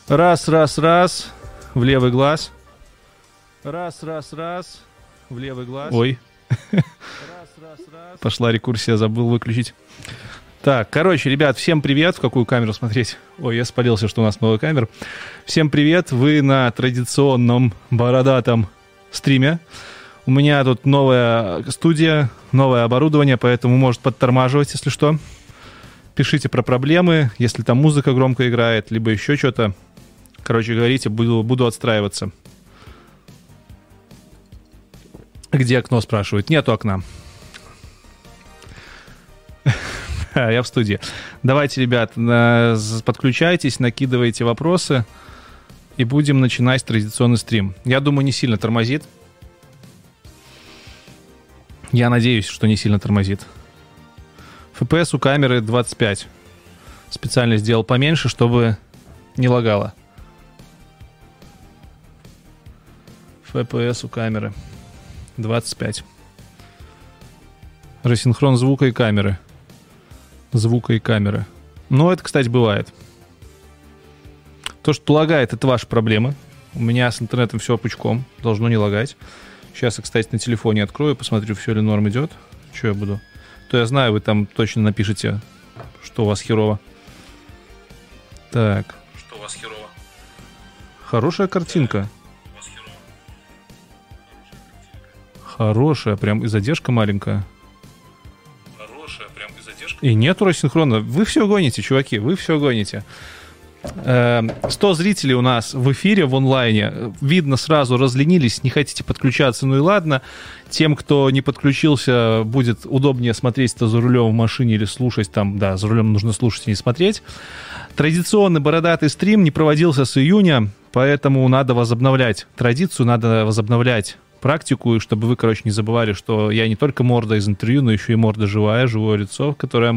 Раз, раз, раз. В левый глаз. Раз, раз, раз. В левый глаз. Ой. Раз, раз, раз. Пошла рекурсия, забыл выключить. Так, короче, ребят, всем привет. В какую камеру смотреть? Ой, я спалился, что у нас новая камера. Всем привет. Вы на традиционном бородатом стриме. У меня тут новая студия, новое оборудование, поэтому может подтормаживать, если что. Пишите про проблемы, если там музыка громко играет, либо еще что-то. Короче, говорите, буду отстраиваться. Где окно, спрашивают? Нету окна. Я в студии. Давайте, ребят, подключайтесь, накидывайте вопросы, и будем начинать традиционный стрим. Я думаю, не сильно тормозит. Я надеюсь, что не сильно тормозит. FPS у камеры 25. Специально сделал поменьше, чтобы не лагало. FPS у камеры 25. Рассинхрон звука и камеры. Звука и камеры. Ну, это, кстати, бывает. То, что лагает, это ваши проблемы. У меня с интернетом все пучком. Должно не лагать. Сейчас я, кстати, на телефоне открою, посмотрю, все ли норм идет. Что я буду? То я знаю, вы там точно напишите, что у вас херово. Так. Что у вас херово? Хорошая картинка. Хорошая, прям и задержка маленькая. Хорошая, прям и задержка. И нету рассинхрона. Вы все гоните, чуваки, вы все гоните. 100 зрителей у нас в эфире, в онлайне. Видно, сразу разленились, не хотите подключаться, ну и ладно. Тем, кто не подключился, будет удобнее смотреть это за рулем в машине или слушать там. Да, за рулем нужно слушать и не смотреть. Традиционный бородатый стрим не проводился с июня, поэтому надо возобновлять традицию, надо возобновлять практику, и чтобы вы, короче, не забывали, что я не только морда из интервью, но еще и морда живая, живое лицо,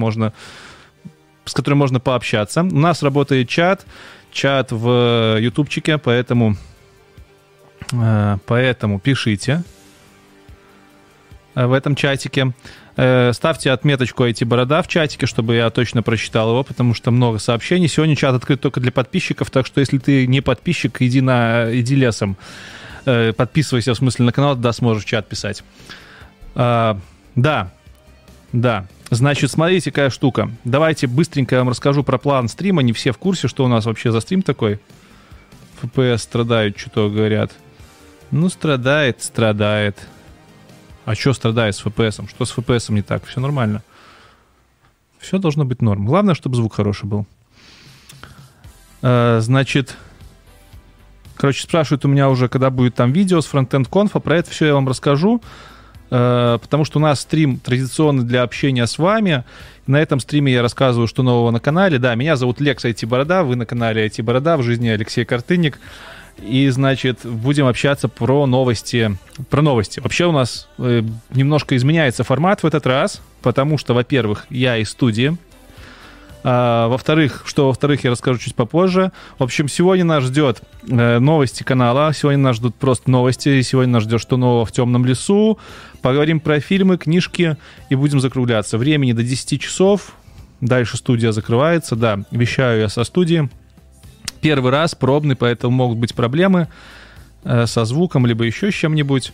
с которым можно пообщаться. У нас работает чат в ютубчике, поэтому пишите в этом чатике. Ставьте отметочку IT-борода в чатике, чтобы я точно прочитал его, потому что много сообщений. Сегодня чат открыт только для подписчиков, так что если ты не подписчик, иди лесом. Подписывайся, в смысле, на канал, тогда сможешь в чат писать. Да. Значит, смотрите, какая штука. Давайте быстренько я вам расскажу про план стрима. Не все в курсе, что у нас вообще за стрим такой. FPS страдают, что-то говорят. Ну, страдает. А что страдает с FPS? Что с FPS не так? Все нормально. Все должно быть норм. Главное, чтобы звук хороший был. Значит... Короче, спрашивают у меня уже, когда будет там видео с фронтенд-конфа. Про это все я вам расскажу, потому что у нас стрим традиционный для общения с вами. На этом стриме я рассказываю, что нового на канале. Да, меня зовут Лекс IT-борода, вы на канале IT-борода, в жизни Алексей Картынник. И, значит, будем общаться про новости. Вообще у нас немножко изменяется формат в этот раз, потому что, во-первых, я из студии. Во-вторых, я расскажу чуть попозже. В общем, сегодня нас ждет новости канала. Сегодня нас ждут просто новости. Сегодня нас ждет, что нового в темном лесу. Поговорим про фильмы, книжки и будем закругляться. Времени до 10 часов. Дальше студия закрывается. Да, вещаю я со студии. Первый раз, пробный, поэтому могут быть проблемы со звуком, либо еще с чем-нибудь.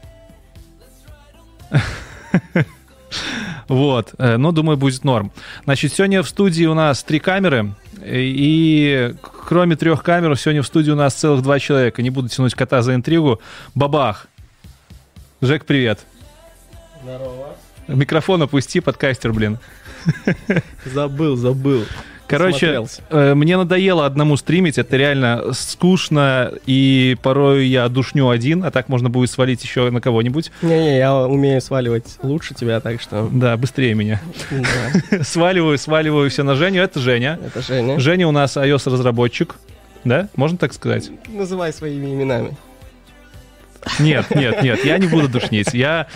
Вот, но думаю, будет норм. Значит, сегодня в студии у нас 3 камеры, и кроме 3 камер, сегодня в студии у нас целых 2 человека. Не буду тянуть кота за интригу. Бабах! Жек, привет. Здорово. Микрофон опусти, подкастер, блин. Забыл. Короче, мне надоело одному стримить, это реально скучно, и порой я душню один, а так можно будет свалить еще на кого-нибудь. Не, я умею сваливать лучше тебя, так что... Да, быстрее меня. Да. Сваливаю все на Женю, это Женя. Это Женя. Женя у нас iOS-разработчик, да? Можно так сказать? Называй своими именами. Нет, я не буду душнить. Я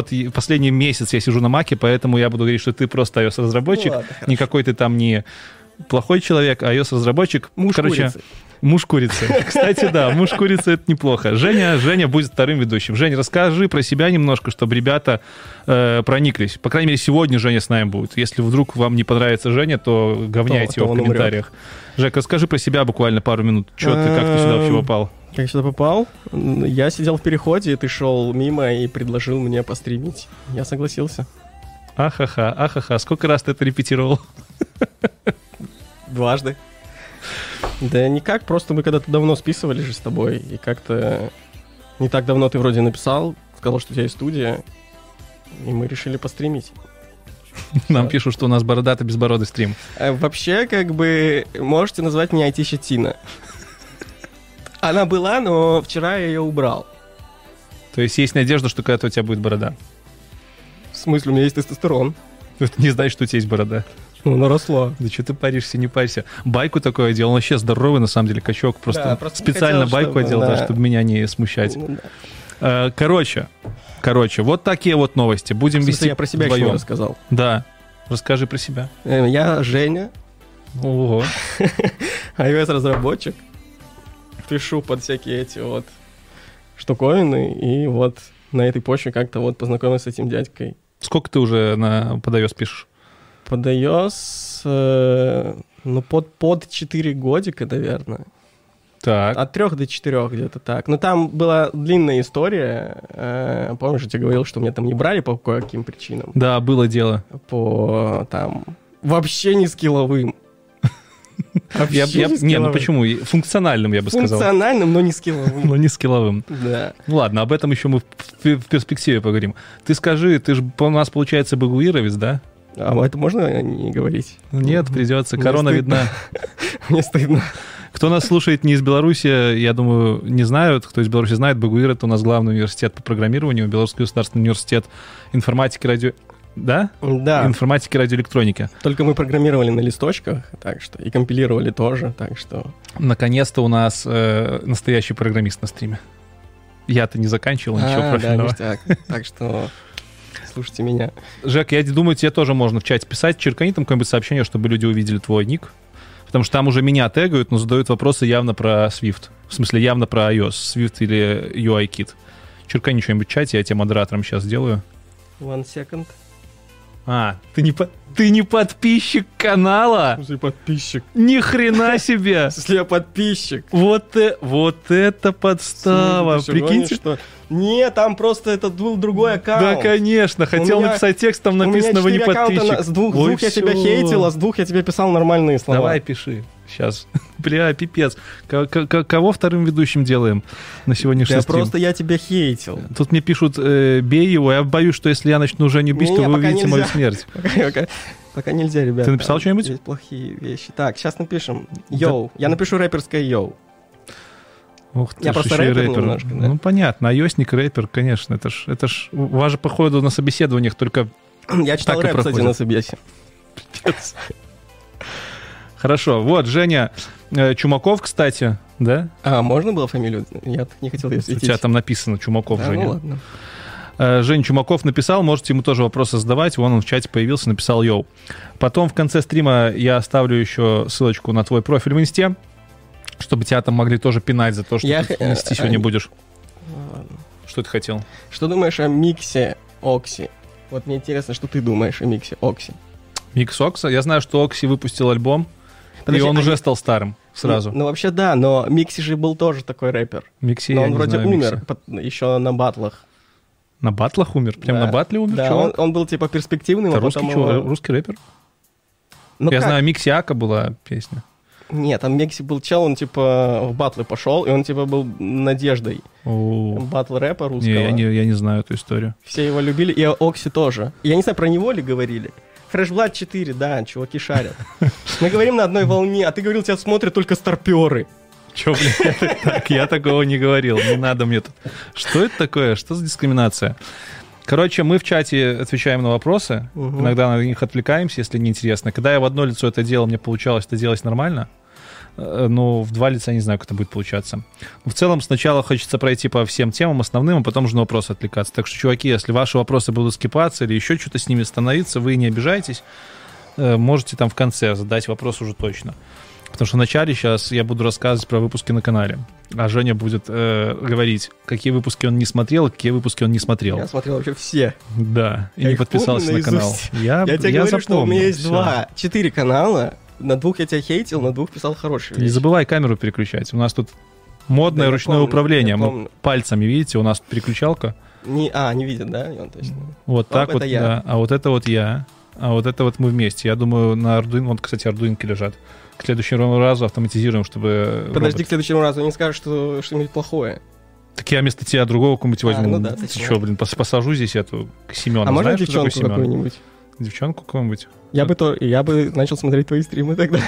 последний месяц я сижу на Маке, поэтому я буду говорить, что ты просто iOS-разработчик. Ну, ладно, никакой ты там не плохой человек, а iOS-разработчик... Муж курицы. Муж курицы. Кстати, да, муж курицы — это неплохо. Женя будет вторым ведущим. Жень, расскажи про себя немножко, чтобы ребята прониклись. По крайней мере, сегодня Женя с нами будет. Если вдруг вам не понравится Женя, то говняйте его в комментариях. Жек, расскажи про себя буквально пару минут. Как ты сюда вообще попал? Как я сюда попал? Я сидел в переходе, и ты шел мимо и предложил мне постримить. Я согласился. Ахаха. Сколько раз ты это репетировал? Дважды. Да никак, просто мы когда-то давно списывались же с тобой, и как-то не так давно ты вроде написал, сказал, что у тебя есть студия, и мы решили постримить. Нам пишут, что у нас бородатый безбородый стрим. Вообще, как бы, можете назвать меня IT-щетина. Она была, но вчера я ее убрал. То есть надежда, что когда-то у тебя будет борода? В смысле, у меня есть тестостерон. Это не значит, что у тебя есть борода. Ну, наросла. Да что ты паришься, не парься. Байку такой одел, он вообще здоровый, на самом деле, качок. Просто специально хотел, байку одел, да, чтобы меня не смущать. Короче, вот такие вот новости. Будем вести. Я про себя еще рассказал. Да, расскажи про себя. Я Женя. Ого. iOS-разработчик. Пишу под всякие эти вот штуковины, и вот на этой почве как-то вот познакомился с этим дядькой. Сколько ты уже под iOS пишешь? Под iOS, под 4 годика, наверное. Так. От 3 до 4 где-то так. Но там была длинная история. Помнишь, я тебе говорил, что меня там не брали по кое-каким причинам? Да, было дело. По там вообще не скилловым. Нет, почему? Функциональным, я бы сказал. Функциональным, но не скилловым. Но не скилловым. Да. Ну ладно, об этом еще мы в перспективе поговорим. Ты скажи, ты же у нас, получается, багуировец, да? А это можно не говорить? Нет, придется. Корона видна. Мне стыдно. Кто нас слушает не из Беларуси, я думаю, не знают. Кто из Беларуси знает, БГУИР — это у нас главный университет по программированию, Белорусский государственный университет информатики, Да? Да. Информатики, радиоэлектроники. Только мы программировали на листочках, так что и компилировали тоже, так что... Наконец-то у нас настоящий программист на стриме. Я-то не заканчивал ничего профильного. Да, ништяк. Так что... Слушайте меня. Жек, я думаю, тебе тоже можно в чате писать. Черкани там какое-нибудь сообщение, чтобы люди увидели твой ник. Потому что там уже меня тегают, но задают вопросы явно про Swift. В смысле, явно про iOS. Swift или UIKit. Черкани что-нибудь в чате, я тебе модератором сейчас сделаю. 1 second. Ты не подписчик канала? Ты подписчик. Ни хрена себе! Если я подписчик. Вот это подстава. Прикиньте, что... Нет, там просто это был другой аккаунт. Да, конечно. Хотел написать текст, там написано, вы не подписчик. С двух я тебя хейтил, а с двух я тебе писал нормальные слова. Давай, пиши. Сейчас. Бля, пипец. Кого вторым ведущим делаем на сегодняшний стрим? Просто я тебя хейтил. Тут мне пишут, бей его. Я боюсь, что если я начну Женю бить, то вы увидите мою смерть. Пока нельзя, ребята. Ты написал что-нибудь? Есть плохие вещи. Так, сейчас напишем. Йоу. Я напишу рэперское йоу. Ух ты, я просто рэпер немножко, да? Ну, понятно, iOS-ник, рэпер, конечно. Это ж у вас же, походу, на собеседованиях только я читал рэп, кстати, на собесе. Пипец. Хорошо, вот, Женя Чумаков, кстати, да? Можно было фамилию? Я не хотел ее светить. У тебя там написано Чумаков, Женя. Ну ладно. Жень Чумаков написал, можете ему тоже вопросы задавать. Вон он в чате появился, написал йоу. Потом в конце стрима я оставлю еще ссылочку на твой профиль в инсте, чтобы тебя там могли тоже пинать за то, что ты нести сегодня будешь. Что ты хотел? Что думаешь о миксе Окси? Вот мне интересно, что ты думаешь о миксе Окси. Микс Окса? Я знаю, что Окси выпустил альбом, и он уже стал старым сразу. Ну, вообще да, но Микси же был тоже такой рэпер. Микси, но он вроде умер еще на батлах. На батлах умер? Прям на батле умер? Да, он был типа перспективным. Это русский рэпер? Я знаю, Микси Ака была песня. Нет, там Микси был чел, он типа в батлы пошел, и он типа был надеждой. Батл рэпа русского. Я не знаю эту историю. Все его любили, и Окси тоже. Я не знаю, про него ли говорили. Fresh Blood 4, да, чуваки шарят. Мы говорим на одной волне, а ты говорил, тебя смотрят только старперы. Чё, блин, я такого не говорил, не надо мне тут. Что это такое? Что за дискриминация? Короче, мы в чате отвечаем на вопросы, иногда на них отвлекаемся, если неинтересно. Когда я в одно лицо это делал, мне получалось это делать нормально, но в два лица не знаю, как это будет получаться. В целом, сначала хочется пройти по всем темам основным, а потом уже на вопросы отвлекаться. Так что, чуваки, если ваши вопросы будут скипаться или еще что-то с ними становиться, вы не обижайтесь. можете там в конце задать вопрос уже точно. Потому что в начале сейчас я буду рассказывать про выпуски на канале, а Женя будет говорить, какие выпуски он не смотрел, какие выпуски он не смотрел. Я смотрел вообще все. Да, и не подписался на канал. Я тебе говорю, что у меня есть 4 канала, на 2 я тебя хейтил, на 2 писал хорошие вещи. Не забывай камеру переключать. У нас тут модное ручное управление. Мы пальцами, видите, у нас переключалка. Не видит, да? Вот так вот, да. А вот это вот я. А вот это вот мы вместе. Я думаю, на Arduino... Вот, кстати, ардуинки лежат. К следующему разу автоматизируем, чтобы... Подожди, к следующему разу не скажешь, что что-нибудь плохое. Так я вместо тебя другого какого-нибудь возьму. Ну да, ты что, блин, посажу здесь эту Семена. А можно девчонку какую-нибудь? Девчонку какую-нибудь? Я бы начал смотреть твои стримы тогда.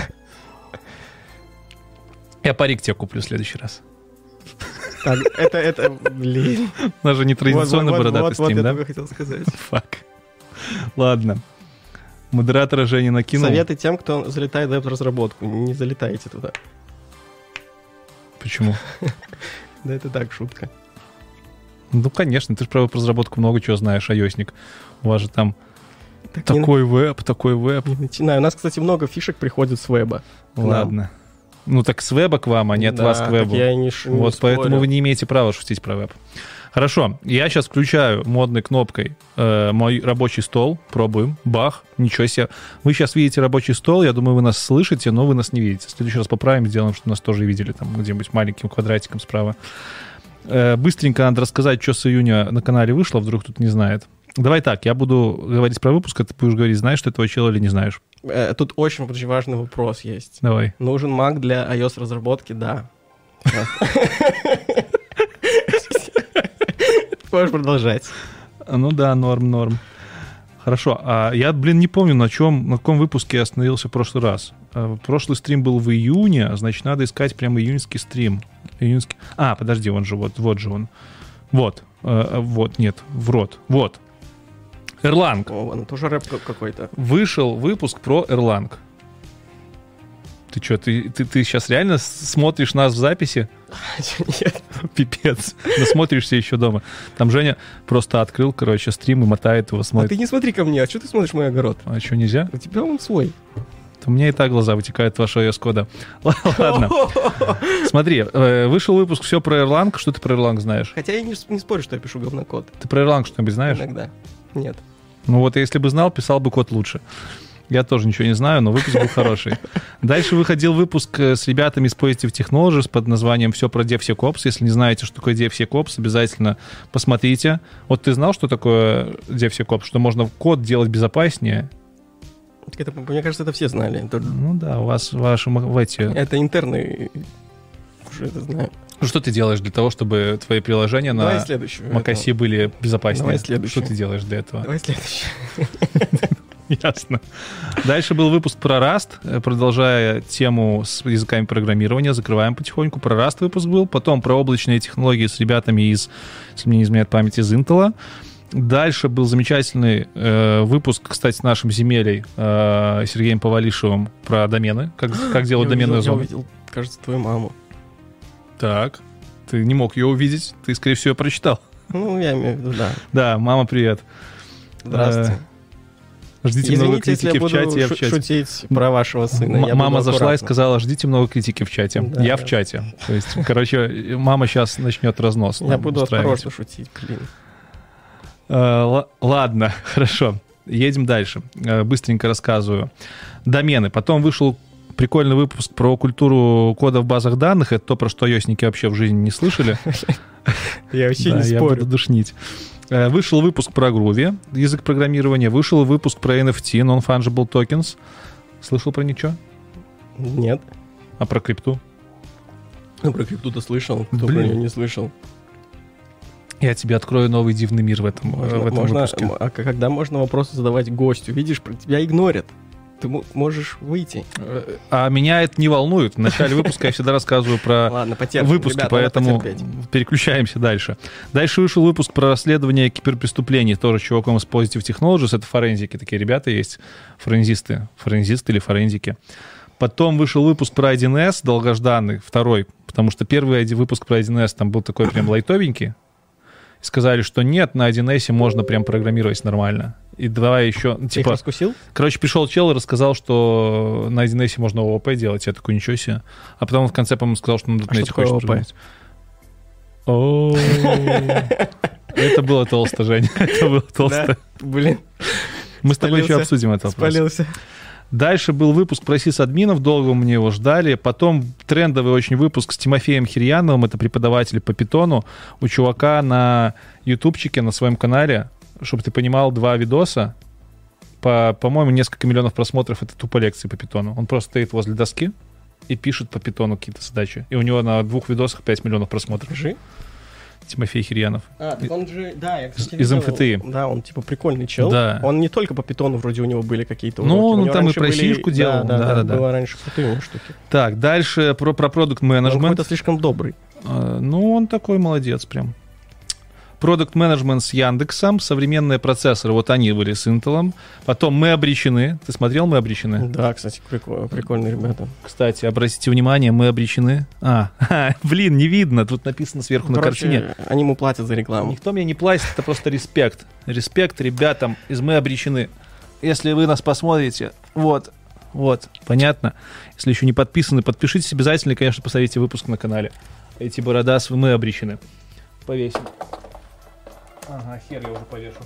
Я парик тебе куплю в следующий раз. Так, это, блин. У нас же не традиционный бородатый стрим, да? Вот я хотел сказать. Фак. Ладно. Модератора Женя накинул. Советы тем, кто залетает в веб-разработку. Не залетайте туда. Почему? Да это так, шутка. Ну, конечно, ты же про веб-разработку много чего знаешь, iOS-ник. У вас же там такой веб. Не начинаю. У нас, кстати, много фишек приходит с веба. Ладно. Ну, так с веба к вам, а не от вас к вебу. Я не вот поэтому вы не имеете права шутить про веб. Хорошо, я сейчас включаю модной кнопкой мой рабочий стол, пробуем, бах, ничего себе. Вы сейчас видите рабочий стол, я думаю, вы нас слышите, но вы нас не видите. В следующий раз поправим, сделаем, чтобы нас тоже видели, там где-нибудь маленьким квадратиком справа. Быстренько надо рассказать, что с июня на канале вышло, вдруг тут не знает. Давай так, я буду говорить про выпуск, а ты будешь говорить, знаешь ты этого чела или не знаешь. Тут очень важный вопрос есть. Давай. Нужен Mac для iOS-разработки? Да. Можешь продолжать. Ну да, норм. Хорошо. А я, не помню, на каком выпуске я остановился в прошлый раз. Прошлый стрим был в июне, значит, надо искать прям июньский стрим. А, подожди, он же вот же он. Вот, нет, в рот. Вот. Erlang. О, он тоже рэп какой-то. Вышел выпуск про Erlang. Ты что, ты сейчас реально смотришь нас в записи? Нет. Пипец. Насмотришься еще дома. Там Женя просто открыл, стрим и мотает его, смотрит. А ты не смотри ко мне, а что ты смотришь мой огород? А что, нельзя? У тебя он свой. У меня и так глаза вытекают от вашего iOS-кода. Ладно. Смотри, вышел выпуск «Все про Erlang». Что ты про Erlang знаешь? Хотя я не спорю, что я пишу говнокод. Ты про Erlang что-нибудь знаешь? Иногда. Нет. Ну вот, если бы знал, писал бы код лучше. Я тоже ничего не знаю, но выпуск был хороший. Дальше выходил выпуск с ребятами из Positive Technologies под названием «Все про DevSecOps». Если не знаете, что такое DevSecOps, обязательно посмотрите. Вот ты знал, что такое DevSecOps? Что можно код делать безопаснее? Мне кажется, это все знали. Ну да, у вас ваши эти... Это интерны уже это знают. Ну что ты делаешь для того, чтобы твои приложения на macOS были безопаснее? Давай следующее. Что ты делаешь для этого? Давай следующее. Ясно. Дальше был выпуск про Rust, продолжая тему с языками программирования, закрываем потихоньку. Про Rust выпуск был, потом про облачные технологии с ребятами из, если мне не изменяет память, из Intel. Дальше был замечательный выпуск, кстати, с нашим земелей Сергеем Повалишевым про домены, как делать доменную зону. Я увидел, кажется, твою маму. Так, ты не мог ее увидеть, ты, скорее всего, прочитал. Ну, я имею в виду, да. Да, мама, привет. Здравствуйте. Ждите много критики в чате. Я в чате. Шутить про вашего сына. Мама зашла и сказала, ждите много критики в чате. Да, я в чате. То есть, мама сейчас начнет разнос. Я буду осторожно шутить, блин. Ладно, хорошо. Едем дальше. Быстренько рассказываю. Домены. Потом вышел прикольный выпуск про культуру кода в базах данных. Это то, про что iOS-ники вообще в жизни не слышали. Я вообще не спорю. Я буду душнить. Вышел выпуск про Groovy, язык программирования. Вышел выпуск про NFT, Non-Fungible Tokens. Слышал про ничего? Нет. А про крипту? Ну, про крипту-то слышал. Кто про нее не слышал? Я тебе открою новый дивный мир в этом выпуске. А когда можно вопросы задавать гостю? Видишь, тебя игнорят. Ты можешь выйти. А меня это не волнует. В начале выпуска я всегда рассказываю про выпуски, ребята, поэтому переключаемся дальше. Дальше вышел выпуск про расследование киберпреступлений, тоже с чуваком из Positive Technologies. Это форензики, такие ребята есть, форензисты или форензики. Потом вышел выпуск про 1С, долгожданный, второй, потому что первый выпуск про 1С там был такой прям лайтовенький. Сказали, что нет, на 1С можно прям программировать нормально. И давай еще... Ты их раскусил? Короче, пришел чел и рассказал, что на 1С можно ООП делать. Я такой, ничего себе. А потом он в конце, по-моему, сказал, что на .NET хочет придумать. Это было толсто, Жень. Это было толсто. Блин. Мы с тобой еще обсудим этот вопрос. Спалился. Дальше был выпуск про сисадминов, долго мы его ждали. Потом трендовый очень выпуск с Тимофеем Хирьяновым, это преподаватель по питону. У чувака на ютубчике, на своем канале, чтобы ты понимал, 2 видоса, по-моему, несколько миллионов просмотров, это тупо лекции по питону. Он просто стоит возле доски и пишет по питону какие-то задачи. И у него на 2 видосах 5 миллионов просмотров. Тимофей Хирьянов. Он же, да, я, кстати, из МФТИ. Да, он типа прикольный чел. Да. Он не только по питону, вроде у него были какие-то уроки. Ну, он там и раньше про были... сишку делал. Да. Было раньше крутые штуки. Так, дальше про продукт-менеджмент. Он какой-то слишком добрый. Ну, он такой молодец прям. Продукт-менеджмент с Яндексом, современные процессоры, вот они были с Intel. Потом «Мы обречены». Ты смотрел «Мы обречены»? Да, кстати, прикольные ребята. Кстати, обратите внимание, «Мы обречены». Блин, не видно, тут написано сверху на картине. Они ему платят за рекламу. Никто мне не платит, это просто респект. Респект ребятам из «Мы обречены». Если вы нас посмотрите, вот, понятно. Если еще не подписаны, подпишитесь обязательно и, конечно, посмотрите выпуск на канале. Эти борода с «Мы обречены». Повесим. Ага, хер я уже повешу.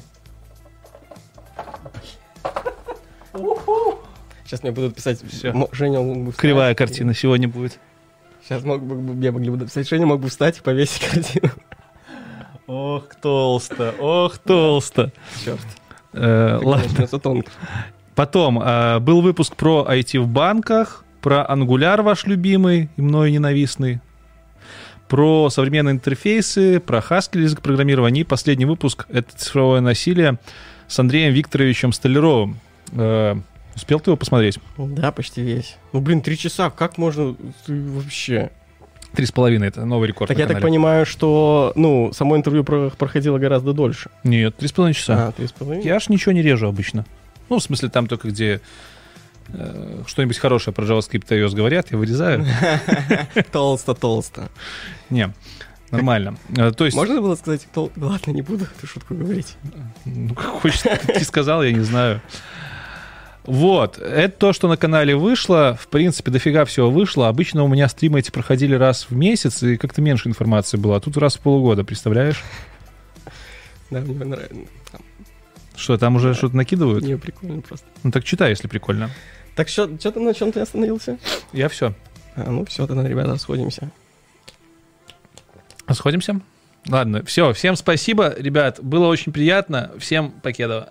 Сейчас мне будут писать, Всё. Женя мог бы встать. Кривая картина сегодня будет. Сейчас мне могли бы написать, Женя мог бы встать и повесить картину. Ох, толсто. Черт. Ладно. Это тонко. Потом был выпуск про IT в банках, про Angular ваш любимый и мною ненавистный, про современные интерфейсы, про Haskell язык программирования. И последний выпуск — это цифровое насилие с Андреем Викторовичем Столяровым. Успел ты его посмотреть? Да, почти весь. 3 часа, как можно вообще? 3,5 — это новый рекорд. Так я так понимаю, что, само интервью проходило гораздо дольше. Нет, 3,5 часа. 3,5? Я аж ничего не режу обычно. В смысле, там только где что-нибудь хорошее про JavaScript и iOS говорят, я вырезаю. Толсто. Не, нормально. То есть... Можно было сказать, ладно, не буду эту шутку говорить. Как хочешь, ты сказал, я не знаю. Вот, это то, что на канале вышло. В принципе, дофига всего вышло. Обычно у меня стримы эти проходили раз в месяц, и как-то меньше информации было. А тут раз в полгода, представляешь? Да, мне нравится. Что, там уже что-то накидывают? Не, прикольно просто. Ну так читай, если прикольно. Так что ты на чем ты остановился? Я все. Все, тогда, ребята, сходимся. Сходимся? Ладно, все, всем спасибо, ребят, было очень приятно. Всем покедова.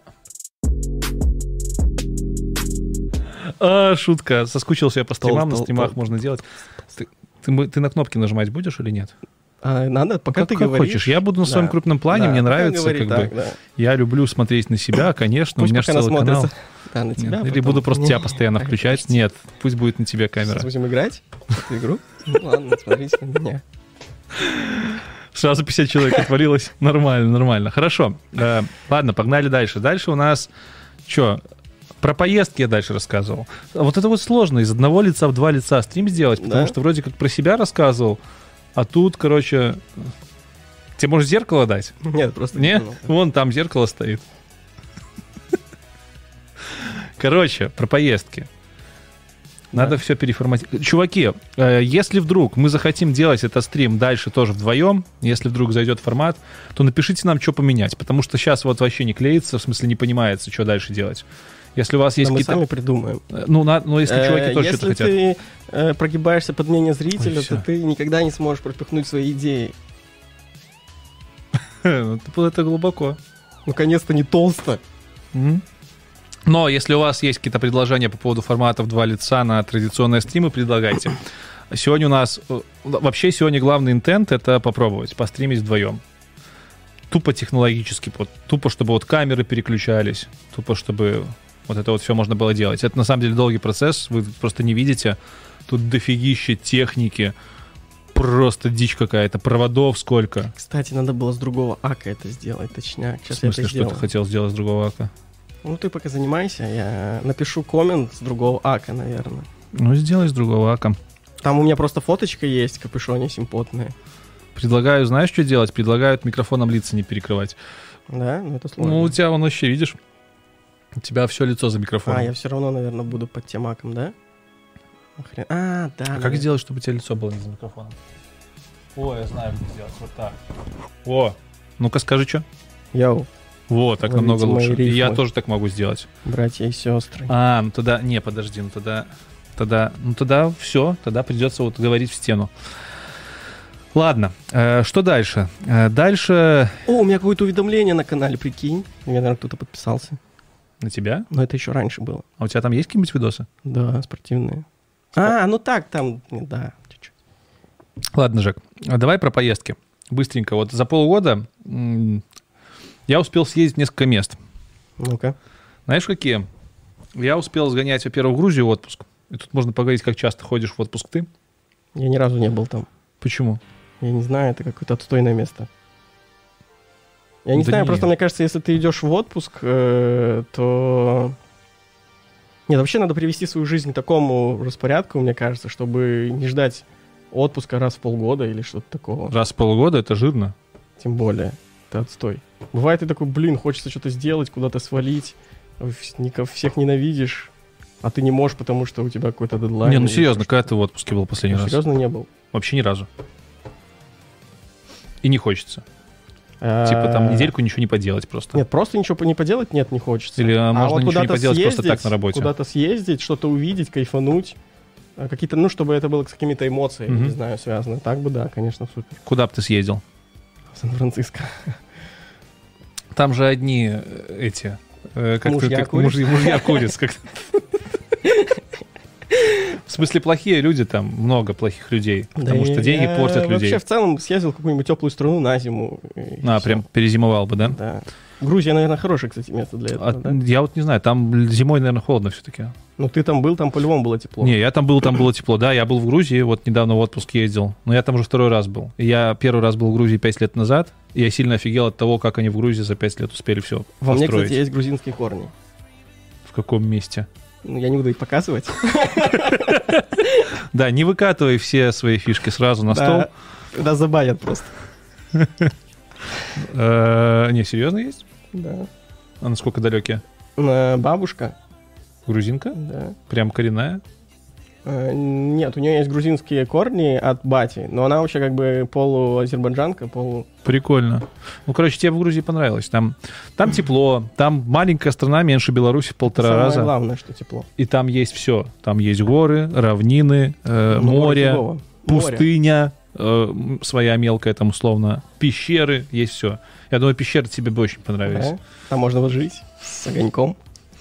Шутка. Соскучился я по стримам, на стримах можно делать. Ты на кнопки нажимать будешь или нет? Надо, пока ты как говоришь. Хочешь. Я буду на своем крупном плане, мне нравится, говори, как бы. Я люблю смотреть на себя, конечно, пусть у меня же целый канал. Да, на тебя. Или буду просто тебя постоянно включать. Нет, пусть будет на тебе камера. Сейчас будем играть в эту игру? Ладно, смотрите на меня. Сразу 50 человек отвалилось. Нормально. Хорошо. Ладно, погнали дальше. Дальше у нас... Что? Про поездки я дальше рассказывал. Вот это вот сложно из одного лица в 2 лица стрим сделать, потому что вроде как про себя рассказывал, а тут, короче... Тебе, может, зеркало дать? Нет, просто... Нет? Вон там зеркало стоит. Короче, про поездки. Надо все переформатировать. Чуваки, если вдруг мы захотим делать этот стрим дальше тоже вдвоем, если вдруг зайдет формат, то напишите нам, что поменять, потому что сейчас вот вообще не клеится, в смысле не понимается, что дальше делать. Если у вас есть какие-то... Мы сами придумаем. Ну, если чуваки тоже что-то хотят. Если ты прогибаешься под мнение зрителя, то ты никогда не сможешь пропихнуть свои идеи. Это глубоко. Наконец-то не толсто. Но если у вас есть какие-то предложения по поводу формата в 2 лица на традиционные стримы, предлагайте. Сегодня у нас... Вообще сегодня главный интент — это попробовать постримить вдвоем. Тупо технологически. Тупо, чтобы вот камеры переключались. Тупо, чтобы вот это вот все можно было делать. Это на самом деле долгий процесс. Вы просто не видите. Тут дофигища техники. Просто дичь какая-то. Проводов сколько. Кстати, надо было с другого ака это сделать, точняк. Сейчас в смысле, что ты хотел сделать с другого ака? Ты пока занимайся, я напишу коммент с другого ака, наверное. Сделай с другого ака. Там у меня просто фоточка есть, капюшоне симпотные. Предлагаю, знаешь, что делать? Предлагают микрофоном лица не перекрывать. Да? Это сложно. У тебя он вообще, видишь? У тебя все лицо за микрофоном. Я все равно, наверное, буду под тем маком, да? Да. Как сделать, чтобы у тебя лицо было не за микрофоном? О, я знаю, как сделать. Вот так. О, ну-ка скажи, что? Йоу. Вот, так намного лучше. И я тоже так могу сделать. Братья и сестры. Ну тогда... Не, подожди, тогда все, тогда придется вот говорить в стену. Ладно, что дальше? Дальше... У меня какое-то уведомление на канале, прикинь. Мне, наверное, кто-то подписался. На тебя? Но это еще раньше было. А у тебя там есть какие-нибудь видосы? Да, спортивные. Там, да, чуть-чуть. Ладно, Жек, давай про поездки. Быстренько. Вот за полгода я успел съездить в несколько мест. Ну-ка. Знаешь, какие? Я успел сгонять, во-первых, в Грузию в отпуск. И тут можно поговорить, как часто ходишь в отпуск ты. Я ни разу не был там. Почему? Я не знаю, это какое-то отстойное место. Я не знаю, просто мне кажется, если ты идешь в отпуск, то... Нет, вообще надо привести свою жизнь к такому распорядку, мне кажется, чтобы не ждать отпуска раз в полгода или что-то такого. Раз в полгода — это жирно. Тем более, это отстой. Бывает, ты такой, хочется что-то сделать, куда-то свалить, всех ненавидишь, а ты не можешь, потому что у тебя какой-то дедлайн. Не, ну серьезно, когда ты в отпуске был последний раз? Серьезно не был. Вообще ни разу. И не хочется. Типа там недельку ничего не поделать просто. Нет, просто ничего не поделать, не хочется. Или можно вот ничего не поделать просто так на работе. Куда-то съездить, что-то увидеть, кайфануть. Какие-то, чтобы это было с какими-то эмоциями, не знаю, связано. Так бы, да, конечно, супер. Куда бы ты съездил? В Сан-Франциско. Там же одни эти... Мужья куриц. В смысле, плохие люди там, много плохих людей. Потому что деньги портят людей. Вообще, в целом, съездил в какую-нибудь теплую страну на зиму. Прям перезимовал бы, да? Да. Грузия, наверное, хорошее, кстати, место для этого, да? Я вот не знаю, там зимой, наверное, холодно все-таки. Ну, ты там был, там по-любому было тепло. Не, я там был, там было тепло. Да, я был в Грузии, вот недавно в отпуск ездил. Но я там уже второй раз был. И я первый раз был в Грузии 5 лет назад. И я сильно офигел от того, как они в Грузии за 5 лет успели все построить. Во мне, кстати, есть грузинские корни. В каком месте? Я не буду их показывать. Да, не выкатывай все свои фишки сразу на стол. Да, забанят просто. Не, серьезно есть? Да. А насколько далекие? Бабушка. Грузинка? Да. Прям коренная? Нет, у нее есть грузинские корни от бати, но она вообще как бы полуазербайджанка, Прикольно. Ну, короче, тебе в Грузии понравилось. Там тепло, там маленькая страна, меньше Беларуси в 1,5 раза. Самое главное, что тепло. И там есть все. Там есть горы, равнины, море, пустыня, своя мелкая там условно, пещеры, есть все. Я думаю, пещеры тебе бы очень понравились. Да? Там можно вот жить с огоньком.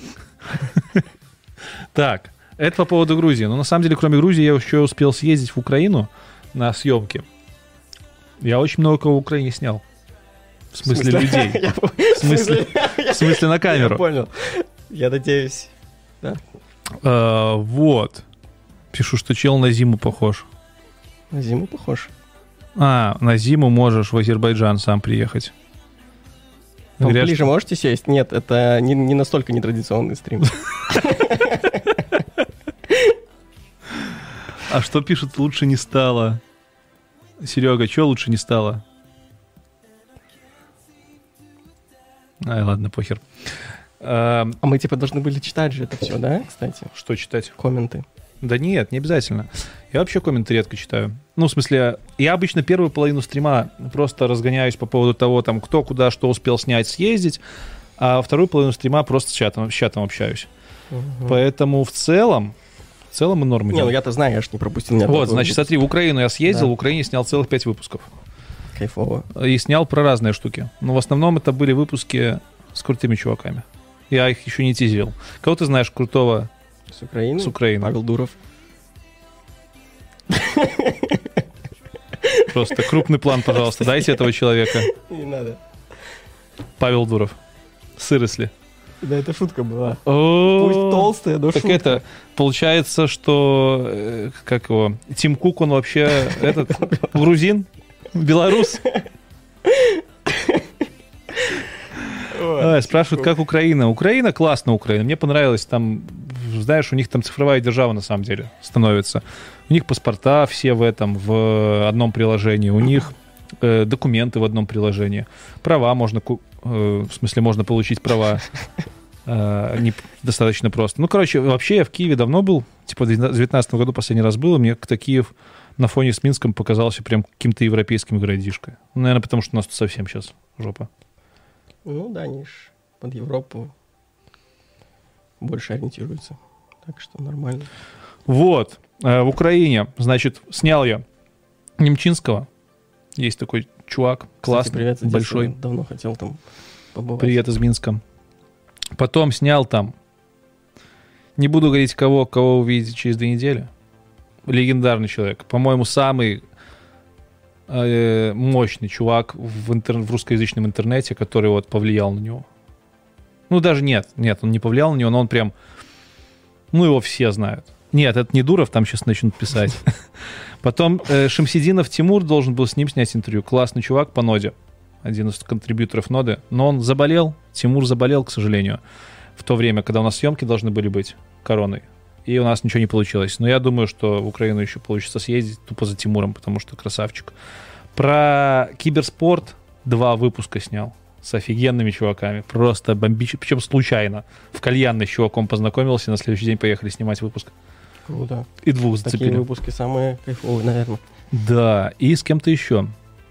Так. Это по поводу Грузии. Но на самом деле, кроме Грузии, я еще успел съездить в Украину на съемки. Я очень много кого в Украине снял. В смысле людей. В смысле на камеру. Я понял. Я надеюсь. Да. Вот. Пишу, что чел на зиму похож. На зиму похож? На зиму можешь в Азербайджан сам приехать. Ближе можете сесть? Нет, это не настолько нетрадиционный стрим. А что пишут, лучше не стало? Серега, что лучше не стало? Ладно, похер. А мы типа должны были читать же это все, да, кстати? Что читать? Комменты. Да нет, не обязательно. Я вообще комменты редко читаю. Ну, в смысле, я обычно первую половину стрима просто разгоняюсь по поводу того, там, кто куда что успел снять, съездить, а вторую половину стрима просто с чатом общаюсь. Угу. Поэтому в целом мы нормы делаем. Ну я-то знаю, я ж не пропустил ни одного. Вот, значит, смотри, в Украину я съездил, в Украине снял целых 5 выпусков. Кайфово. И снял про разные штуки. Но в основном это были выпуски с крутыми чуваками. Я их еще не тизил. Кого ты знаешь крутого? С Украины? С Украины. Павел Дуров. Просто крупный план, пожалуйста. Дайте этого человека. Не надо. Павел Дуров. Сыросли. Да, это шутка была. Пусть толстая, но так шутка. Это, получается, что... Как его? Тим Кук, он вообще этот... Грузин? Белорус? Спрашивают, как Украина. Украина классно, Украина. Мне понравилось. Там, знаешь, у них там цифровая держава на самом деле становится. У них паспорта все в в одном приложении. У них документы в одном приложении. Права можно... в смысле, можно получить права. достаточно просто. Ну, короче, вообще я в Киеве давно был, типа в 2019 году последний раз был, и мне как-то Киев на фоне с Минском показался прям каким-то европейским городишкой. Ну, наверное, потому что у нас тут совсем сейчас жопа. Ну да, они ж под Европу больше ориентируются. Так что нормально. Вот. В Украине, значит, снял я Немчинского. Есть такой чувак, классный, Кстати, привет, большой. Я давно хотел там побывать. Привет из Минска. Потом снял там, не буду говорить кого вы увидите через 2 недели. Легендарный человек. По-моему, самый мощный чувак в русскоязычном интернете, который вот повлиял на него. Ну, даже нет, он не повлиял на него, но он прям, ну, его все знают. Нет, это не Дуров, там сейчас начнут писать. Потом Шамсидинов Тимур должен был с ним снять интервью. Классный чувак по ноде. Один из контрибьюторов ноды. Но он заболел. Тимур заболел, к сожалению, в то время, когда у нас съемки должны были быть короной. И у нас ничего не получилось. Но я думаю, что в Украину еще получится съездить тупо за Тимуром, потому что красавчик. Про киберспорт 2 выпуска снял с офигенными чуваками. Просто бомбич. Причем случайно. В кальянной с чуваком познакомился, на следующий день поехали снимать выпуск. Круто. И 2 зацепили. Такие выпуски самые кайфовые, наверное. Да, и с кем-то еще.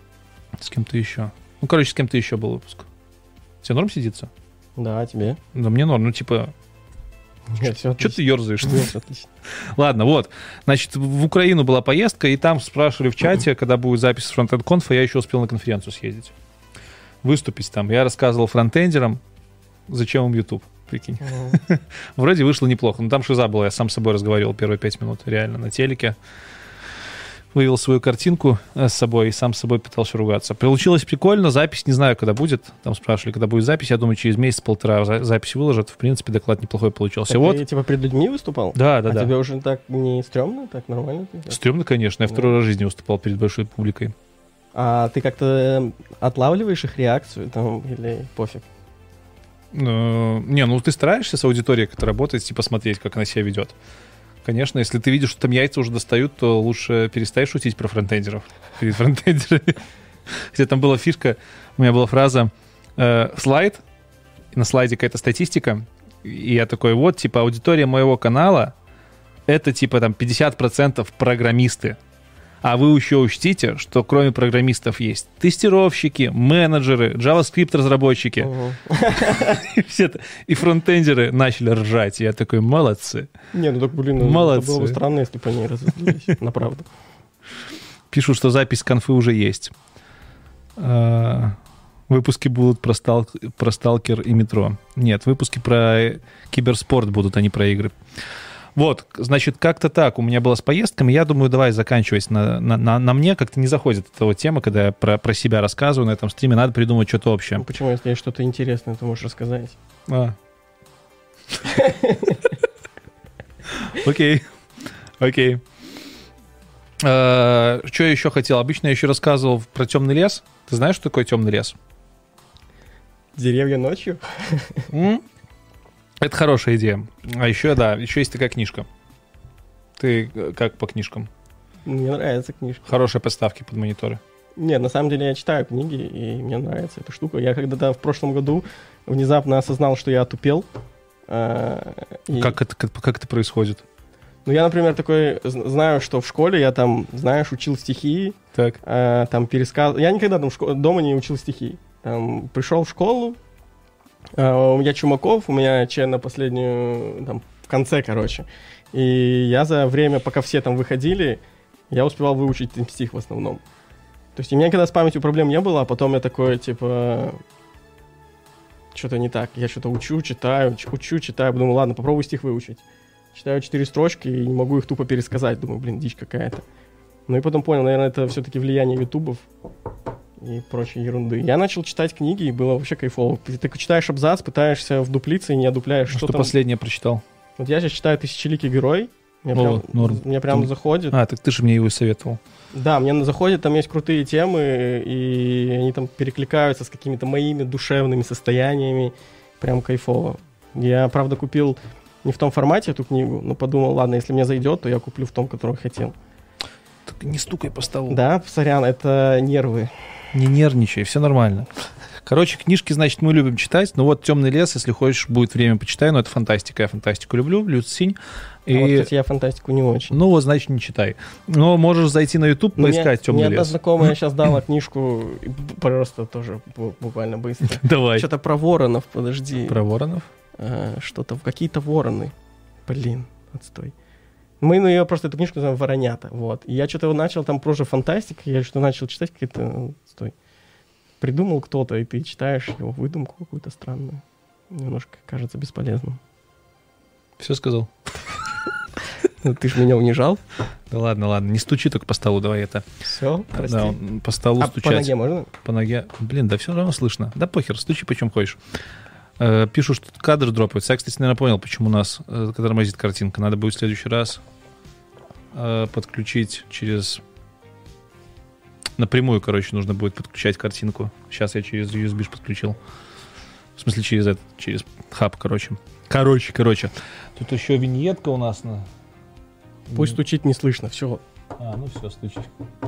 Ну, короче, с кем-то еще был выпуск. Тебе норм сидится? Да, тебе? Да мне норм, ну, типа... Что ты ерзаешь? Нет, отлично. Ладно, вот. Значит, в Украину была поездка, и там спрашивали в чате, когда будет запись с фронтенд-конфа, я еще успел на конференцию съездить. Выступить там. Я рассказывал фронтендерам, зачем им YouTube, прикинь. Вроде вышло неплохо, но там шиза была, я сам с собой разговаривал первые 5 минут, реально, на телеке. Вывел свою картинку с собой и сам с собой пытался ругаться. Получилось прикольно, запись не знаю, когда будет. Там спрашивали, когда будет запись. Я думаю, через месяц-полтора запись выложат. В принципе, доклад неплохой получился. Так вот. Ты типа перед людьми выступал? Да. Тебе уже так не стрёмно? Так нормально? Стрёмно, конечно. Я второй раз в жизни выступал перед большой публикой. А ты как-то отлавливаешь их реакцию там или пофиг? Ну ты стараешься с аудиторией как-то работать и посмотреть, как она себя ведет. Конечно, если ты видишь, что там яйца уже достают, то лучше перестань шутить про фронтендеров. Перед фронтендерами. Хотя там была фишка, у меня была фраза слайд, и на слайде какая-то статистика, и я такой, вот, типа, аудитория моего канала это, типа, там, 50% программисты. А вы еще учтите, что кроме программистов есть тестировщики, менеджеры, JavaScript-разработчики. И фронтендеры начали ржать. Я такой, молодцы. Не, ну так, блин, это было бы странно, если бы они разозлились. На правду. Пишут, что запись конфы уже есть. Выпуски будут про Сталкер и Метро. Нет, выпуски про киберспорт будут, а не про игры. Вот, значит, как-то так у меня было с поездками. Я думаю, давай заканчивать на мне. Как-то не заходит эта вот тема, когда я про себя рассказываю на этом стриме. Надо придумать что-то общее. Ну, почему? Если есть что-то интересное, то можешь рассказать. Окей. Что я еще хотел? Обычно я еще рассказывал про темный лес. Ты знаешь, что такое темный лес? Деревья ночью? Это хорошая идея. А еще, да, еще есть такая книжка. Ты как по книжкам? Мне нравится книжка. Хорошие подставки под мониторы. Нет, на самом деле я читаю книги, и мне нравится эта штука. Я когда-то в прошлом году внезапно осознал, что я отупел. Как это происходит? Ну, я, например, такой знаю, что в школе я там, знаешь, учил стихи. Так. Там пересказывал. Я никогда там дома не учил стихи. Там пришел в школу. У меня Чумаков, у меня Че на последнюю, там, в конце, короче. И я за время, пока все там выходили, я успевал выучить стих в основном. То есть у меня никогда с памятью проблем не было, а потом я такой, типа, что-то не так. Я что-то учу, читаю, думаю, ладно, попробую стих выучить. Читаю 4 строчки и не могу их тупо пересказать. Думаю, блин, дичь какая-то. Ну и потом понял, наверное, это все-таки влияние ютубов и прочей ерунды. Я начал читать книги, и было вообще кайфово. Ты читаешь абзац, пытаешься вдуплиться и не одупляешь. Что там... последнее прочитал? Вот я сейчас читаю «Тысячеликий герой». Мне прям заходит. Так ты же мне его советовал. Да, мне заходит, там есть крутые темы, и они там перекликаются с какими-то моими душевными состояниями. Прям кайфово. Я, правда, купил не в том формате эту книгу, но подумал, ладно, если мне зайдет, то я куплю в том, который хотел. Так не стукай по столу. Да, сорян, это нервы. Не нервничай, все нормально. Короче, книжки, значит, мы любим читать. Ну вот «Темный лес», если хочешь, будет время, почитай. Но это фантастика. Я фантастику люблю. Лю Цинь. И... вот, кстати, я фантастику не очень. Ну вот, значит, не читай. Но можешь зайти на YouTube, поискать «Темный лес». Мне одна знакомая сейчас дала книжку, просто тоже буквально быстро. Давай. Что-то про воронов, подожди. Про воронов? Что-то, какие-то вороны. Блин, отстой. Мы ее просто эту книжку называем «Воронята». Вот. И я что-то начал, там просто фантастика, я что-то начал читать какие-то... Стой. Придумал кто-то, и ты читаешь его выдумку какую-то странную. Немножко кажется бесполезным. Все сказал? Ты ж меня унижал. Да ладно, не стучи только по столу, давай это. Все, прости. Да, по столу стучать. По ноге можно? По ноге. Блин, да все равно слышно. Да похер, стучи почем хочешь. Пишут, что кадр дропается. Я, кстати, наверное, понял, почему у нас тормозит картинка. Надо будет в следующий раз подключить через... Напрямую, короче, нужно будет подключать картинку. Сейчас я через USB подключил. В смысле, через хаб, короче. Короче. Тут еще виньетка у нас. Пусть стучит, не слышно, все. Ну все, стучит.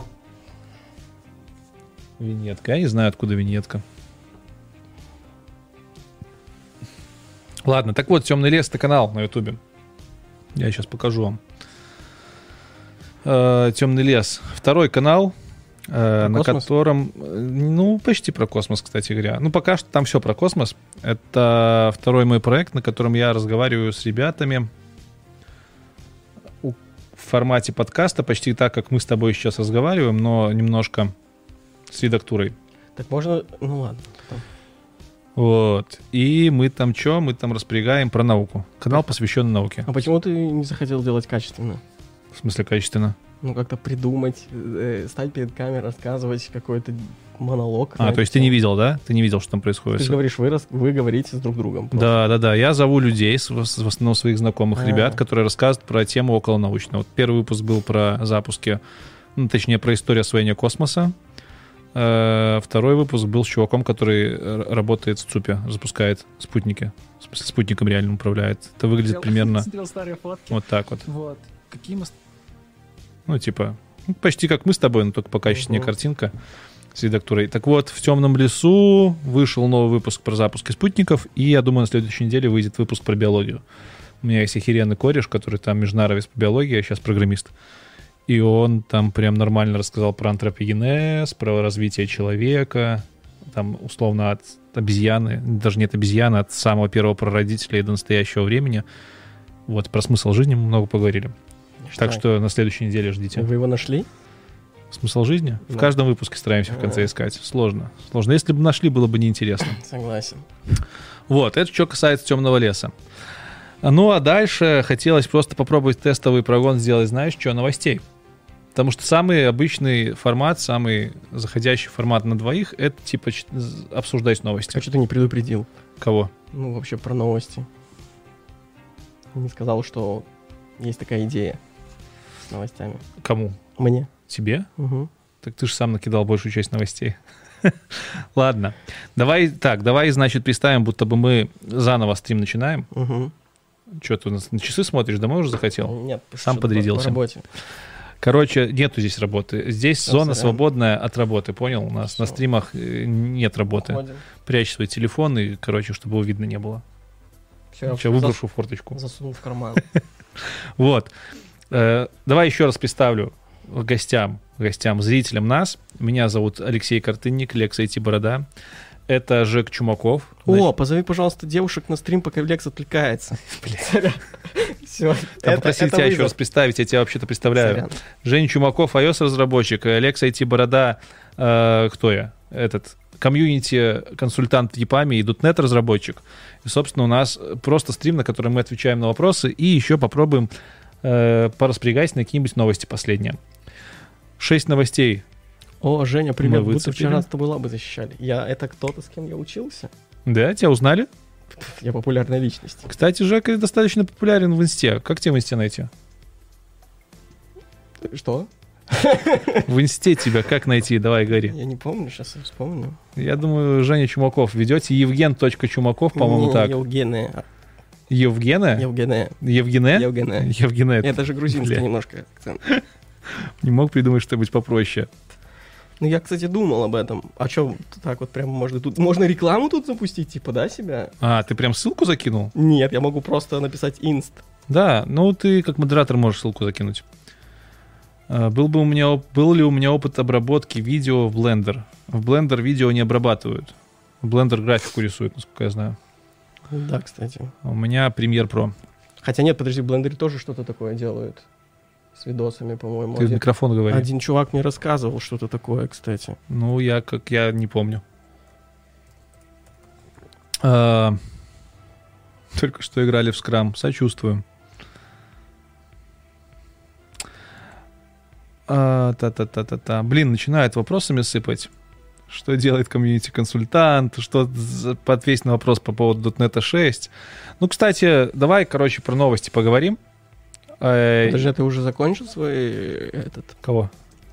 Виньетка. Я не знаю, откуда виньетка. Ладно, так вот, «Темный лес» — это канал на Ютубе. Я сейчас покажу вам. «Темный лес». Второй канал, на котором... Ну, почти про космос, кстати говоря. Ну, пока что там все про космос. Это второй мой проект, на котором я разговариваю с ребятами в формате подкаста, почти так, как мы с тобой сейчас разговариваем, но немножко с редактурой. Так можно... Ну, ладно. Вот. И мы там распрягаем про науку. Канал, посвященный науке. А почему ты не захотел делать качественно? В смысле качественно? Ну, как-то придумать, стать перед камерой, рассказывать какой-то монолог. То есть ты не видел, да? Ты не видел, что там происходит? Ты же говоришь, вы говорите с друг другом. Да. Я зову людей, в основном своих знакомых ребят, которые рассказывают про тему околонаучную. Вот первый выпуск был про запуски, точнее, про историю освоения космоса. Второй выпуск был с чуваком, который работает в ЦУПе, запускает спутники. В смысле, спутником реально управляет. Это выглядит примерно вот так вот. Вот. Какие мы... Ну, типа, почти как мы с тобой, но только покачественнее картинка с редактурой. Так вот, в «Темном лесу» вышел новый выпуск про запуски спутников, и, я думаю, на следующей неделе выйдет выпуск про биологию. У меня есть охеренный кореш, который там межнаровец по биологии, я сейчас программист. И он там прям нормально рассказал про антропогенез, про развитие человека, там, условно, от обезьяны, даже нет обезьяны, от самого первого прародителя и до настоящего времени. Вот, про смысл жизни мы много поговорили. Так что на следующей неделе ждите. Вы его нашли? Смысл жизни? В каждом выпуске стараемся в конце искать. Сложно. Если бы нашли, было бы неинтересно. Согласен. Вот, это что касается «Темного леса». Ну, а дальше хотелось просто попробовать тестовый прогон сделать, знаешь, что, новостей. Потому что самый обычный формат, самый заходящий формат на двоих — это типа обсуждать новости. А что ты не предупредил? Кого? Ну, вообще про новости. Не сказал, что есть такая идея с новостями. Кому? Мне. Тебе? Угу. Так ты же сам накидал большую часть новостей. Ладно. Давай, значит, представим, будто бы мы заново стрим начинаем. Угу. Что ты у нас на часы смотришь? Домой уже захотел? Нет. Сам подрядился. По работе. Короче, нету здесь работы. Здесь зона свободная от работы, понял? У нас на стримах нет работы. Уходим. Прячь свой телефон и, короче, чтобы его видно не было. Все, выброшу форточку. Засунул в карман. Вот. Давай еще раз представлю гостям, зрителям нас. Меня зовут Алексей Картынник, Лекс IT-борода. Это Жек Чумаков. Позови, пожалуйста, девушек на стрим, пока Лекс отвлекается. Все. Я попросил тебя еще раз представить, я тебя вообще-то представляю. Женя Чумаков, iOS-разработчик, Лекс IT-борода, кто я? Комьюнити-консультант в EPAM и .NET-разработчик. И, собственно, у нас просто стрим, на котором мы отвечаем на вопросы и еще попробуем пораспрягать на какие-нибудь новости последние. 6 новостей. О, Женя, привет. Будто вчера с тобой лабы защищали. Это кто-то, с кем я учился? Да, тебя узнали? Я популярная личность. Кстати, Жека достаточно популярен в инсте. Как тебя в инсте найти? Что? В инсте тебя как найти? Давай, говори. Я не помню, сейчас я вспомню. Я думаю, Женя Чумаков. Ведете Евген.Чумаков, по-моему, так. Евгения. Евгения? Это же грузинский немножко акцент. Не мог придумать что-нибудь попроще. Ну, я, кстати, думал об этом. А что, так вот прям можно рекламу тут запустить, типа, да, себя? А, ты прям ссылку закинул? Нет, я могу просто написать инст. Да, ну ты как модератор можешь ссылку закинуть. Был ли у меня опыт обработки видео в Blender? В Blender видео не обрабатывают. В Blender графику рисуют, насколько я знаю. Да, кстати. У меня Premiere Pro. Хотя нет, подожди, в Blender тоже что-то такое делают. С видосами, по-моему. Ты в микрофон говори. Один чувак мне рассказывал что-то такое, кстати. Ну, я не помню. Только что играли в Scrum. Сочувствую. Блин, начинают вопросами сыпать. Что делает комьюнити-консультант? Что ответить на вопрос по поводу .NET 6? Ну, кстати, давай, короче, про новости поговорим. Подожди, ты уже закончил свой Кого?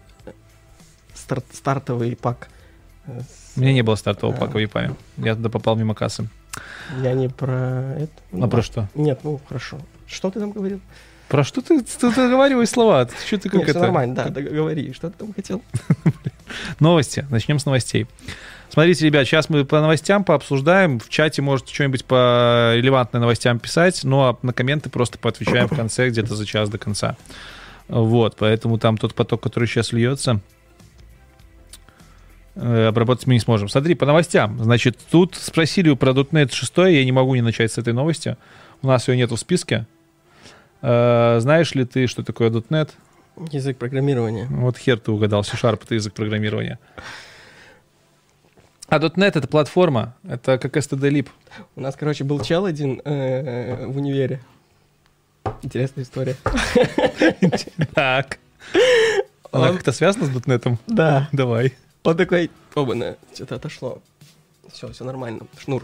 Стартовый пак? У меня не было стартового пака в EPUB. Я туда попал мимо кассы. Я не про это. А про что? Нет, ну хорошо. Что ты там говорил? Про что ты договаривай слова? Что ты как Нет, это? Все нормально, да, говори. Что ты там хотел? Новости. Начнем с новостей. Смотрите, ребят, сейчас мы по новостям пообсуждаем. В чате можете что-нибудь по релевантным новостям писать, ну а на комменты просто поотвечаем в конце, где-то за час до конца. Вот, поэтому там тот поток, который сейчас льется, обработать мы не сможем. Смотри, по новостям. Значит, тут спросили про .NET 6, я не могу не начать с этой новости. У нас ее нету в списке. Знаешь ли ты, что такое .NET? Язык программирования. Вот хер ты угадал, C# это язык программирования. А .NET — это платформа, это как std-lib. У нас, короче, был чел один в универе. Интересная история. Так. Она как-то связана с .NET? Да. Давай. Он такой, оба, что-то отошло. Все нормально, шнур.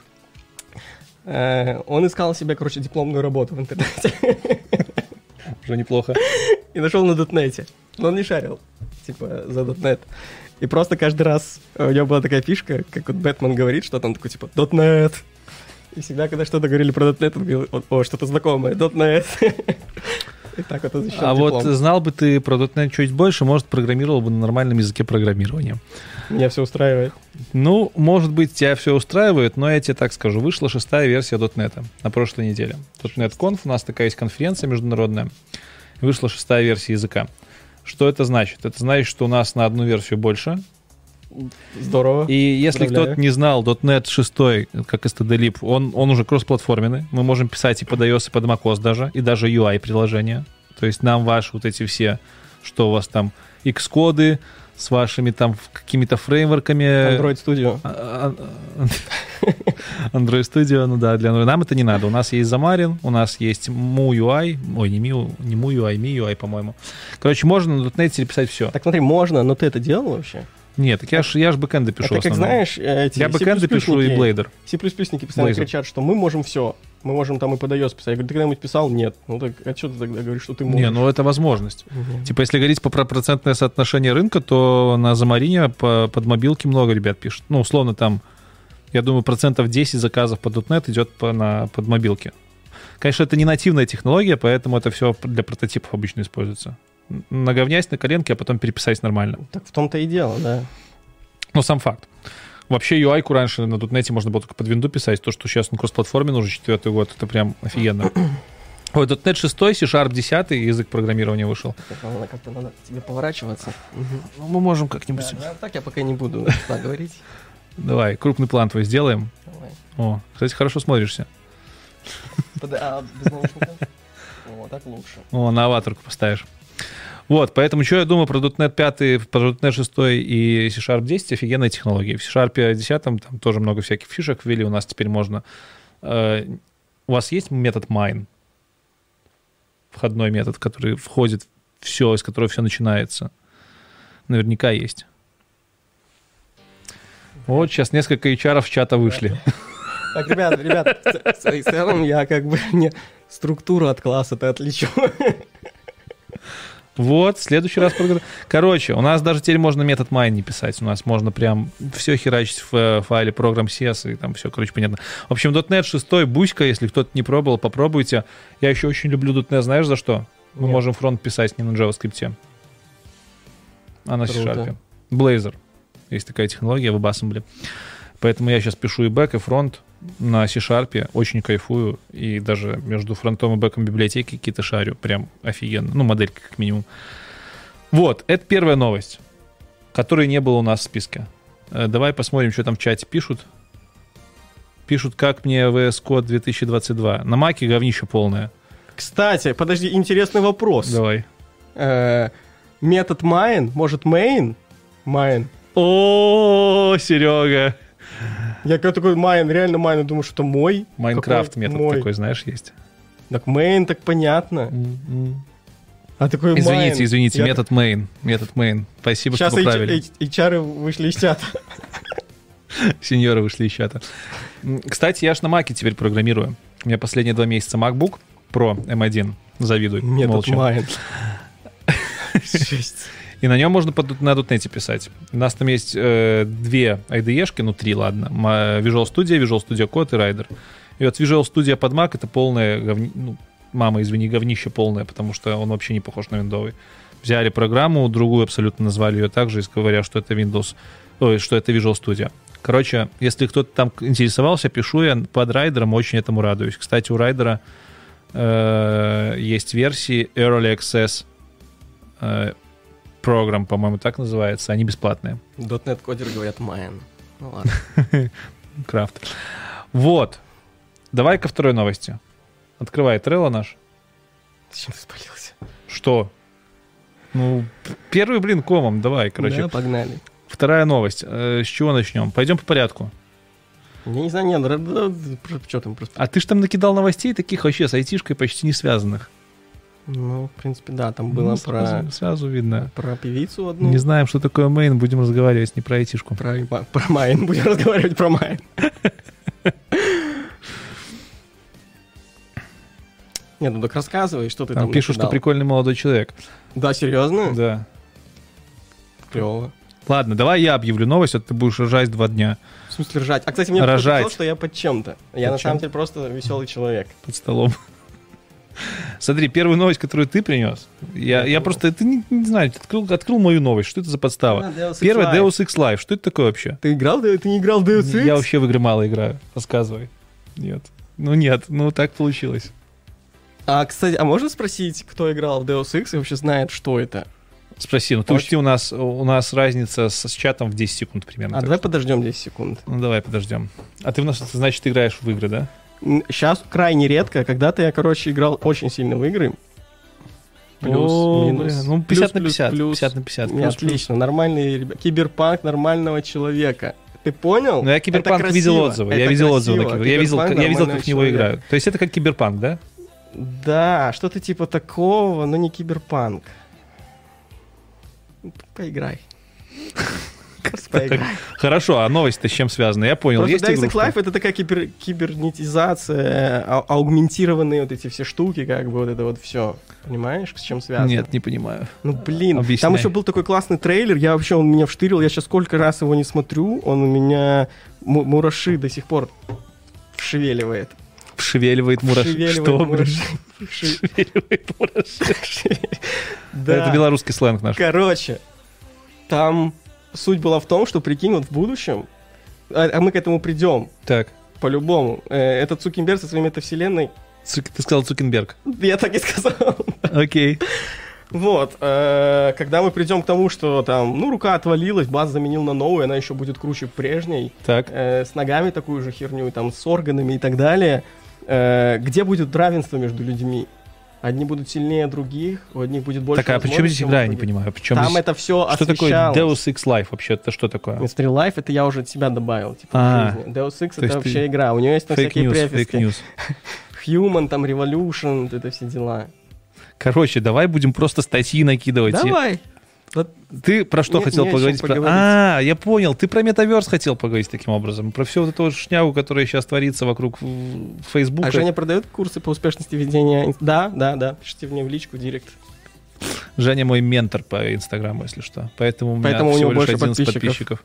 Он искал себе, короче, дипломную работу в интернете. Уже неплохо. И нашел на .NET. Но он не шарил, типа, за .NET. И просто каждый раз у него была такая фишка, как вот Бэтмен говорит, что там такой, типа, .NET. И всегда, когда что-то говорили про .NET, он говорил, о, что-то знакомое, .NET. И так вот он защищал диплом. Вот знал бы ты про .NET чуть больше, может, программировал бы на нормальном языке программирования. Меня все устраивает. Ну, может быть, тебя все устраивает, но я тебе так скажу. Вышла 6-я версия .NET на прошлой неделе. .NET Conf, у нас такая есть конференция международная. Вышла 6-я версия языка. Что это значит? Это значит, что у нас на одну версию больше. Здорово. И если кто-то не знал, .NET 6, как std-lib, он уже кроссплатформенный. Мы можем писать и под iOS, и под macOS даже, и даже UI-приложения. То есть нам ваши вот эти все, что у вас там, Xcode с вашими там какими-то фреймворками. Android Studio. Android Studio, ну да, для Android. Нам это не надо. У нас есть Xamarin, у нас есть MUI. Ой, не MUI, MIUI, по-моему. Короче, можно на .NET писать все. Так смотри, можно, но ты это делал вообще? Нет, так я ж бэкэнды пишу. Это как знаешь, эти я бэкэнды пишу и Blazor. C++-ники постоянно кричат, что мы можем все. Мы можем там и под iOS писать. Я говорю, ты когда-нибудь писал? Нет. Ну так, а что ты тогда говоришь, что ты можешь? Не, ну это возможность. Типа, если говорить про процентное соотношение рынка, то на Xamarin под мобилки много ребят пишут. Ну, условно, там, я думаю, 10% заказов под .NET идет под мобилки. Конечно, это не нативная технология, поэтому это все для прототипов обычно используется. Наговнясь на коленке, а потом переписать нормально. Так в том-то и дело, да. Но сам факт. Вообще UI-ку раньше на .NET можно было только под винду писать. То, что сейчас на кроссплатформе уже 4-й год, это прям офигенно. Ой, .NET 6, C# 10 язык программирования вышел. Как-то надо тебе поворачиваться. Ну, мы можем как-нибудь... Да, так я пока не буду говорить. Давай, крупный план твой сделаем. Давай. О, кстати, хорошо смотришься. А без наушников? О, так лучше. О, на аватарку поставишь. Вот, поэтому что я думаю про .NET 5, про .NET 6 и C# 10, офигенные технологии. В C# 10 там тоже много всяких фишек ввели, у нас теперь можно... У вас есть метод mine? Входной метод, который входит в все, из которого все начинается. Наверняка есть. Вот сейчас несколько HR в чата вышли. Так, ребят, в целом я как бы не структуру от класса-то отличу. Вот, в следующий раз... Короче, у нас даже теперь можно метод mine не писать. У нас можно прям все херачить в файле program.cs, и там все, короче, понятно. В общем, .NET 6, буська, если кто-то не пробовал, попробуйте. Я еще очень люблю .NET, знаешь, за что? Мы Нет. можем фронт писать не на JavaScript, а на C#. Blazor. Есть такая технология в WebAssembly. Поэтому я сейчас пишу и бэк, и фронт на C-Sharp, очень кайфую, и даже между фронтом и бэком библиотеки какие-то шарю, прям офигенно, ну, моделька как минимум. Вот, это первая новость, которой не было у нас в списке. Давай посмотрим, что там в чате пишут. Пишут, как мне VS Code 2022. На Маке говнище полное. Кстати, подожди, интересный вопрос. Давай. Метод main, может main? Main. О, Серега. Я когда такой main, реально main, думаю, что это мой. Майнкрафт метод мой? такой, знаешь, есть. Так main, так понятно. А такой Извините, main. извините, метод main. Метод main. Спасибо, Сейчас что поправили. HR вышли из чата. Сеньоры вышли из чата. Кстати, я ж на Маке теперь программирую. У меня последние 2 месяца MacBook Pro M1. Завидуй. Метод молча. main. Жесть. И на нем можно на .NET писать. У нас там есть 2 IDE-шки, ну 3, ладно. Visual Studio Code и Rider. И вот Visual Studio под Mac — это полное мама, извини, говнище полное, потому что он вообще не похож на виндовый. Взяли программу, другую абсолютно назвали ее так же, говоря, что это Windows, что это Visual Studio. Короче, если кто-то там интересовался, пишу я под Rider, очень этому радуюсь. Кстати, у Rider есть версии Early Access Program, по-моему, так называется. Они бесплатные. .NET кодер говорят main. Ну ладно. Крафт. Вот. Давай ко второй новости. Открывай Trello наш. Зачем ты спалился? Что? Ну, первый, комом, давай, короче. Да, погнали. Вторая новость. С чего начнем? Пойдем по порядку. Я не знаю, что там просто... А ты ж там накидал новостей таких вообще с айтишкой почти не связанных. Ну, в принципе, да, там было сразу видно. Про певицу одну. Не знаем, что такое мейн, будем разговаривать не про айтишку. Про майн, будем разговаривать про майн. Нет, ну так рассказывай, что ты там пишут, что прикольный молодой человек. Да, серьезно? Да. Клево. Ладно, давай я объявлю новость, а ты будешь ржать 2 дня. В смысле ржать? А, кстати, мне кто-то сказал, что я под чем-то. Я на самом деле просто веселый человек. Под столом. Смотри, первую новость, которую ты принес, я просто, ты не знаю, открыл мою новость, что это за подстава? Первая Deus Ex Live, что это такое вообще? Ты не играл в Deus Ex? Я вообще в игры мало играю, рассказывай. Нет, так получилось. Кстати, можно спросить, кто играл в Deus Ex и вообще знает, что это? Спроси, ты учти, у нас разница с чатом в 10 секунд примерно. Давай подождем 10 секунд. Ну, давай подождем. А ты значит, играешь в игры, да? Сейчас крайне редко. Когда-то я, играл очень сильно в игры. Плюс-минус. Ну, 50 на 50. 50 на 50. Отлично. Нормальный ребят. Киберпанк нормального человека. Ты понял? Ну, я Киберпанк видел отзывы. Я видел отзывы. Я видел, как в него играют. То есть это как Киберпанк, да? Да, что-то типа такого, но не Киберпанк. Поиграй. Хорошо, а новость-то с чем связана? Я понял. Просто Deus Ex Live — это такая кибернетизация, аугментированные вот эти все штуки, вот это вот все. Понимаешь, с чем связано? Нет, не понимаю. Ну, блин, объясняй. Там еще был такой классный трейлер, он меня вштырил, я сейчас сколько раз его не смотрю, он у меня мураши до сих пор вшевеливает. Вшевеливает мураши. Что, блин? Вшевеливает мураши. Это белорусский сленг наш. Короче, там суть была в том, что, прикинь, вот в будущем, а мы к этому придем. Так. По-любому. Этот Цукерберг со своей метавселенной... Ты сказал Цукерберг. Я так и сказал. Окей. Вот. Когда мы придем к тому, что там, рука отвалилась, баз заменил на новую, она еще будет круче прежней. Так. С ногами такую же херню, там, с органами и так далее. Где будет равенство между людьми? Одни будут сильнее других, у одних будет больше. Так, а при чем здесь игра, я не понимаю. Там здесь... это все что освещалось. Что такое Deus Ex Live вообще? Это что такое? Mystery Life, это я уже от себя добавил, типа, в жизни. Deus Ex — это вообще игра. У нее есть там всякие префиски. Human, там, Revolution, это все дела. Короче, давай будем просто статьи накидывать. Давай. Ты про что хотел поговорить? Я понял. Ты про метаверс хотел поговорить таким образом. Про всю вот эту шнягу, которая сейчас творится вокруг Фейсбука. А Женя продает курсы по успешности ведения? Да. Пишите мне в личку, в директ. Женя мой ментор по Инстаграму, если что. Поэтому у меня всего лишь 11 подписчиков.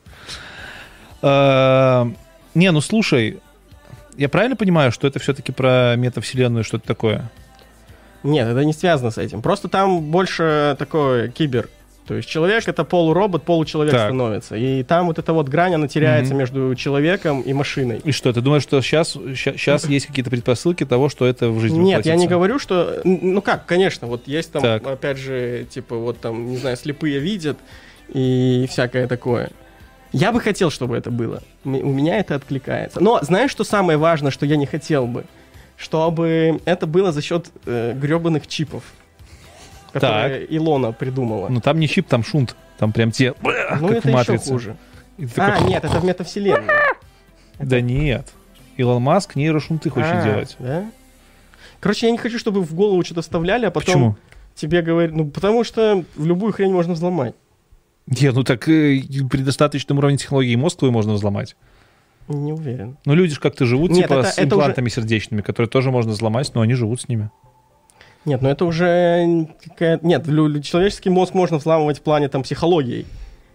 Слушай, я правильно понимаю, что это все-таки про метавселенную, что-то такое? Нет, это не связано с этим. Просто там больше такое кибер. То есть человек — это полуробот, получеловек становится. И там вот эта вот грань, она теряется между человеком и машиной. И что, ты думаешь, что сейчас есть какие-то предпосылки того, что это в жизни Нет, воплотится? я не говорю, что... Ну как, конечно, вот есть там, опять же, типа вот там, не знаю, слепые видят и всякое такое. Я бы хотел, чтобы это было. У меня это откликается. Но знаешь, что самое важное, что я не хотел бы? Чтобы это было за счет гребаных чипов, которые Илона придумала. Ну там не чип, там шунт. Там прям те, ну как это в «Матрице». еще хуже. Нет, это в метавселенной. Да нет. Илон Маск нейрошунты хочет делать. Да? Короче, я не хочу, чтобы в голову что-то вставляли, а потом Почему? тебе говорят... Ну, потому что в любую хрень можно взломать. Нет, ну так при достаточном уровне технологий мозг твой можно взломать. Не уверен. Ну люди же как-то живут, Нет, типа с это имплантами сердечными, которые тоже можно взломать, но они живут с ними. Нет, ну это уже какая-то... Нет, человеческий мозг можно взламывать в плане там психологии.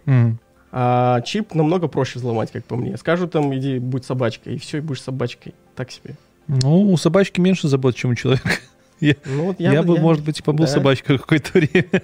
А чип намного проще взломать, как по мне. Скажут там, иди, будь собачкой, и все, и будешь собачкой. Так себе. Ну, у собачки меньше забот, чем у человека. Я бы, может быть, побыл собачкой какое-то время.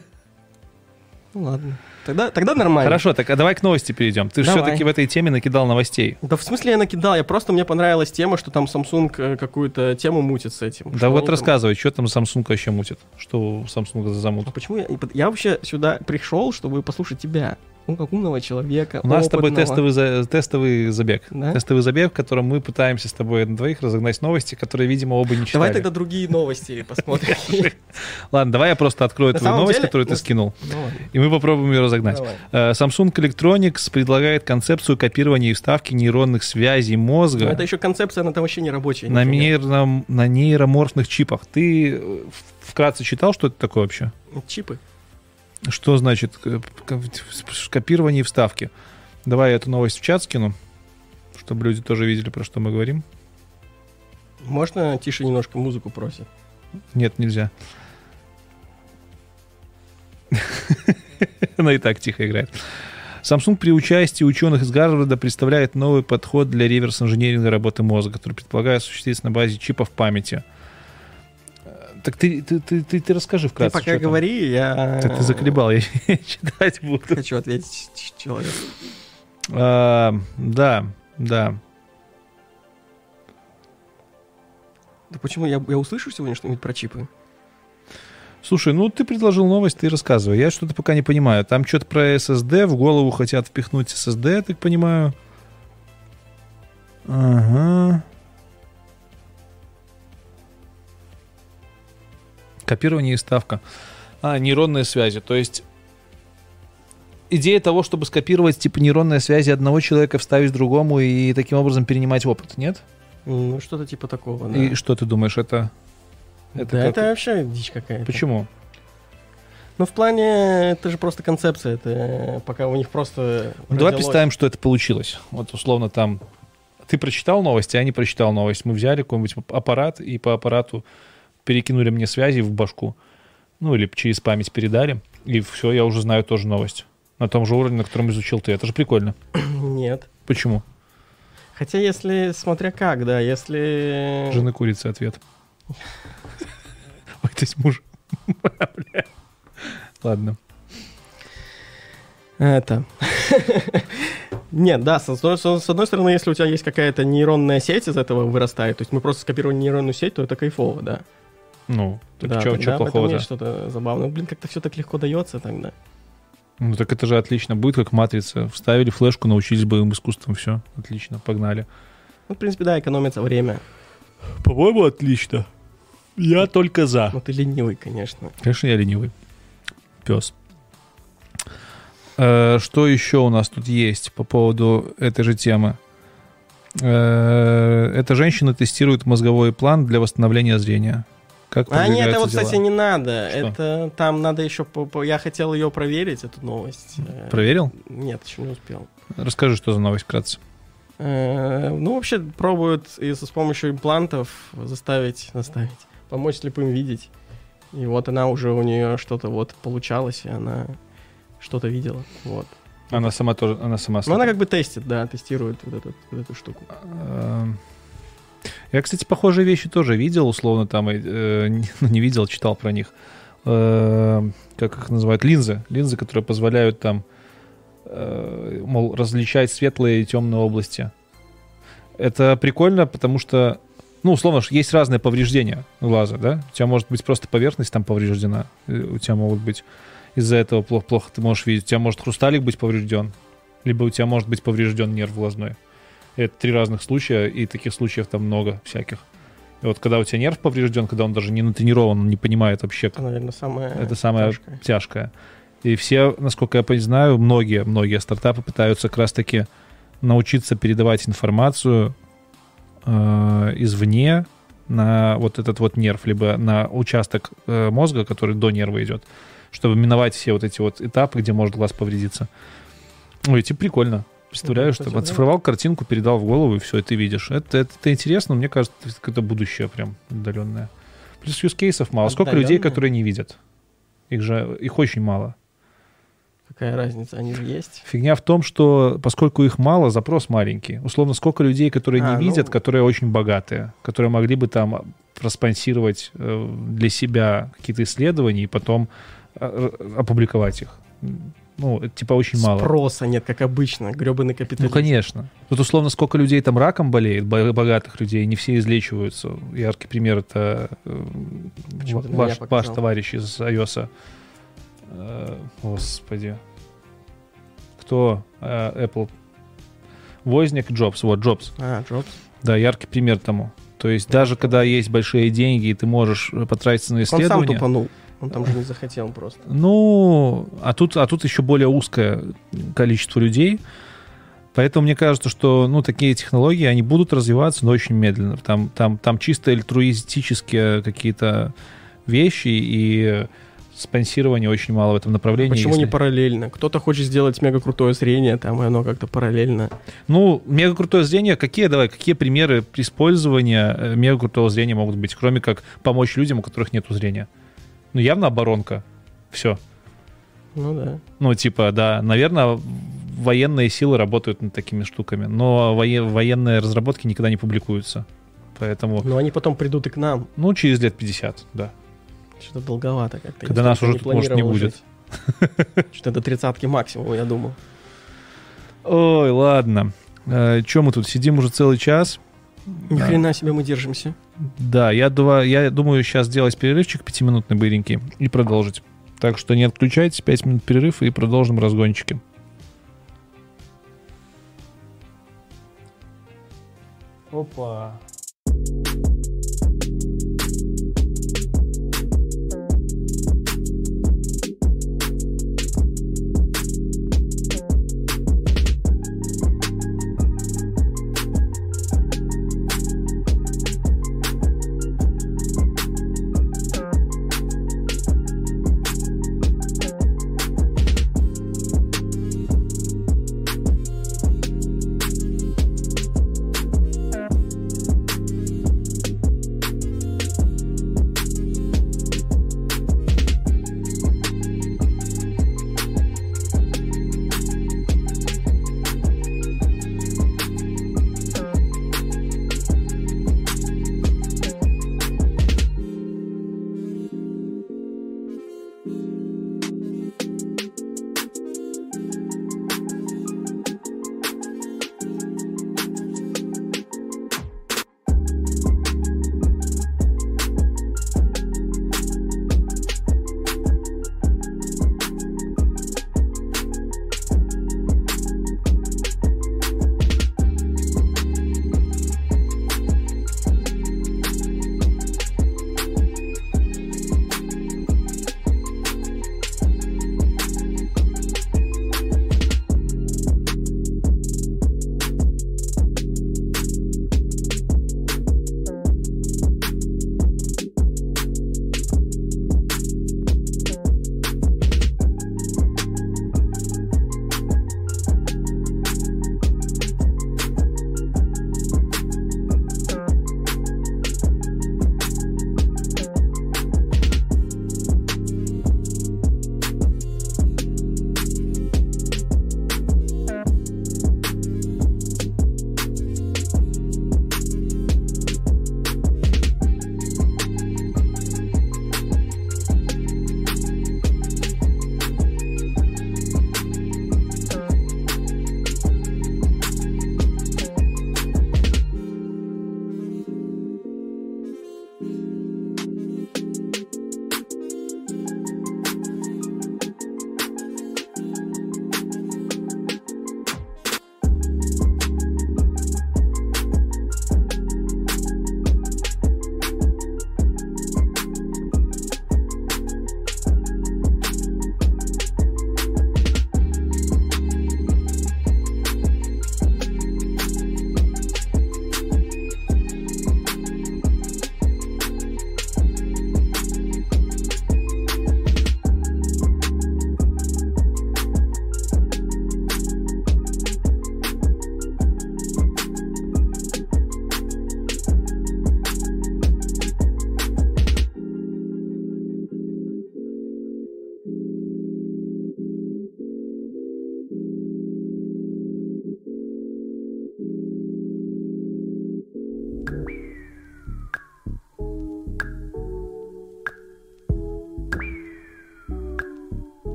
Ну ладно. Тогда нормально. Хорошо, так а давай к новости перейдем. Ты же все-таки в этой теме накидал новостей. Да в смысле я накидал? Мне понравилась тема, что там Samsung какую-то тему мутит с этим. Да вот рассказывай, что там Samsung вообще мутит? Что у Samsung за замут? А почему я вообще сюда пришел, чтобы послушать тебя? Ну, как умного человека. У нас с тобой тестовый забег. Да? Тестовый забег, в котором мы пытаемся с тобой на двоих разогнать новости, которые, видимо, оба не читали. Давай тогда другие новости посмотрим. Ладно, давай я просто открою твою новость, которую ты скинул, и мы попробуем ее разогнать. Samsung Electronics предлагает концепцию копирования и вставки нейронных связей мозга. Но это еще концепция, она там вообще не рабочая. На нейроморфных чипах. Ты вкратце читал, что это такое вообще? Чипы. Что значит копирование и вставки? Давай я эту новость в чат скину, чтобы люди тоже видели, про что мы говорим. Можно тише немножко, музыку просят? Нет, нельзя. Она и так тихо играет. Samsung при участии ученых из Гарварда представляет новый подход для реверс-инженеринга работы мозга, который предполагает осуществиться на базе чипов памяти. Так ты расскажи вкратце. Ты пока говори, я... Так ты заколебал, я читать буду. Хочу ответить человеку. Да. Да почему? Я услышу сегодня что-нибудь про чипы? Слушай, ну ты предложил новость, ты рассказывай. Я что-то пока не понимаю. Там что-то про SSD, в голову хотят впихнуть SSD, я так понимаю. Ага. Копирование и вставка. Нейронные связи. То есть идея того, чтобы скопировать типа нейронные связи одного человека, вставить другому и таким образом перенимать опыт, нет? Ну, что-то типа такого, да. И что ты думаешь, это это вообще дичь какая-то. Почему? Ну, в плане, это же просто концепция, это пока у них просто... Давай представим, что это получилось. Вот условно там ты прочитал новость, я не прочитал новость. Мы взяли какой-нибудь аппарат и по аппарату перекинули мне связи в башку. Ну, или через память передали. И все, я уже знаю тоже новость. На том же уровне, на котором изучил ты. Это же прикольно. Нет. Почему? Хотя, если, смотря как, да, если... Жены курицы ответ. Ой, то есть муж. Ладно. Это... Нет, да, с одной стороны, если у тебя есть какая-то нейронная сеть из этого вырастает, то есть мы просто скопировали нейронную сеть, то это кайфово, да. Ну, так да, что плохого-то? Есть что-то забавное. Блин, как-то все так легко дается тогда. Ну, так это же отлично. Будет как матрица. Вставили флешку, научились боевым искусством. Все, отлично, погнали. Ну, в принципе, да, экономится время. По-моему, отлично. Я только за. Ну, ты ленивый, конечно. Конечно, я ленивый. Пес. Что еще у нас тут есть по поводу этой же темы? Эта женщина тестирует мозговой план для восстановления зрения. Как нет, это вот, дела? кстати, не надо. Что? Это там надо еще... Я хотел ее проверить, эту новость. Проверил? Нет, еще не успел. Расскажи, что за новость вкратце. Ну, вообще пробуют с помощью имплантов помочь слепым видеть. И вот она уже, у нее что-то вот получалось, и она что-то видела. Вот. Она сама тоже, она сама... Ну, она как бы тестит, да, тестирует вот эту штуку. Я, кстати, похожие вещи тоже видел, условно, там, не видел, читал про них. как их называют, линзы, которые позволяют там, мол, различать светлые и темные области. Это прикольно, потому что, ну, условно, есть разные повреждения глаза, да? У тебя может быть просто поверхность там повреждена, у тебя могут быть из-за этого плохо ты можешь видеть, у тебя может хрусталик быть поврежден, либо у тебя может быть поврежден нерв глазной. Это 3 разных случая, и таких случаев там много всяких. И вот когда у тебя нерв поврежден, когда он даже не натренирован, он не понимает вообще, это, наверное, это самое тяжкое. И все, насколько я знаю, многие стартапы пытаются как раз-таки научиться передавать информацию извне на вот этот вот нерв, либо на участок мозга, который до нерва идет, чтобы миновать все вот эти вот этапы, где может глаз повредиться. Ой, типа прикольно. Представляю, что оцифровал картинку, передал в голову, и все, и ты видишь. Это интересно, но мне кажется, это какое-то будущее прям отдаленное. Плюс юзкейсов мало. Сколько людей, которые не видят? Их очень мало. Какая разница, они же есть. Фигня в том, что поскольку их мало, запрос маленький. Условно, сколько людей, которые не видят, которые очень богатые, которые могли бы там проспонсировать для себя какие-то исследования и потом опубликовать их. Ну, это типа очень мало. Спроса нет, как обычно, гребаный капитализм. Ну, конечно. Тут условно, сколько людей там раком болеет, богатых людей, не все излечиваются. Яркий пример — это ваш товарищ из iOS. Господи. Кто? Apple. Возник Джобс. Вот, Джобс. Джобс. Да, яркий пример тому. То есть даже когда есть большие деньги, и ты можешь потратиться на исследования... Он сам тупанул. Он там же не захотел просто. Ну, а тут еще более узкое количество людей. Поэтому мне кажется, что такие технологии, они будут развиваться, но очень медленно. Там чисто альтруистические какие-то вещи, и спонсирования очень мало в этом направлении. Почему не параллельно? Кто-то хочет сделать мегакрутое зрение, там, и оно как-то параллельно. Ну, мегакрутое зрение, какие примеры использования мегакрутого зрения могут быть, кроме как помочь людям, у которых нет зрения? Ну, явно оборонка. Все. Ну, да. Ну, типа, да, наверное, военные силы работают над такими штуками, но военные разработки никогда не публикуются. Поэтому... Но они потом придут и к нам. Ну, через лет 50, да. Что-то долговато как-то. Когда нас уже тут, может, не будет. Что-то до 30-ки максимум, я думал. Ой, ладно. Че мы тут сидим уже целый час? Ни хрена себе мы держимся. Да, я думаю сейчас сделать перерывчик 5-минутный быренький и продолжить. Так что не отключайтесь, 5 минут перерыв и продолжим разгончики. Опа.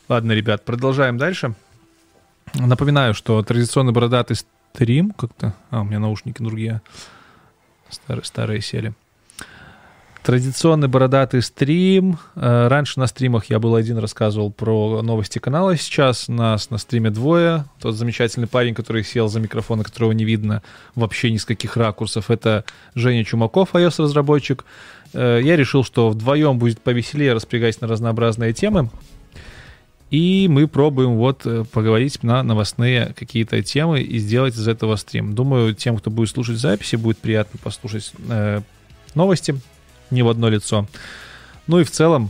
Ладно, ребят, продолжаем дальше. Напоминаю, что традиционный бородатый стрим как-то... у меня наушники другие. Старые сели. Традиционный бородатый стрим. Раньше на стримах я был один, рассказывал про новости канала. Сейчас нас на стриме двое. Тот замечательный парень, который сел за микрофон, которого не видно вообще ни с каких ракурсов, это Женя Чумаков, iOS-разработчик. Я решил, что вдвоем будет повеселее, распрягаясь на разнообразные темы. И мы пробуем поговорить на новостные какие-то темы и сделать из этого стрим. Думаю, тем, кто будет слушать записи, будет приятно послушать новости не в одно лицо. Ну и в целом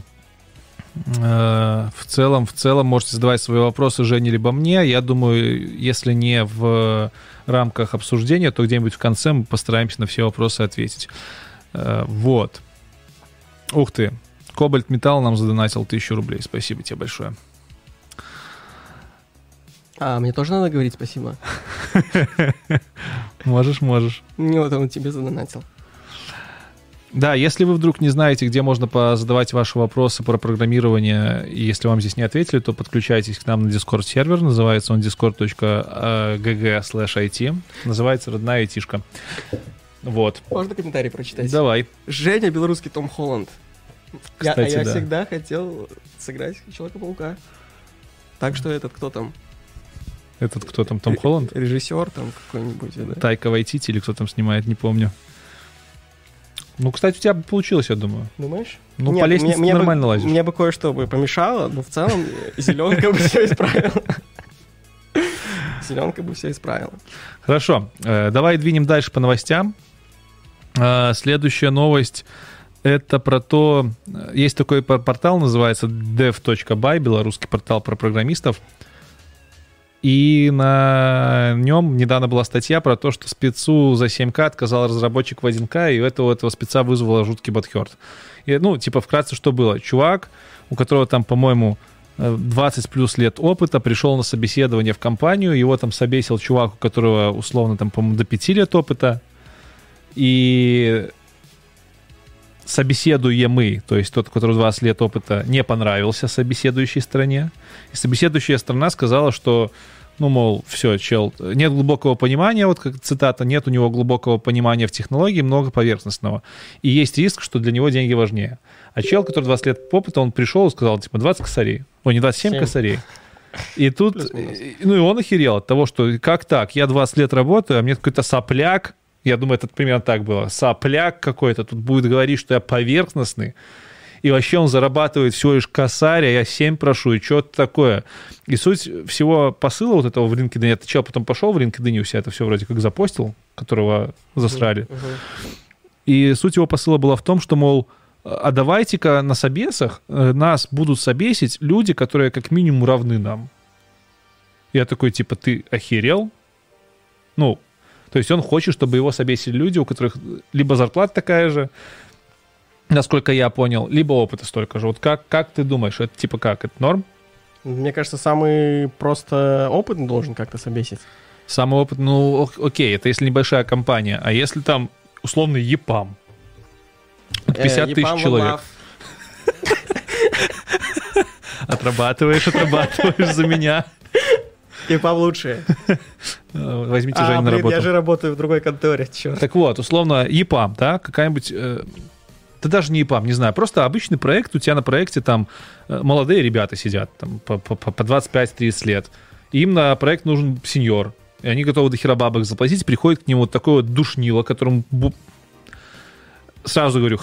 можете задавать свои вопросы Жене либо мне. Я думаю, если не в рамках обсуждения, то где-нибудь в конце мы постараемся на все вопросы ответить. Вот. Ух ты. Кобальт Металл нам задонатил 1000 рублей. Спасибо тебе большое. Мне тоже надо говорить спасибо? Можешь. Не, вот он тебе задонатил. Да, если вы вдруг не знаете, где можно задавать ваши вопросы про программирование, и если вам здесь не ответили, то подключайтесь к нам на Discord-сервер. Называется он discord.gg/it. Называется «Родная айтишка». Вот. Можно комментарий прочитать? Давай. Женя, белорусский Том Холланд. Кстати, я всегда хотел сыграть Человека-паука. Так что кто там? Этот кто там, Том Холланд? Режиссер там какой-нибудь, да? Тайка Вайтити или кто там снимает, не помню. Ну, кстати, у тебя получилось, я думаю. Думаешь? Ну, нет, по лестнице ты нормально лазишь. Мне бы кое-что помешало, но в целом зеленка бы все исправила. Хорошо, давай двинем дальше по новостям. Следующая новость — это про то... Есть такой портал, называется dev.by, белорусский портал про программистов. И на нем недавно была статья про то, что спецу за 7К отказал разработчик в 1К, и у этого спеца вызвало жуткий бадхёрт. И, вкратце, что было? Чувак, у которого там, по-моему, 20 плюс лет опыта, пришел на собеседование в компанию, его там собесил чувак, у которого, условно, там, по-моему, до 5 лет опыта, и собеседуемый, то есть тот, у которого 20 лет опыта, не понравился собеседующей стороне. И собеседующая сторона сказала, что, все, чел, нет глубокого понимания, как цитата, нет у него глубокого понимания в технологии, много поверхностного. И есть риск, что для него деньги важнее. А чел, который 20 лет опыта, он пришел и сказал, 20 косарей. Не 27 7 косарей. И тут, и он охерел от того, что как так, я 20 лет работаю, а мне какой-то сопляк, я думаю, это примерно так было. Сопляк какой-то тут будет говорить, что я поверхностный. И вообще он зарабатывает всего лишь косарь, а я 7 прошу, и что-то такое. И суть всего посыла вот этого в LinkedIn, этот чел потом пошел в LinkedIn, у себя это все вроде как запостил, которого засрали. И суть его посыла была в том, что, мол, а давайте-ка на собесах нас будут собесить люди, которые как минимум равны нам. Я такой, ты охерел? То есть он хочет, чтобы его собесили люди, у которых либо зарплата такая же, насколько я понял, либо опыта столько же. Вот как ты думаешь, это как? Это норм? Мне кажется, самый просто опытный должен как-то собесить. Самый опытный, окей, это если небольшая компания. А если там условный ЕПАМ? 50 тысяч человек. Отрабатываешь за меня. ЕПАМ лучшие. Возьмите Женю на работу. Я же работаю в другой конторе, чёрт. Так вот, условно, ЕПАМ, да, какая-нибудь... Да даже не ЕПАМ, не знаю, просто обычный проект, у тебя на проекте там молодые ребята сидят, там, по 25-30 лет. И им на проект нужен сеньор, и они готовы до хера бабок заплатить, приходит к нему вот такое вот душнило, которому... Сразу говорю,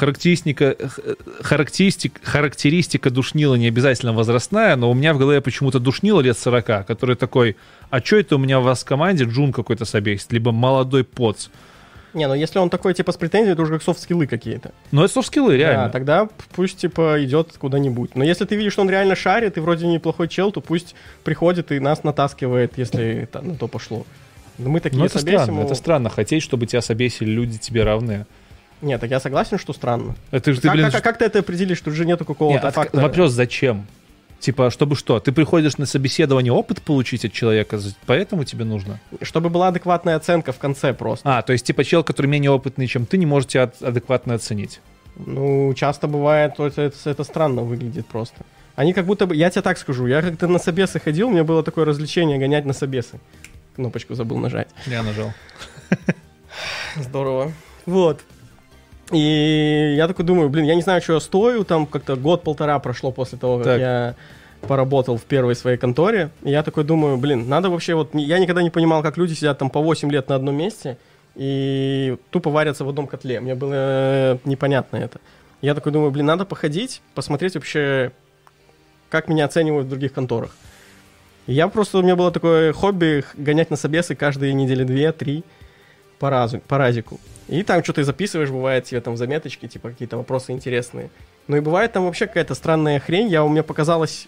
характеристика душнила не обязательно возрастная, но у меня в голове почему-то душнило лет 40, который такой, а что это у меня у вас в команде джун какой-то собесит, либо молодой поц. Не, если он такой, с претензией, это уже как софт-скиллы какие-то. Это софт-скиллы, реально. Да, тогда пусть, идет куда-нибудь. Но если ты видишь, что он реально шарит, и вроде неплохой чел, то пусть приходит и нас натаскивает, если на то пошло. Но мы такие собесим. Это странно, хотеть, чтобы тебя собесили люди тебе равные. Нет, так я согласен, что странно. Как ты это определишь, что уже нету какого-то фактора? Вопрос, зачем? Чтобы что? Ты приходишь на собеседование опыт получить от человека, поэтому тебе нужно? Чтобы была адекватная оценка в конце просто. То есть человек, который менее опытный, чем ты, не может тебя адекватно оценить? Часто бывает, это странно выглядит просто. Они как будто бы... Я тебе так скажу, я как-то на собесы ходил, у меня было такое развлечение гонять на собесы. Кнопочку забыл нажать. Я нажал. Здорово. Вот. И я такой думаю, блин, я не знаю, что я стою, там как-то год-полтора прошло после того, как я поработал в первой своей конторе. И я такой думаю, блин, надо вообще вот... Я никогда не понимал, как люди сидят там по 8 лет на одном месте и тупо варятся в одном котле. Мне было непонятно это. Я такой думаю, блин, надо походить, посмотреть вообще, как меня оценивают в других конторах. И я просто... У меня было такое хобби гонять на собесы каждые недели 2-3 по разику. И там что-то записываешь, бывает тебе там заметочки, типа какие-то вопросы интересные. Ну и бывает там вообще какая-то странная хрень. Мне показалось,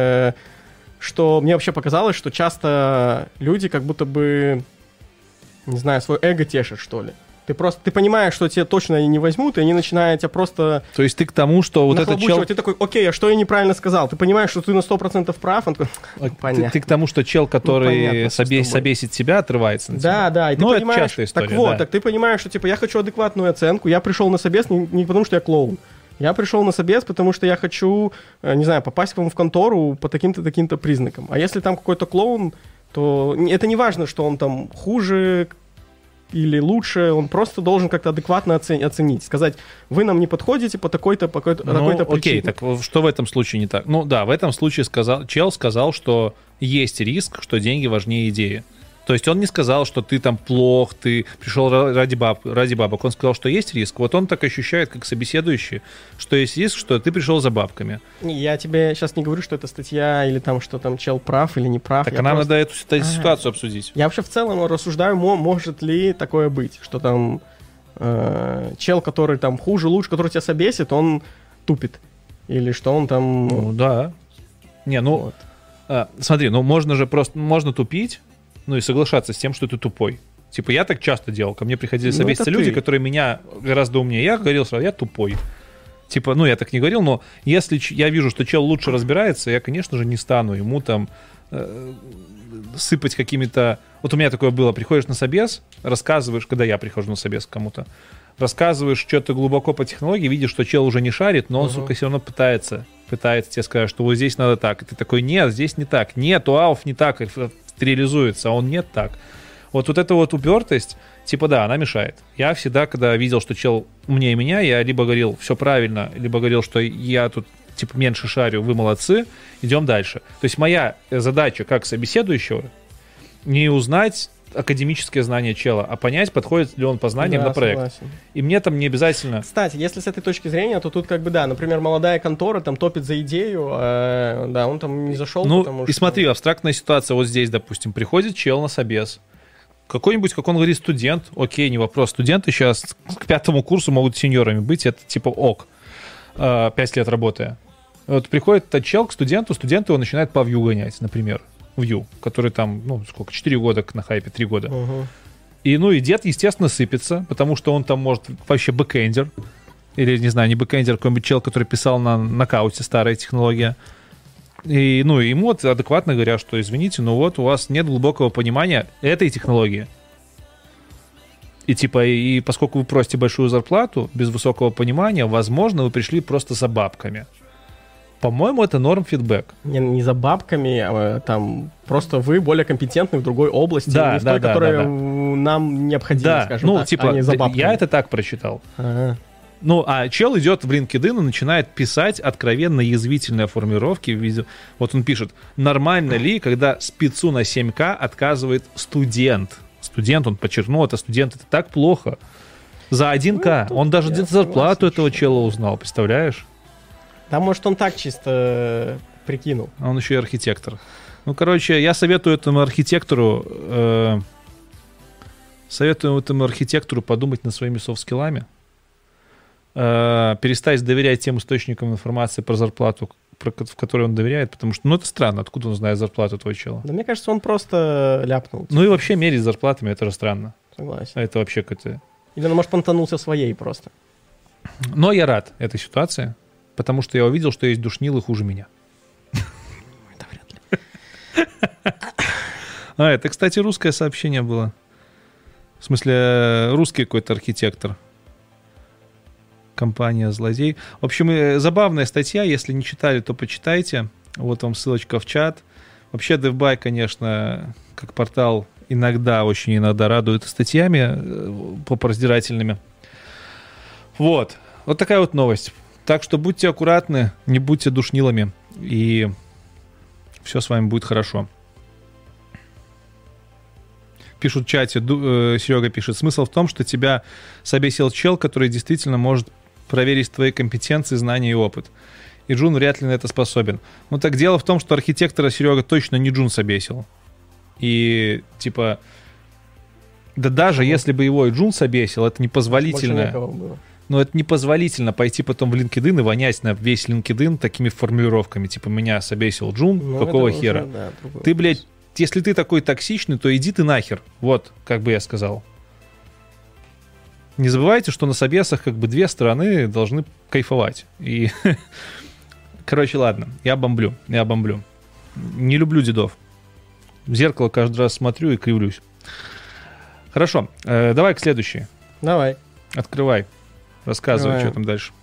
что часто люди как будто бы, не знаю, свое эго тешат, что ли. Ты понимаешь, что тебя точно они не возьмут, и они начинают тебя просто... То есть ты к тому, что вот этот чел... Ты такой, окей, а что я неправильно сказал? Ты понимаешь, что ты на 100% прав? Он такой, понятно. Ты к тому, что чел, который собесит себя, отрывается на тебя. Да, и ты понимаешь... Это частая история, так ты понимаешь, что типа я хочу адекватную оценку, я пришел на собес не потому, что я клоун. Я пришел на собес, потому что я хочу, не знаю, попасть к вам в контору по таким-то, таким-то признакам. А если там какой-то клоун, то это не важно, что он там хуже или лучше, он просто должен как-то адекватно оценить. Сказать, вы нам не подходите по такой-то причине. Окей, так что в этом случае не так? Ну да, в этом случае чел сказал, что есть риск, что деньги важнее идеи. То есть он не сказал, что ты там плох, ты пришел ради бабок. Он сказал, что есть риск. Вот он так ощущает, как собеседующий, что есть риск, что ты пришел за бабками. Я тебе сейчас не говорю, что это статья или там, что там чел прав или не прав. Так нам надо эту ситуацию обсудить. Я вообще в целом рассуждаю, может ли такое быть, что там чел, который там хуже, лучше, который тебя собесит, он тупит. Или что он там... Ну да. Не, ну... Вот. Смотри, ну можно же просто... Можно тупить, ну и соглашаться с тем, что ты тупой. Типа я так часто делал. Ко мне приходили собеситься люди, которые меня гораздо умнее. Я говорил сразу, я тупой. Типа, ну я так не говорил, но если я вижу, что чел лучше разбирается, я, конечно же, не стану ему там сыпать какими-то... Вот у меня такое было. Приходишь на собес, рассказываешь, когда я прихожу на собес к кому-то, рассказываешь что-то глубоко по технологии, видишь, что чел уже не шарит, но он, сука, все равно пытается тебе сказать, что вот здесь надо так. И ты такой, нет, здесь не так. Нет, у ауф не так реализуется, а он нет так. Вот эта вот упертость, типа, да, она мешает. Я всегда, когда видел, что чел умнее меня, я либо говорил, все правильно, либо говорил, что я тут, типа, меньше шарю, вы молодцы, идем дальше. То есть моя задача как собеседующего не узнать академическое знание чела, а понять, подходит ли он по знаниям на проект. Согласен. И мне там не обязательно... Кстати, если с этой точки зрения, то тут как бы, да, например, молодая контора там топит за идею, да, он там не зашел, потому что... И смотри, абстрактная ситуация вот здесь, допустим, приходит чел на собес, какой-нибудь, как он говорит, студент, окей, не вопрос, студенты сейчас к 5 курсу могут сеньорами быть, это типа ок, 5 лет работая. Вот приходит этот чел к студенту, студент его начинает по Vue гонять, например. Vue, который там, 4 года на хайпе, 3 года. И дед, естественно, сыпется, потому что он там может вообще бэкэндер, или, не знаю, не бэкэндер, какой-нибудь чел, который писал на нокауте, старая технология. И, ему вот адекватно говорят, что, извините, но вот у вас нет глубокого понимания этой технологии. И поскольку вы просите большую зарплату, без высокого понимания, возможно, вы пришли просто за бабками. По-моему, это норм-фидбэк. Не за бабками, а там просто вы более компетентны в другой области, да, не в той, которая нам необходима, скажем так, а не за бабками. Я это так прочитал. А чел идет в LinkedIn и начинает писать откровенно язвительные формулировки в виде... Вот он пишет, нормально ли, когда спецу на 7К отказывает студент? Студент, он подчеркнул, это студент, это так плохо. За 1К. Он даже где-то зарплату этого чела узнал, представляешь? Да, может, он так чисто прикинул. Он еще и архитектор. Я советую этому архитектору подумать над своими софт-скиллами, перестать доверять тем источникам информации про зарплату, в которые он доверяет, потому что, это странно, откуда он знает зарплату твоего чела. Да, мне кажется, он просто ляпнул. И вообще мерить зарплатами, это же странно. Согласен. А это вообще какое-то... Или он, может, понтанулся своей просто. Но я рад этой ситуации, потому что я увидел, что есть душнилы хуже меня. Это вряд ли. Это, кстати, русское сообщение было. В смысле, русский какой-то архитектор. Компания «Злодей». В общем, забавная статья. Если не читали, то почитайте. Вот вам ссылочка в чат. Вообще, DevBuy, конечно, как портал иногда, очень иногда радует статьями попраздирательными. Вот. Вот такая вот новость. Так что будьте аккуратны, не будьте душнилами, и все с вами будет хорошо. Пишут в чате, Серега пишет, смысл в том, что тебя собесил чел, который действительно может проверить твои компетенции, знания и опыт. И Джун вряд ли на это способен. Ну так дело в том, что архитектора Серега точно не Джун собесил. И типа, да даже если бы его и Джун собесил, это непозволительно. Но это непозволительно пойти потом в LinkedIn и вонять на весь LinkedIn такими формулировками. Типа, меня собесил Джун, ну, какого хера? Уже, да, ты, блядь, если ты такой токсичный, то иди ты нахер. Вот, как бы я сказал. Не забывайте, что на собесах как бы две стороны должны кайфовать. И, короче, ладно, я бомблю. Не люблю дедов. В зеркало каждый раз смотрю и кривлюсь. Хорошо, давай к следующей. Давай. Открывай. Рассказывай, что там дальше.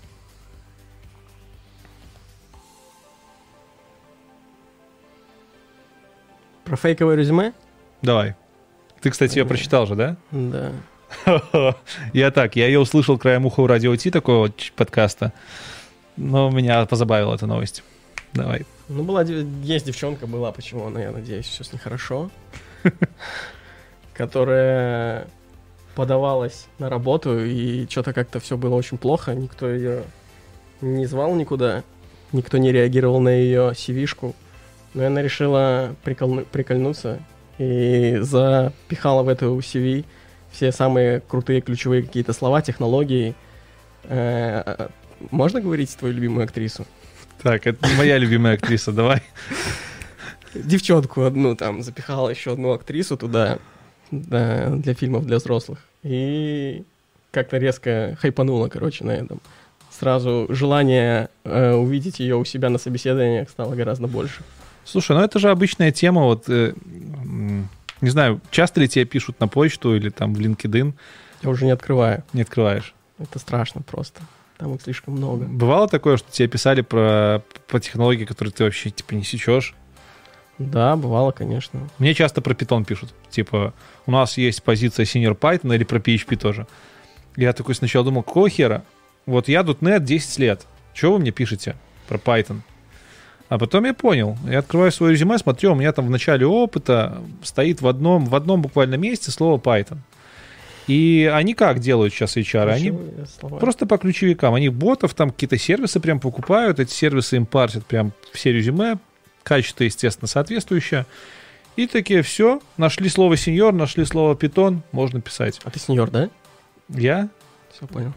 Про фейковое резюме? Давай. Ты, кстати, ее прочитал же, да? Да. Я ее услышал краем уха у Радио Ти, такого подкаста. Но меня позабавила эта новость. Давай. Ну, есть девчонка была, почему она, я надеюсь, все с ней хорошо, которая подавалась на работу, и что-то как-то все было очень плохо, никто ее не звал никуда, никто не реагировал на ее CV-шку, но она решила прикольнуться и запихала в эту CV все самые крутые ключевые какие-то слова, технологии. Можно говорить твою любимую актрису? Так, это моя любимая актриса, давай. Девчонку одну там, запихала еще одну актрису туда, для фильмов для взрослых. И как-то резко хайпанула, короче, на этом. Сразу желание увидеть ее у себя на собеседованиях стало гораздо больше. Слушай, ну это же обычная тема, вот, не знаю, часто ли тебе пишут на почту или там в LinkedIn? Я уже не открываю. Не открываешь? Это страшно просто. Там их слишком много. Бывало такое, что тебе писали про технологии, которые ты вообще, типа, не сечешь? Да, бывало, конечно. Мне часто про Python пишут. Типа, у нас есть позиция senior Python или про PHP тоже. Я такой сначала думал, какого хера? Вот я .NET 10 лет. Чего вы мне пишете про Python? А потом я понял. Я открываю свое резюме, смотрю, у меня там в начале опыта стоит в одном буквально месте слово Python. И они как делают сейчас HR? Они просто по ключевикам. Они ботов, там какие-то сервисы прям покупают, эти сервисы им парсят прям все резюме, качество, естественно, соответствующее. И такие, все, нашли слово сеньор, нашли слово питон, можно писать. А ты сеньор, да? Я? Все понял.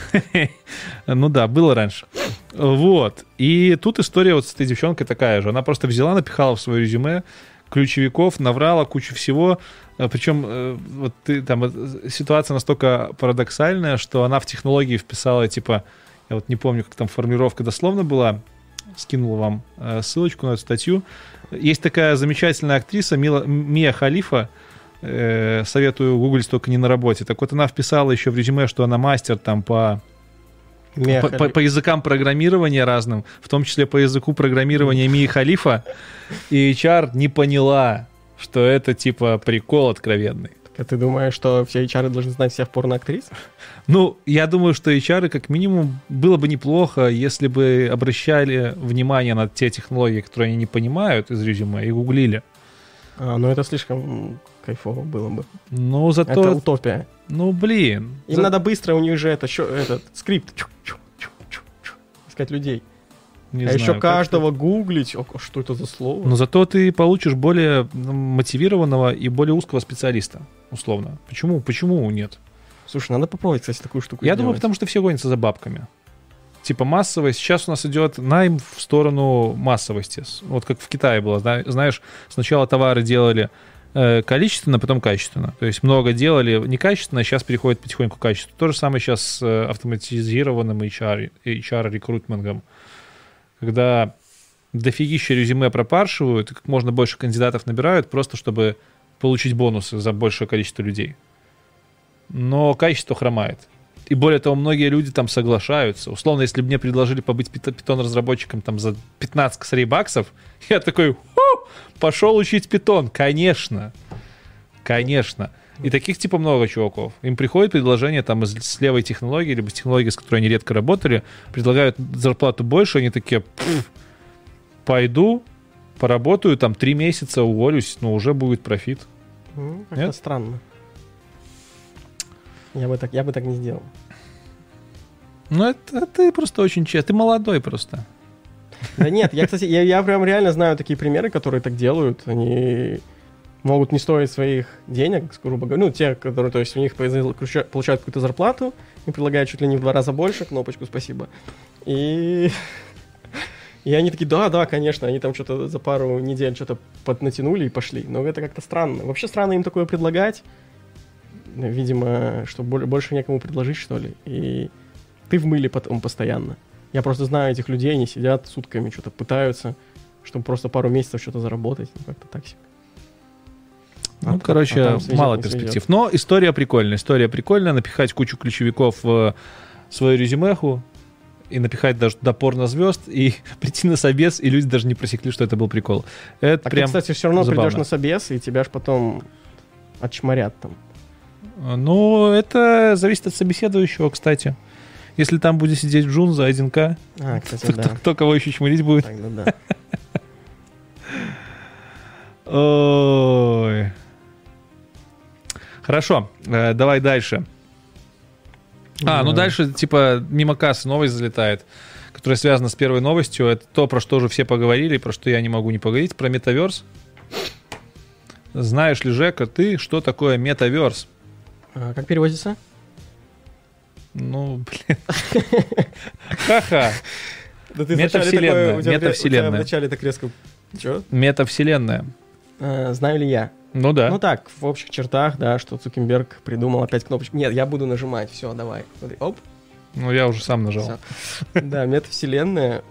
Ну да, было раньше. Вот. И тут история вот с этой девчонкой такая же. Она просто взяла, напихала в свое резюме ключевиков, наврала кучу всего. Причем вот ситуация настолько парадоксальная, что она в технологии вписала, типа, я вот не помню, как там формулировка дословно была, скинул вам ссылочку на эту статью. Есть такая замечательная актриса Мия Халифа, советую гуглить, только не на работе. Так вот, она вписала еще в резюме, что она мастер там по языкам программирования разным, в том числе по языку программирования Мии Халифа, и HR не поняла, что это типа прикол откровенный. А ты думаешь, что все HR должны знать всех порноактрис? Ну, я думаю, что HR как минимум было бы неплохо, если бы обращали внимание на те технологии, которые они не понимают из резюме, и гуглили. Ну это слишком кайфово было бы. Ну, зато... Это утопия. Ну, блин. Им надо быстро, у них же этот скрипт. Искать людей. Не знаю, еще каждого гуглить. Что это за слово? Но зато ты получишь более мотивированного и более узкого специалиста, условно. Почему нет? Слушай, надо попробовать, кстати, такую штуку Я думаю, потому что все гонятся за бабками. Типа массовость. Сейчас у нас идет найм в сторону массовости. Вот как в Китае было. Знаешь, сначала товары делали количественно, потом качественно. То есть много делали некачественно, а сейчас переходит потихоньку к качеству. То же самое сейчас с автоматизированным HR-рекрутментом. Когда дофигища резюме пропаршивают, и как можно больше кандидатов набирают, просто чтобы получить бонусы за большее количество людей. Но качество хромает. И более того, многие люди там соглашаются. Условно, если бы мне предложили побыть питон-разработчиком там за 15 косарей баксов, я такой, пошел учить питон. Конечно. Конечно. И таких типа много чуваков. Им приходит предложение там с левой технологии, либо с технологией, с которой они редко работали, предлагают зарплату больше, они такие, пойду, поработаю, там 3 месяца, уволюсь, но уже будет профит. Как-то странно. Я бы так не сделал. Ну, это ты просто очень честный. Ты молодой просто. Да нет, кстати, я прям реально знаю такие примеры, которые так делают. Они могут не стоить своих денег, грубо говоря. Ну, те, которые, то есть, у них получают какую-то зарплату, им предлагают чуть ли не в 2 раза больше, кнопочку «спасибо». И они такие, да, конечно, они там что-то за пару недель что-то поднатянули и пошли. Но это как-то странно. Вообще странно им такое предлагать. Видимо, что больше некому предложить, что ли. И ты в мыле потом постоянно. Я просто знаю этих людей, они сидят сутками, что-то пытаются, чтобы просто пару месяцев что-то заработать. Ну, как-то так себе. Ну, короче, мало перспектив. Но история прикольная. Напихать кучу ключевиков в свою резюмеху и напихать даже до порнозвезд, и прийти на собес, и люди даже не просекли, что это был прикол. Это так прям ты, кстати, все равно забавно. Придешь на собес, и тебя ж потом отчморят там. Ну, это зависит от собеседующего, кстати. Если там будет сидеть Джун за 1К, кстати, да. кто кого еще чморить будет? Тогда да. Ой. Хорошо, давай дальше. Ну дальше, типа, мимо кассы новость залетает, которая связана с первой новостью. Это то, про что уже все поговорили, про что я не могу не поговорить, про метаверс. Знаешь ли, Жека, ты, что такое метаверс? Как переводится? Ну, блин. Ха-ха. Метавселенная. Метавселенная. У тебя вначале так резко... Чё? Метавселенная. Знаю ли я? Ну да. Ну так, в общих чертах, да, что Цукерберг придумал опять кнопочку. Нет, я буду нажимать. Все, давай. Смотри, оп. Ну, я уже сам нажал. Всё. Да, метавселенная.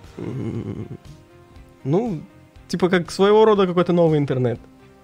Ну, типа как своего рода какой-то новый интернет.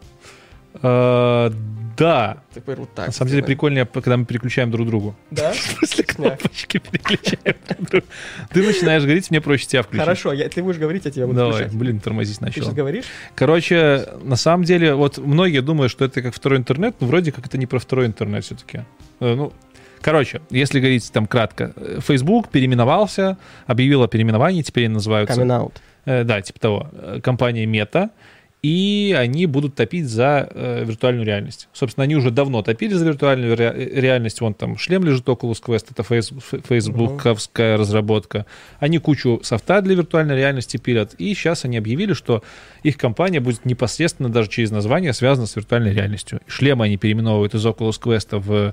Да. Теперь вот так. На самом деле прикольнее, когда мы переключаем друг другу. Да? После кнопочки переключаем друг друга. Ты начинаешь говорить, мне проще тебя включить. Хорошо, ты будешь говорить, а тебя буду Давай, включать. блин, тормозить Ты начал. сейчас говоришь? Короче, на самом деле, вот многие думают, что это как второй интернет, но вроде как это не про второй интернет все-таки. Короче, если говорить там кратко, Facebook переименовался, объявил о переименовании, теперь они называются... Coming out. Да, типа того. Компания Meta. И они будут топить за виртуальную реальность. Собственно, они уже давно топили за виртуальную реальность. Вон там шлем лежит, Oculus Quest, это фейсбуковская разработка. Они кучу софта для виртуальной реальности пилят. И сейчас они объявили, что их компания будет непосредственно даже через название связана с виртуальной реальностью. Шлемы они переименовывают из Oculus Quest в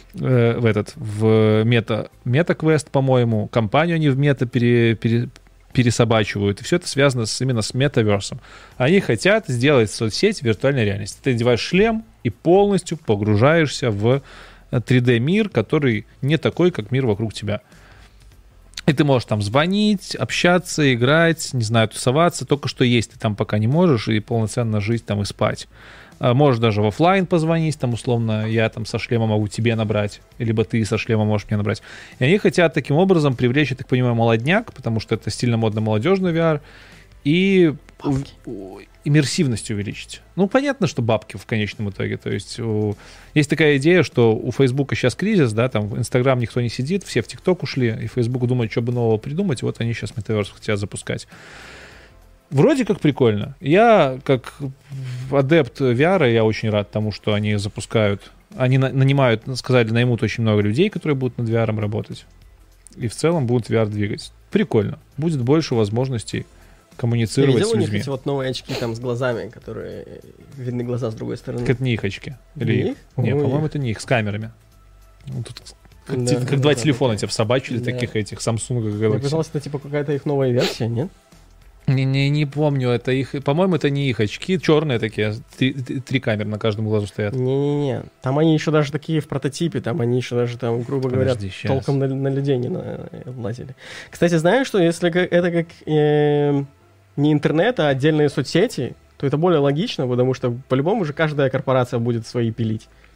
Meta Quest, по-моему. Компанию они в Meta пересобачивают. И все это связано именно с метаверсом. Они хотят сделать соцсеть виртуальной реальности. Ты надеваешь шлем и полностью погружаешься в 3D-мир, который не такой, как мир вокруг тебя. И ты можешь там звонить, общаться, играть, не знаю, тусоваться. Только что есть ты там пока не можешь, и полноценно жить там и спать. Можешь даже в офлайн позвонить, там, условно, я там со шлема могу тебе набрать, либо ты со шлема можешь мне набрать. И они хотят таким образом привлечь, я так понимаю, молодняк, потому что это стильно модно молодежный VR, и иммерсивность увеличить. Ну, понятно, что бабки в конечном итоге. То есть есть такая идея, что у Фейсбука сейчас кризис, да, там в Инстаграм никто не сидит, все в ТикТок ушли, и Фейсбук думает, что бы нового придумать, и вот они сейчас метаверс хотят запускать. Вроде как прикольно. Я, как адепт VR, я очень рад тому, что они запускают. Они нанимают, сказали, наймут очень много людей, которые будут над VR работать. И в целом будут VR двигать. Прикольно. Будет больше возможностей коммуницировать с людьми. У них эти вот новые очки там с глазами, которые видны глаза с другой стороны. Это не их очки. Или не их? Нет, по-моему, это не их, с камерами. Ну, тут как два телефона тебя всобачили, таких этих Samsung Galaxy. Мне казалось, это типа какая-то их новая версия, нет? Не помню, это их, по-моему, это не их очки, черные такие, 3 камеры на каждом глазу стоят. Не-не-не, там они еще даже такие в прототипе, там они еще даже там, грубо говоря, толком на людей не влазили. Кстати, знаешь, что если это как не интернет, а отдельные соцсети, то это более логично, потому что по-любому же каждая корпорация будет свои пилить.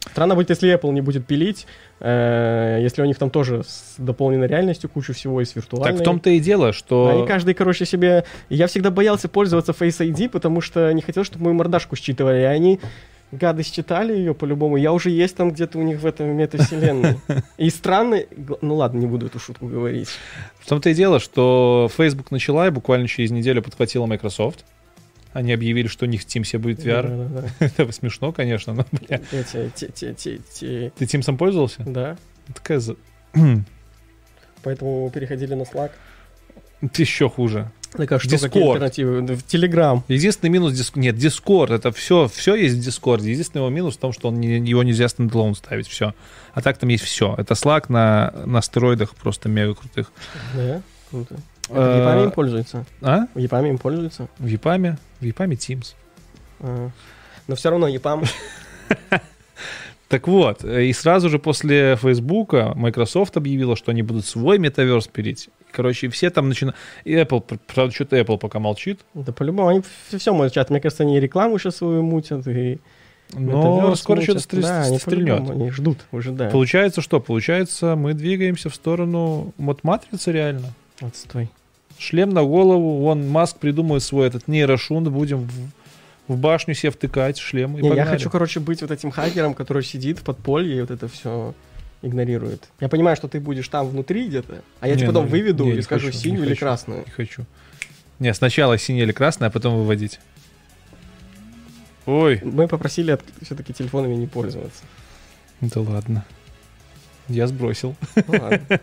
Странно будет, если Apple не будет пилить, если у них там тоже с дополненной реальностью кучу всего и с виртуальной. Так в том-то и дело, что... Они каждый, короче, себе... Я всегда боялся пользоваться Face ID, потому что не хотел, чтобы мою мордашку считывали, и они, гады, считали ее по-любому. Я уже есть там где-то у них в этом метавселенной. И странно... Ну ладно, не буду эту шутку говорить. В том-то и дело, что Facebook начала и буквально через неделю подхватила Microsoft. Они объявили, что у них в Teams будет VR. Да. Это смешно, конечно, но, бля. Ты Teams пользовался? Да. Такая... Поэтому переходили на Slack. Еще хуже. Так а что, какие альтернативы? В Telegram. Единственный минус... Нет, Discord. Это все есть в Discord. Единственный его минус в том, что его нельзя стендалон ставить. Все. А так там есть все. Это Slack на стероидах просто мега крутых. Да, круто. В EPAM им пользуется? А? В EPAM им пользуется? В EPAM Teams. Но все равно EPAM. Так вот, и сразу же после Фейсбука Microsoft объявила, что они будут свой метаверс пилить. Короче, все там начинают... И Apple, правда, что-то Apple пока молчит. Да по-любому, они все молчат. Мне кажется, они рекламу сейчас свою мутят, и... Но скоро что-то стрельнет. Они ждут, ожидают. Получается что? Получается, мы двигаемся в сторону матрицы реально. Отстой. Шлем на голову, вон Маск придумает свой этот нейрошунд, будем в башню себе втыкать шлем и погнали. Я хочу, короче, быть вот этим хакером, который сидит в подполье и вот это все игнорирует. Я понимаю, что ты будешь там внутри где-то, а я тебя потом выведу и скажу, синюю или красную. Не хочу. Не, сначала синяя или красная, а потом выводить. Ой. Мы попросили все-таки телефонами не пользоваться. Да ладно. Я сбросил. Ну ладно.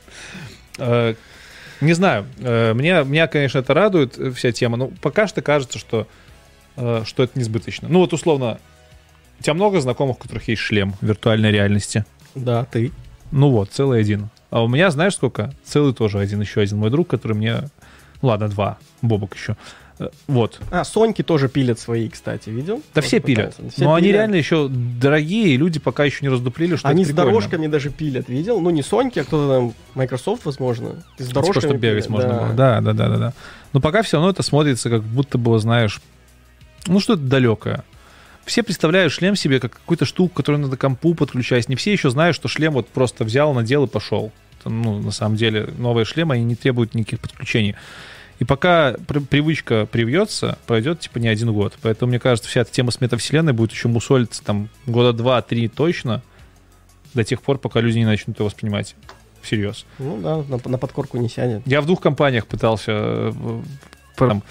Не знаю, меня, конечно, это радует, вся тема, но пока что кажется, что это несбыточно. Ну вот условно, у тебя много знакомых, у которых есть шлем виртуальной реальности? Да, ты. Ну вот, целый один. А у меня, знаешь сколько? Целый тоже еще один мой друг, который мне... Ладно, два. Бобок еще. Вот. Соньки тоже пилят свои, кстати, видел? Да все пилят. Но они реально еще дорогие, и люди пока еще не раздуплили, что они это с дорожками даже пилят, видел? Ну, не Соньки, а кто-то там, Microsoft, возможно. С дорожками типа, чтобы бегать пилят. можно было. Да. Но пока все равно это смотрится, как будто бы, знаешь, ну, что-то далекое. Все представляют шлем себе как какую-то штуку, которую надо к компу подключать. Не все еще знают, что шлем вот просто взял, надел и пошел. Ну, на самом деле, новые шлемы, они не требуют никаких подключений. И пока привычка привьется, пройдет типа не один год. Поэтому, мне кажется, вся эта тема с метавселенной будет еще мусолиться там года 2-3 точно, до тех пор, пока люди не начнут это воспринимать всерьез. Ну да, на подкорку не сядет. Я в 2 компаниях пытался, там,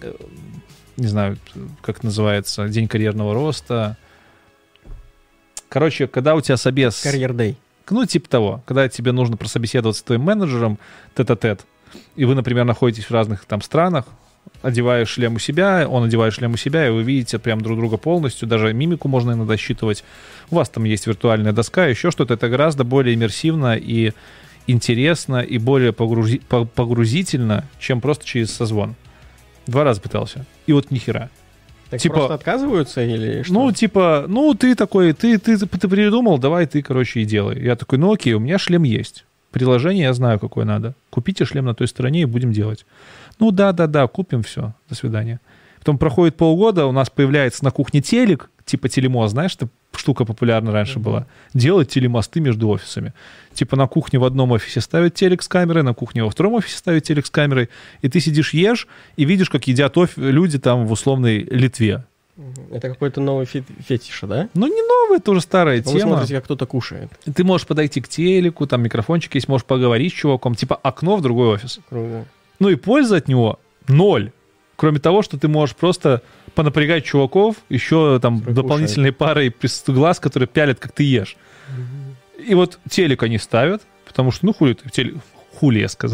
не знаю, как это называется, день карьерного роста. Короче, когда у тебя собес... Карьер-дэй. Ну, типа того. Когда тебе нужно прособеседоваться с твоим менеджером тет-а-тет, и вы, например, находитесь в разных там странах, одеваешь шлем у себя, он одевает шлем у себя, и вы видите прям друг друга полностью, даже мимику можно иногда считывать. У вас там есть виртуальная доска, еще что-то. Это гораздо более иммерсивно и интересно, и более погрузительно, чем просто через созвон. 2 раза пытался. И вот нихера. Так типа, просто отказываются или что? Ну, типа, ты такой, ты придумал, давай ты, короче, и делай. Я такой, ну окей, у меня шлем есть. Приложение я знаю, какое надо. Купите шлем на той стороне и будем делать. Ну да, купим, все, до свидания. Потом проходит полгода, у нас появляется на кухне телек, типа телемост, знаешь, эта штука популярна раньше была. Делать телемосты между офисами. Типа на кухне в одном офисе ставят телек с камерой, на кухне во втором офисе ставят телек с камерой, и ты сидишь, ешь, и видишь, как едят люди там в условной Литве. Это какой-то новый фетиш, да? Ну, не новый, это уже старая тема. Вы смотрите, как кто-то кушает. Ты можешь подойти к телеку, там микрофончик есть, можешь поговорить с чуваком, типа окно в другой офис. Круто. Ну и пользы от него 0. Кроме того, что ты можешь просто понапрягать чуваков, еще там дополнительной парой глаз, которые пялят, как ты ешь. И вот телек они ставят, потому что, хули я сказал.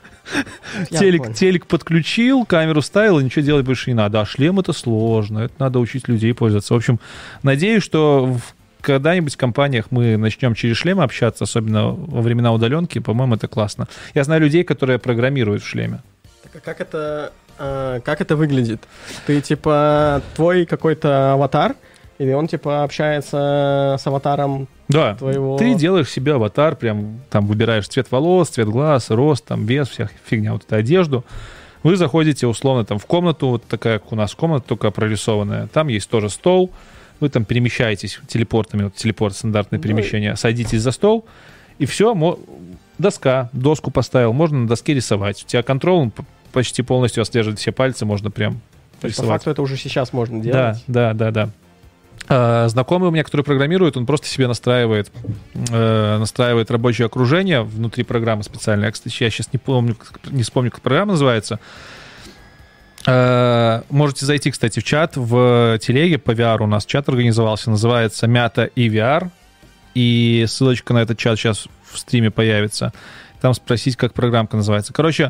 Телек подключил, камеру ставил, и ничего делать больше не надо. А шлем — это сложно, это надо учить людей пользоваться. В общем, надеюсь, что когда-нибудь в компаниях мы начнем через шлемы общаться, особенно во времена удаленки. По-моему, это классно. Я знаю людей, которые программируют в шлеме. Так, а как это выглядит? Ты, типа, твой какой-то аватар, или он, типа, общается с аватаром твоего... Ты делаешь себе аватар, прям там выбираешь цвет волос, цвет глаз, рост, там вес, вся фигня, вот эту одежду. Вы заходите, условно, там в комнату, вот такая, как у нас комната, только прорисованная. Там есть тоже стол, вы там перемещаетесь телепортами, вот телепорт, стандартное перемещение, садитесь за стол, и все, доску поставил, можно на доске рисовать. У тебя контрол почти полностью отслеживает все пальцы, можно прям рисовать. По факту это уже сейчас можно делать. Да. Знакомый у меня, который программирует, он просто себе настраивает рабочее окружение внутри программы специальной. Кстати, я сейчас не вспомню, как программа называется. Можете зайти, кстати, в чат в телеге по VR. У нас чат организовался, называется Мята и VR. И ссылочка на этот чат сейчас в стриме появится. Там спросить, как программка называется. Короче,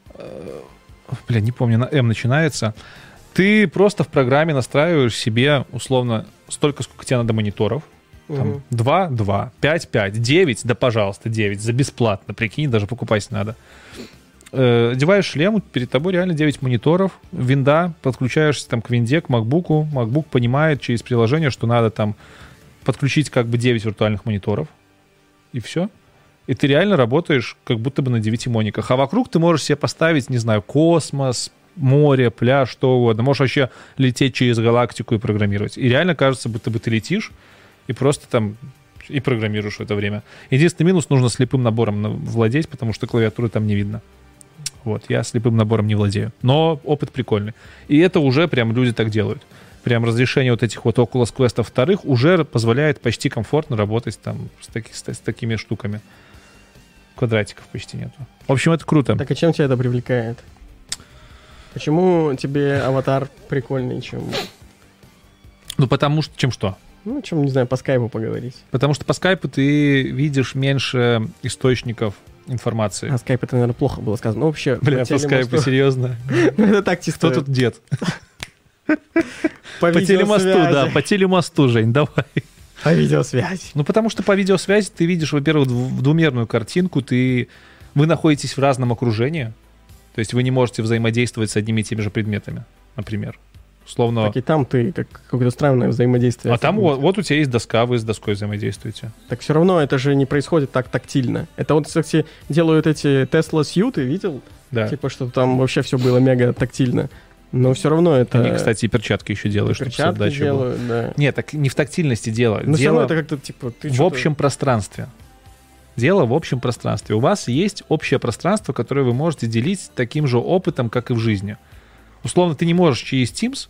не помню, на М начинается. Ты просто в программе настраиваешь себе, условно, столько, сколько тебе надо мониторов. Там, 2, 5, 9, да, пожалуйста, 9, за бесплатно, прикинь, даже покупать надо. Одеваешь шлем, перед тобой реально 9 мониторов, винда, подключаешься там к винде, к макбуку. Макбук понимает через приложение, что надо там подключить как бы 9 виртуальных мониторов, и все. И ты реально работаешь как будто бы на 9 мониках. А вокруг ты можешь себе поставить, не знаю, космос, море, пляж, что угодно. Можешь вообще лететь через галактику и программировать. И реально кажется, будто бы ты летишь и просто там и программируешь в это время. Единственный минус — нужно слепым набором владеть, потому что клавиатуры там не видно. Вот, я слепым набором не владею. Но опыт прикольный. И это уже прям люди так делают. Прям разрешение вот этих вот Oculus Quest вторых уже позволяет почти комфортно работать там с такими штуками. Квадратиков почти нету. В общем, это круто. Так а чем тебя это привлекает? Почему тебе аватар прикольнее, чем... Ну, потому что... Чем что? Ну, чем, не знаю, по скайпу поговорить. Потому что по скайпу ты видишь меньше источников информации. А скайп — это, наверное, плохо было сказано. Ну, вообще... Бля, по скайпу, серьезно? Это так чисто. Кто тут дед? По телемосту, да, по телемосту, Жень, давай. По видеосвязи. Ну, потому что по видеосвязи ты видишь, во-первых, двумерную картинку, вы находитесь в разном окружении, то есть вы не можете взаимодействовать с одними и теми же предметами, например. Условно... Так и там ты какое-то странное взаимодействие. А там вот у тебя есть доска, вы с доской взаимодействуете. Так все равно это же не происходит так тактильно. Это вот, кстати, делают эти Tesla Suit, ты видел? Да. Типа, что там вообще все было мега тактильно. Но все равно это... Они, кстати, и перчатки еще делают, чтобы все отдача делают, да. Нет, так не в тактильности дело. Но все равно это как-то, типа... в общем пространстве. Дело в общем пространстве. У вас есть общее пространство, которое вы можете делить таким же опытом, как и в жизни. Условно, ты не можешь через Teams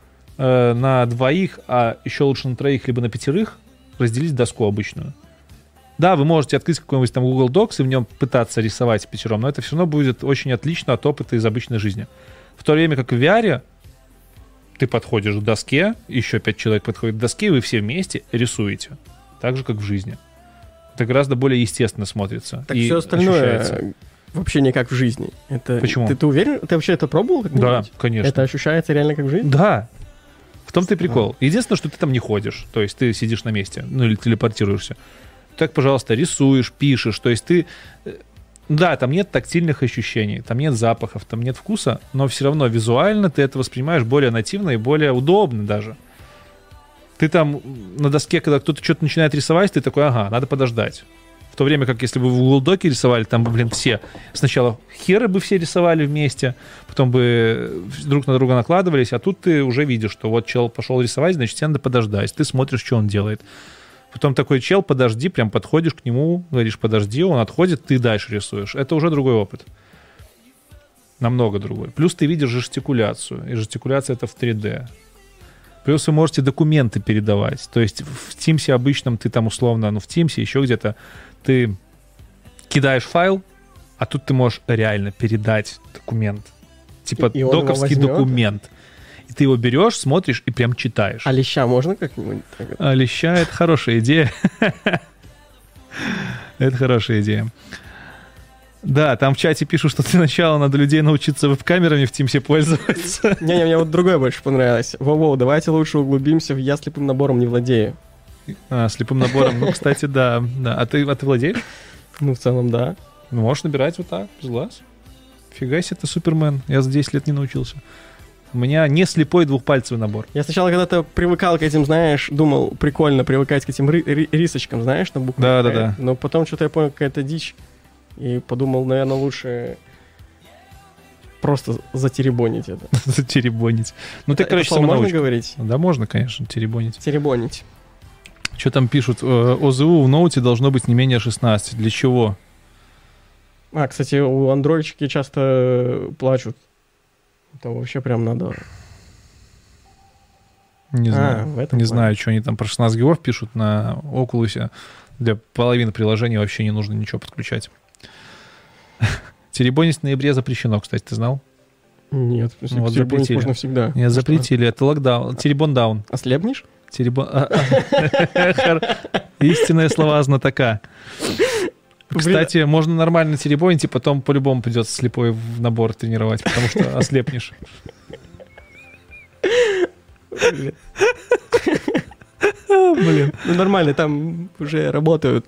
на двоих, а еще лучше на троих, либо на пятерых разделить доску обычную. Да, вы можете открыть какой-нибудь там Google Docs и в нем пытаться рисовать пятером, но это все равно будет очень отлично от опыта из обычной жизни. В то время как в VR ты подходишь к доске, еще 5 человек подходят к доске, и вы все вместе рисуете. Так же, как в жизни. Это гораздо более естественно смотрится. Так и все остальное ощущается. Вообще не как в жизни. Это... Почему? Ты уверен? Ты вообще это пробовал как-нибудь? Да, конечно. Это ощущается реально как в жизни? Да. В том-то и прикол. Единственное, что ты там не ходишь. То есть ты сидишь на месте, ну или телепортируешься. Так, пожалуйста, рисуешь, пишешь. То есть ты... Да, там нет тактильных ощущений, там нет запахов, там нет вкуса, но все равно визуально ты это воспринимаешь более нативно и более удобно даже. Ты там на доске, когда кто-то что-то начинает рисовать, ты такой, ага, надо подождать. В то время как если бы в Google Доке рисовали, там бы, все сначала херы бы все рисовали вместе, потом бы друг на друга накладывались, а тут ты уже видишь, что вот чел пошел рисовать, значит, тебе надо подождать. Ты смотришь, что он делает. Потом такой чел, подожди, прям подходишь к нему, говоришь, подожди, он отходит, ты дальше рисуешь. Это уже другой опыт. Намного другой. Плюс ты видишь жестикуляцию, и жестикуляция это в 3D. Плюс вы можете документы передавать. То есть в Teams обычном ты там условно, в Teams еще где-то ты кидаешь файл, а тут ты можешь реально передать документ. Типа доковский документ. И ты его берешь, смотришь и прям читаешь. А леща можно как-нибудь? А леща — это хорошая идея. Это хорошая идея. Да, там в чате пишут, что для начала надо людей научиться веб-камерами в Тимсе пользоваться. Не-не, мне вот другое больше понравилось. Воу-воу, давайте лучше углубимся в «Я слепым набором не владею». Слепым набором, ну, кстати, да. А ты владеешь? Ну, в целом, да. Ну, можешь набирать вот так, без глаз. Фига себе, ты супермен. Я за 10 лет не научился. У меня не слепой двухпальцевый набор. Я сначала когда-то привыкал к этим, знаешь, думал, прикольно привыкать к этим рисочкам, знаешь, на буквы. Да. Но потом что-то я понял, какая-то дичь. И подумал, наверное, лучше просто затеребонить это. Затеребонить. Ну, ты, короче, можно самонаучка. говорить? Да, можно, конечно, теребонить. Теребонить. Что там пишут? ОЗУ в ноуте должно быть не менее 16. Для чего? Кстати, у андроидчики часто плачут. Это вообще прям надо... Не знаю. В этом Не плане. знаю, что они там про 16 гигов пишут на Oculus. Для половины приложений вообще не нужно ничего подключать. Теребонить в ноябре запрещено, кстати, ты знал? Нет, Ну, вот теребонить запретили. можно всегда. Нет, запретили. Это локдаун. Теребон-даун. Ослепнешь? Истинные слова знатока. Кстати, можно нормально теребонить, и потом по-любому придется слепой в набор тренировать, потому что ослепнешь. Блин. Ну, нормально, там уже работают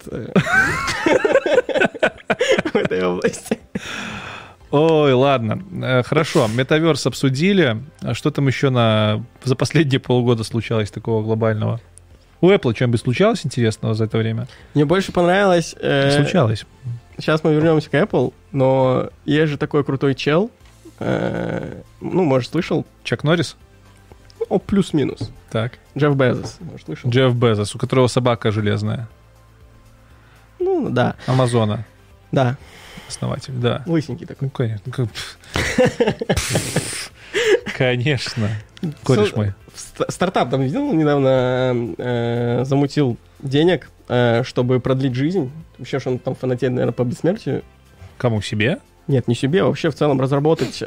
в этой области. Ой, ладно. Хорошо, метаверс обсудили. А что там еще за последние полгода случалось такого глобального? У Apple что-нибудь случалось интересного за это время? Мне больше понравилось... Случалось. Сейчас мы вернемся к Apple, но есть же такой крутой чел. Ну, может, слышал? Чак Норрис? О, плюс-минус. Так. Джефф Безос, может, слышал? Джефф Безос, у которого собака железная. Ну, да. Амазона. Да. Основатель, да. Лысенький такой. Ну, конечно. Конечно. Кореш мой. Стартап там видел недавно, замутил денег, чтобы продлить жизнь. Вообще, что он там фанатеет, наверное, по бессмертию. Кому, себе? Нет, не себе, а вообще в целом разработать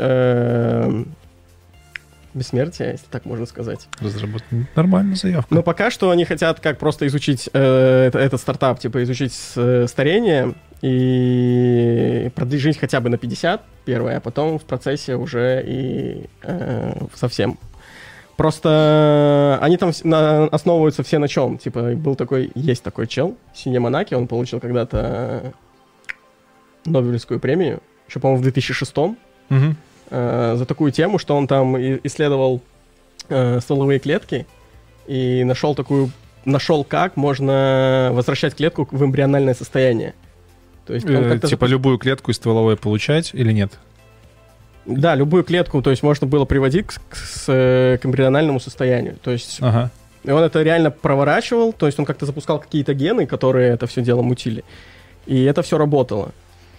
бессмертие, если так можно сказать. Разработать. Нормальная заявка. Но пока что они хотят как просто изучить этот стартап, типа изучить старение и продлить жизнь хотя бы на 50, первое, а потом в процессе уже и совсем. Просто они там основываются все на чем. Типа есть такой чел, Синья Монаки, он получил когда-то Нобелевскую премию, еще, по-моему, в 2006-м. Угу. За такую тему, что он там исследовал стволовые клетки и нашел как можно возвращать клетку в эмбриональное состояние. То есть типа любую клетку из стволовой получать или нет? Да, любую клетку, то есть можно было приводить к эмбриональному состоянию. То есть и он это реально проворачивал, то есть он как-то запускал какие-то гены, которые это все дело мутили. И это все работало.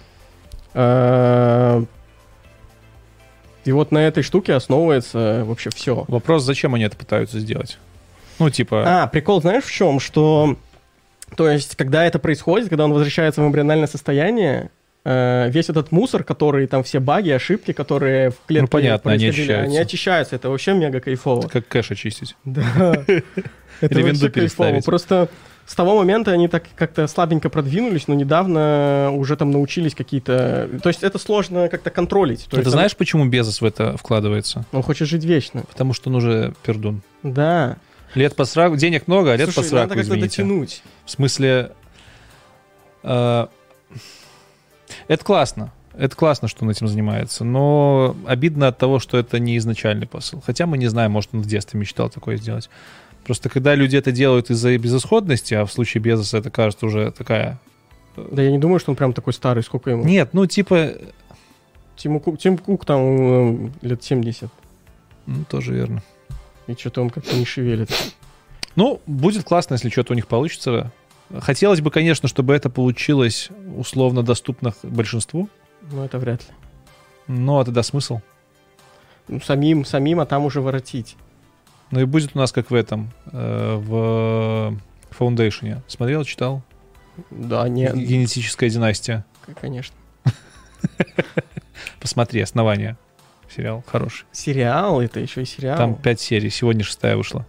И вот на этой штуке основывается вообще все. Вопрос, зачем они это пытаются сделать? Ну, типа... Прикол знаешь в чем? Что, то есть, когда это происходит, когда он возвращается в эмбриональное состояние, весь этот мусор, который, там все баги, ошибки, которые в клетке понятно, они очищаются. Это вообще мега кайфово. Как кэш очистить. Да. Это вообще кайфово. Просто с того момента они так как-то слабенько продвинулись, но недавно уже там научились какие-то... То есть это сложно как-то контролить. Ты знаешь, почему Безос в это вкладывается? Он хочет жить вечно. Потому что он уже пердун. Да. Лет по сраку, денег много, а лет по сраку, надо извините. как-то дотянуть. В смысле... Это классно. Это классно, что он этим занимается. Но обидно от того, что это не изначальный посыл. Хотя мы не знаем, может, он в детстве мечтал такое сделать. Просто когда люди это делают из-за безысходности, а в случае Безоса это кажется уже такая... Да я не думаю, что он прям такой старый. Сколько ему? Нет, ну типа... Тим Кук там лет 70. Ну, тоже верно. И что-то он как-то не шевелит. Ну, будет классно, если что-то у них получится. Хотелось бы, конечно, чтобы это получилось условно доступно большинству. Ну, это вряд ли. Ну, а тогда смысл? Ну, самим, а там уже воротить. Ну и будет у нас как в этом, в Foundation. Смотрел, читал? Да, нет. Генетическая династия. Конечно. Посмотри, «Основание». Сериал хороший. Сериал? Это еще и сериал? Там 5 серий, сегодня 6 вышла.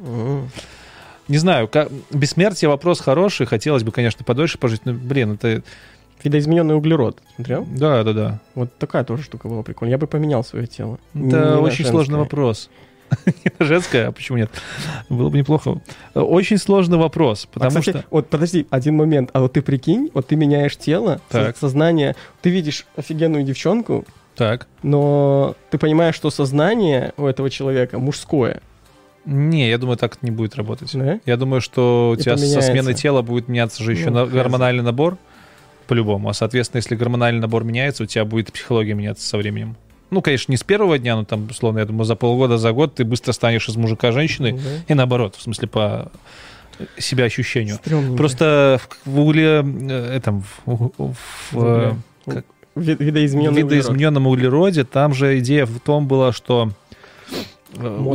Не знаю, бессмертие вопрос хороший, хотелось бы, конечно, подольше пожить, но, блин, это... Видоизмененный углерод, смотрел? Да. Вот такая тоже штука была прикольная. Я бы поменял свое тело. Это очень сложный вопрос. Женская, а почему нет? Было бы неплохо. Очень сложный вопрос, потому что... Вот подожди, один момент. А вот ты прикинь, вот ты меняешь тело, сознание, ты видишь офигенную девчонку, так. Но ты понимаешь, что сознание у этого человека мужское. Не, я думаю, так не будет работать. Да? Я думаю, что у тебя со сменой тела будет меняться же еще гормональный набор, по-любому. А, соответственно, если гормональный набор меняется, у тебя будет психология меняться со временем. Ну, конечно, не с первого дня, но там, условно, я думаю, за полгода, за год ты быстро станешь из мужика женщиной. И наоборот, в смысле, по себя ощущению. Стрёмненько. Просто в угле... видоизмененном углероде там же идея в том была, что у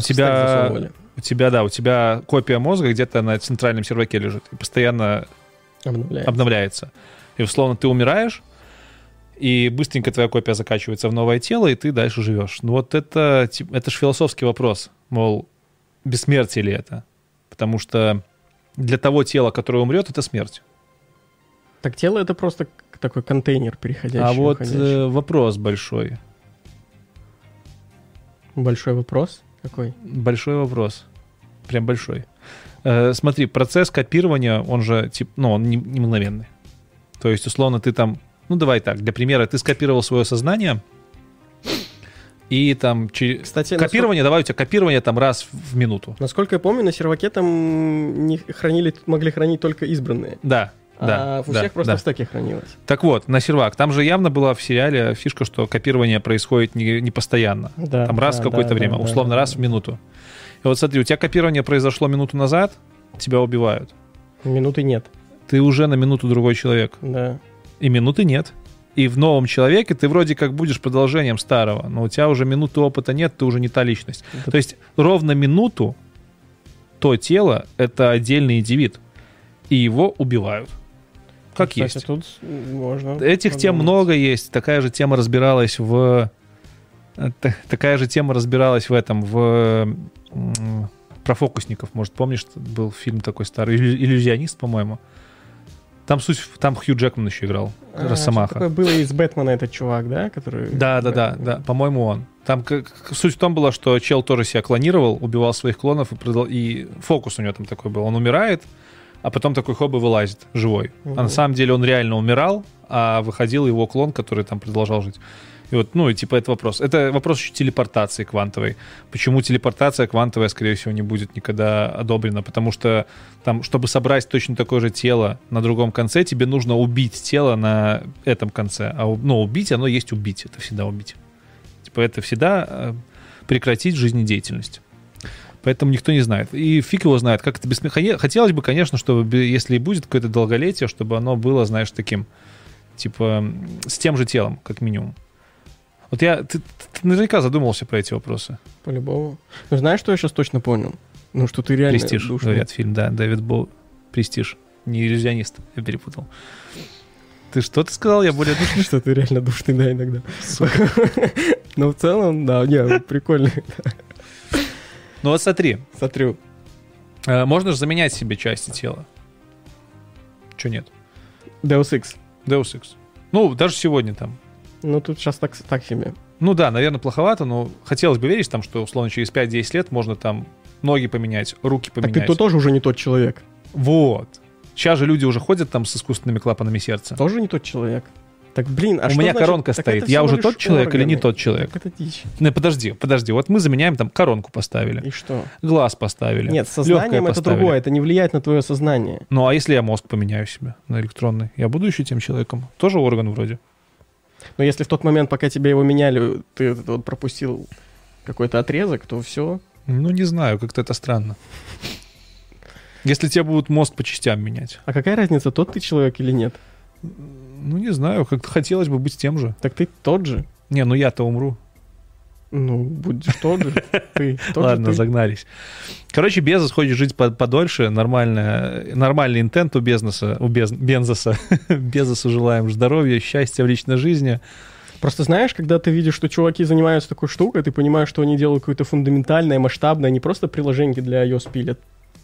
тебя копия мозга где-то на центральном серваке лежит и постоянно обновляется. И, условно, ты умираешь, и быстренько твоя копия закачивается в новое тело, и ты дальше живешь. Ну вот это же философский вопрос. Мол, бессмертие ли это? Потому что для того тела, которое умрет, это смерть. Так тело — это просто такой контейнер переходящий. А вот вопрос большой. Большой вопрос? Какой? Большой вопрос. Прям большой. Смотри, процесс копирования, он же, он не мгновенный. То есть, условно, ты там... Ну, давай так, для примера, ты скопировал свое сознание, и там... Кстати, копирование, давай у тебя копирование там раз в минуту. Насколько я помню, на серваке там могли хранить только избранные. Да. У всех просто в стеке хранилось. Так вот, на сервак. Там же явно была в сериале фишка, что копирование происходит не постоянно. Там раз в какое-то время, условно, раз в минуту. И вот смотри, у тебя копирование произошло минуту назад, тебя убивают. Минуты нет. Ты уже на минуту другой человек. Да. И минуты нет. И в новом человеке ты вроде как будешь продолжением старого, но у тебя уже минуты опыта нет, ты уже не та личность. То есть ровно минуту то тело — это отдельный индивид. И его убивают. Как кстати, есть. Тут можно Этих тем много есть. Такая же тема разбиралась в про фокусников. Может, помнишь, был фильм такой старый, «Иллюзионист», по-моему. Там Хью Джекман еще играл, Росомаха. Такое было из «Бэтмена» этот чувак, да? Который... Да, по-моему, он. Там суть в том была, что чел тоже себя клонировал, убивал своих клонов, и фокус у него там такой был. Он умирает, а потом такой хоп и вылазит живой. А на самом деле он реально умирал, а выходил его клон, который там продолжал жить. И вот, это вопрос. Это вопрос еще телепортации квантовой. Почему телепортация квантовая, скорее всего, не будет никогда одобрена? Потому что там, чтобы собрать точно такое же тело на другом конце, тебе нужно убить тело на этом конце. Убить, оно есть убить. Это всегда убить. Это всегда прекратить жизнедеятельность. Поэтому никто не знает. И фиг его знает, как это бессмертие. Хотелось бы, конечно, чтобы, если и будет какое-то долголетие, чтобы оно было, знаешь, таким, с тем же телом, как минимум. Вот ты наверняка задумывался про эти вопросы. По-любому. Ну, знаешь, что я сейчас точно понял? Что ты реально «Престиж», душный. говорят, фильм, да, Дэвид Боуи. «Престиж». Не «Иллюзионист», я перепутал. Ты что ты сказал? Я более душный? Что ты реально душный, да, иногда. Но в целом, да, прикольно. Ну вот смотри. Смотрю. Можно же заменять себе части тела. Чё нет? Deus Ex. Даже сегодня там. Тут сейчас так себе. Да, наверное, плоховато, но хотелось бы верить, что, условно, через 5-10 лет можно там ноги поменять, руки поменять. Так ты тоже уже не тот человек. Вот. Сейчас же люди уже ходят там с искусственными клапанами сердца. Тоже не тот человек. Так, блин, у меня коронка стоит. Я уже тот человек или не тот человек? Так это дичь. Подожди. Вот мы заменяем там коронку поставили. И что? Глаз поставили. Нет, с сознанием это другое. Это не влияет на твое сознание. Ну, а если я мозг поменяю себе на электронный? Я буду еще тем человеком? Тоже орган вроде. Но если в тот момент, пока тебе его меняли, ты пропустил какой-то отрезок, то все. Не знаю, как-то это странно. Если тебе будут мозг по частям менять. А какая разница, тот ты человек или нет? Не знаю, как-то хотелось бы быть тем же. Так ты тот же. Не, я-то умру. Будешь тот же. Ты тот Ладно, же. загнались. Короче, Безос хочет жить подольше. Нормальный интент у Безоса. Безосу желаем здоровья, счастья в личной жизни. Просто знаешь, когда ты видишь, что чуваки занимаются такой штукой, ты понимаешь, что они делают какое-то фундаментальное, масштабное, не просто приложеньки для iOS пилят,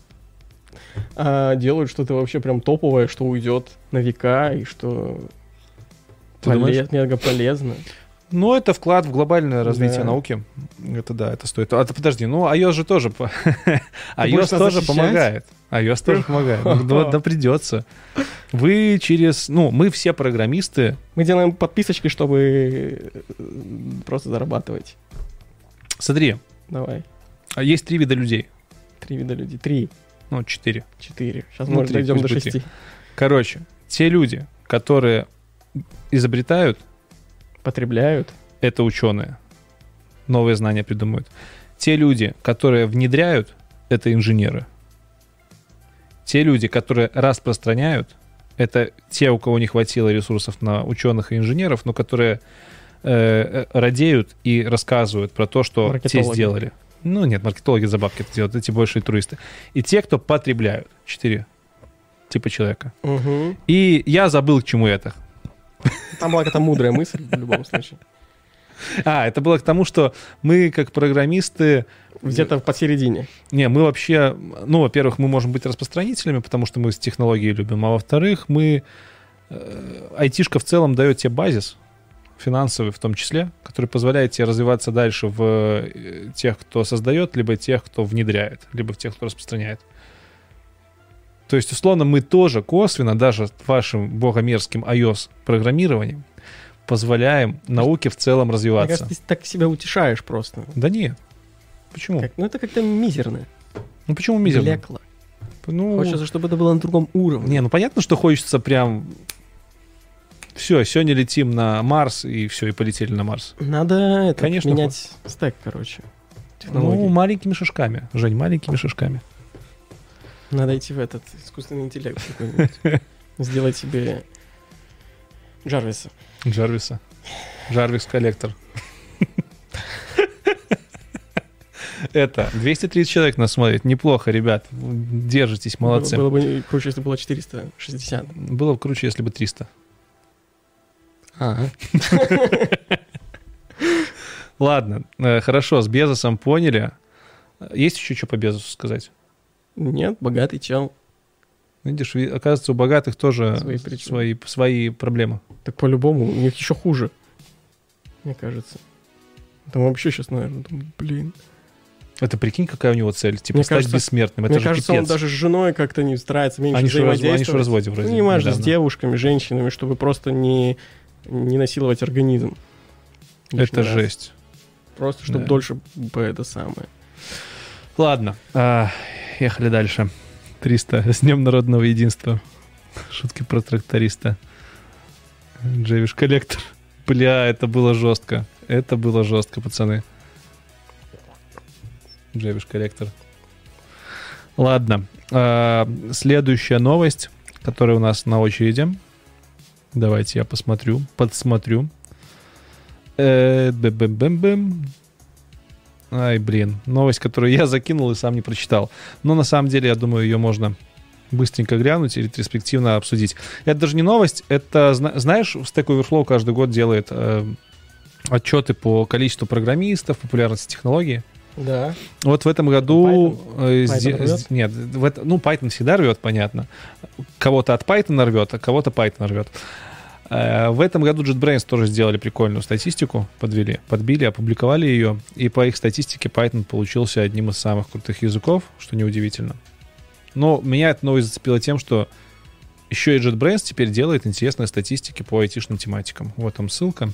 а делают что-то вообще прям топовое, что уйдет на века и что мега полезно. Это вклад в глобальное развитие науки. Это да, это стоит. Подожди, iOS же тоже iOS тоже помогает. iOS тоже помогает. Да придется. Мы все программисты. Мы делаем подписочки, чтобы просто зарабатывать. Смотри. Давай. Есть 3 вида людей. 3 вида людей. 3. 4. 4. Сейчас, может, дойдем до 6. Короче, те люди, которые изобретают, потребляют, это ученые. новые знания придумывают. Те люди, которые внедряют, это инженеры. Те люди, которые распространяют, это те, у кого не хватило ресурсов на ученых и инженеров, но которые радеют и рассказывают про то, что те сделали. Ну нет, маркетологи за бабки это делают, эти больше туристы. И те, кто потребляют. 4 типа человека. Угу. И я забыл, к чему это. Там была какая-то мудрая мысль в любом случае. Это было к тому, что мы, как программисты... Где-то посередине. Не, мы вообще... Ну, во-первых, мы можем быть распространителями, потому что мы с технологией любим. А во-вторых, мы... Айтишка в целом дает тебе базис, финансовый в том числе, который позволяет тебе развиваться дальше в тех, кто создает, либо тех, кто внедряет, либо в тех, кто распространяет. То есть, условно, мы тоже косвенно, даже вашим богомерзким iOS-программированием, позволяем науке в целом развиваться. Мне кажется, ты так себя утешаешь просто. Да нет. Почему? Это как-то мизерно. Ну почему мизерно? Блекло. Ну, хочется, чтобы это было на другом уровне. Не, ну понятно, что хочется прям... Все, сегодня летим на Марс, и все, и полетели на Марс. Надо Конечно, менять стек, технологии. Ну, маленькими шажками. Жень, маленькими шажками. Надо идти в этот искусственный интеллект какой-нибудь. Сделать себе Джарвиса. Джарвис-коллектор. Это, 230 человек нас смотрит. Неплохо, ребят. Держитесь, молодцы. Было бы круче, если было 460. Было бы круче, если бы 300. Ладно, хорошо, с Безосом поняли. Есть еще что по Безосу сказать? Нет, богатый чел. Видишь, оказывается, у богатых тоже свои проблемы. Так по-любому, у них еще хуже, мне кажется. Там вообще сейчас, наверное, блин. Это прикинь, какая у него цель? Типа стать бессмертным. Это мне же кажется, пипец. он даже с женой как-то не старается меньше они взаимодействовать. Они же в разводе вроде. Ну, не важно, с девушками, женщинами, чтобы просто не насиловать организм. Это жесть. Просто, чтобы дольше бы это самое. Ладно, ехали дальше. 300. С Днем народного единства. Шутки про тракториста. Джевиш-коллектор. Бля, это было жестко. Это было жестко, пацаны. Джевиш-коллектор. Ладно. Следующая новость, которая у нас на очереди. Давайте я подсмотрю. Бэм-бэм-бэм-бэм. Ай, блин. Новость, которую я закинул и сам не прочитал. Но на самом деле, я думаю, ее можно быстренько глянуть и ретроспективно обсудить. Это даже не новость. Это, знаешь, Stack Overflow каждый год делает отчеты по количеству программистов, популярности технологий. Да. Вот в этом году... Python нет, Python всегда рвет, понятно. Кого-то от Python рвет, а кого-то Python рвет. В этом году JetBrains тоже сделали прикольную статистику, подбили, опубликовали ее, и по их статистике Python получился одним из самых крутых языков, что неудивительно. Но меня эта новость зацепила тем, что еще и JetBrains теперь делает интересные статистики по айтишным тематикам. Вот там ссылка.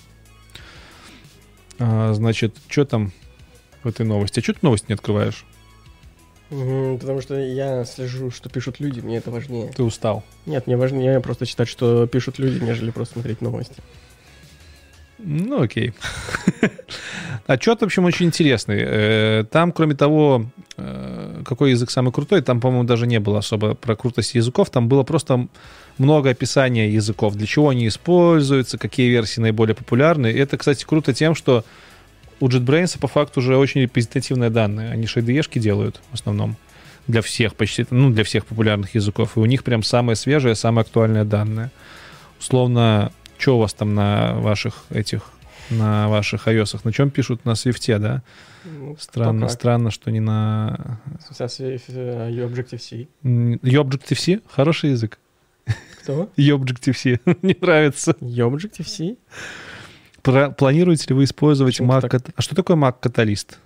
Значит, что там в этой новости? А что ты новость не открываешь? Потому что я слежу, что пишут люди, мне это важнее. Ты устал? Нет, мне важнее просто читать, что пишут люди, нежели просто смотреть новости. Ну, окей. Отчет, в общем, очень интересный. Там, кроме того, какой язык самый крутой, там, по-моему, даже не было особо про крутость языков, там было просто много описания языков, для чего они используются, какие версии наиболее популярны. И это, кстати, круто тем, что у JetBrains по факту уже очень репрезентативные данные. Они же IDE-шки делают в основном для всех почти, для всех популярных языков. И у них прям самые свежие, самые актуальные данные. Условно, что у вас там на ваших iOS-ах? На чем пишут? На Swift, да? Ну, странно, что не на... Objective-C. Objective-C? Хороший язык. Кто? Objective-C. Мне нравится. Objective-C? Планируете ли вы использовать Mac... А что такое Mac Catalyst?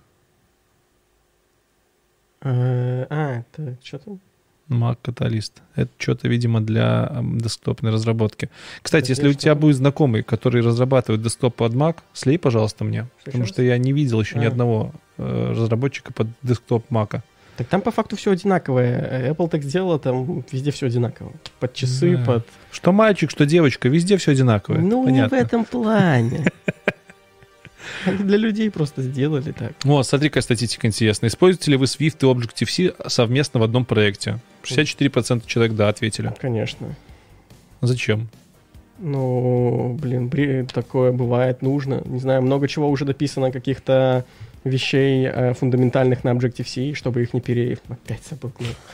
Это что там? Mac Catalyst. Это что-то, видимо, для десктопной разработки. Кстати, если у тебя будет знакомый, который разрабатывает десктоп под Mac, слей, пожалуйста, мне. Потому что я не видел еще ни одного разработчика под десктоп Mac. Так там по факту все одинаковое. Apple так сделала, там везде все одинаково. Под часы, под... Что мальчик, что девочка, везде все одинаковое. Ну, понятно. Не в этом плане. Они для людей просто сделали так. Вот, смотри, какая статистика интересная. Используете ли вы Swift и Objective-C совместно в одном проекте? 64% человек да ответили. Конечно. Зачем? Ну, такое бывает, нужно. Не знаю, много чего уже дописано, каких-то вещей фундаментальных на Objective-C, чтобы их не Опять забыл.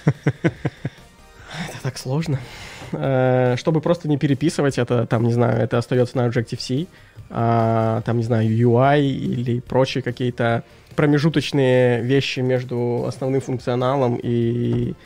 Это так сложно. Чтобы просто не переписывать это, там, не знаю, это остается на Objective-C, там, не знаю, UI или прочие какие-то промежуточные вещи между основным функционалом и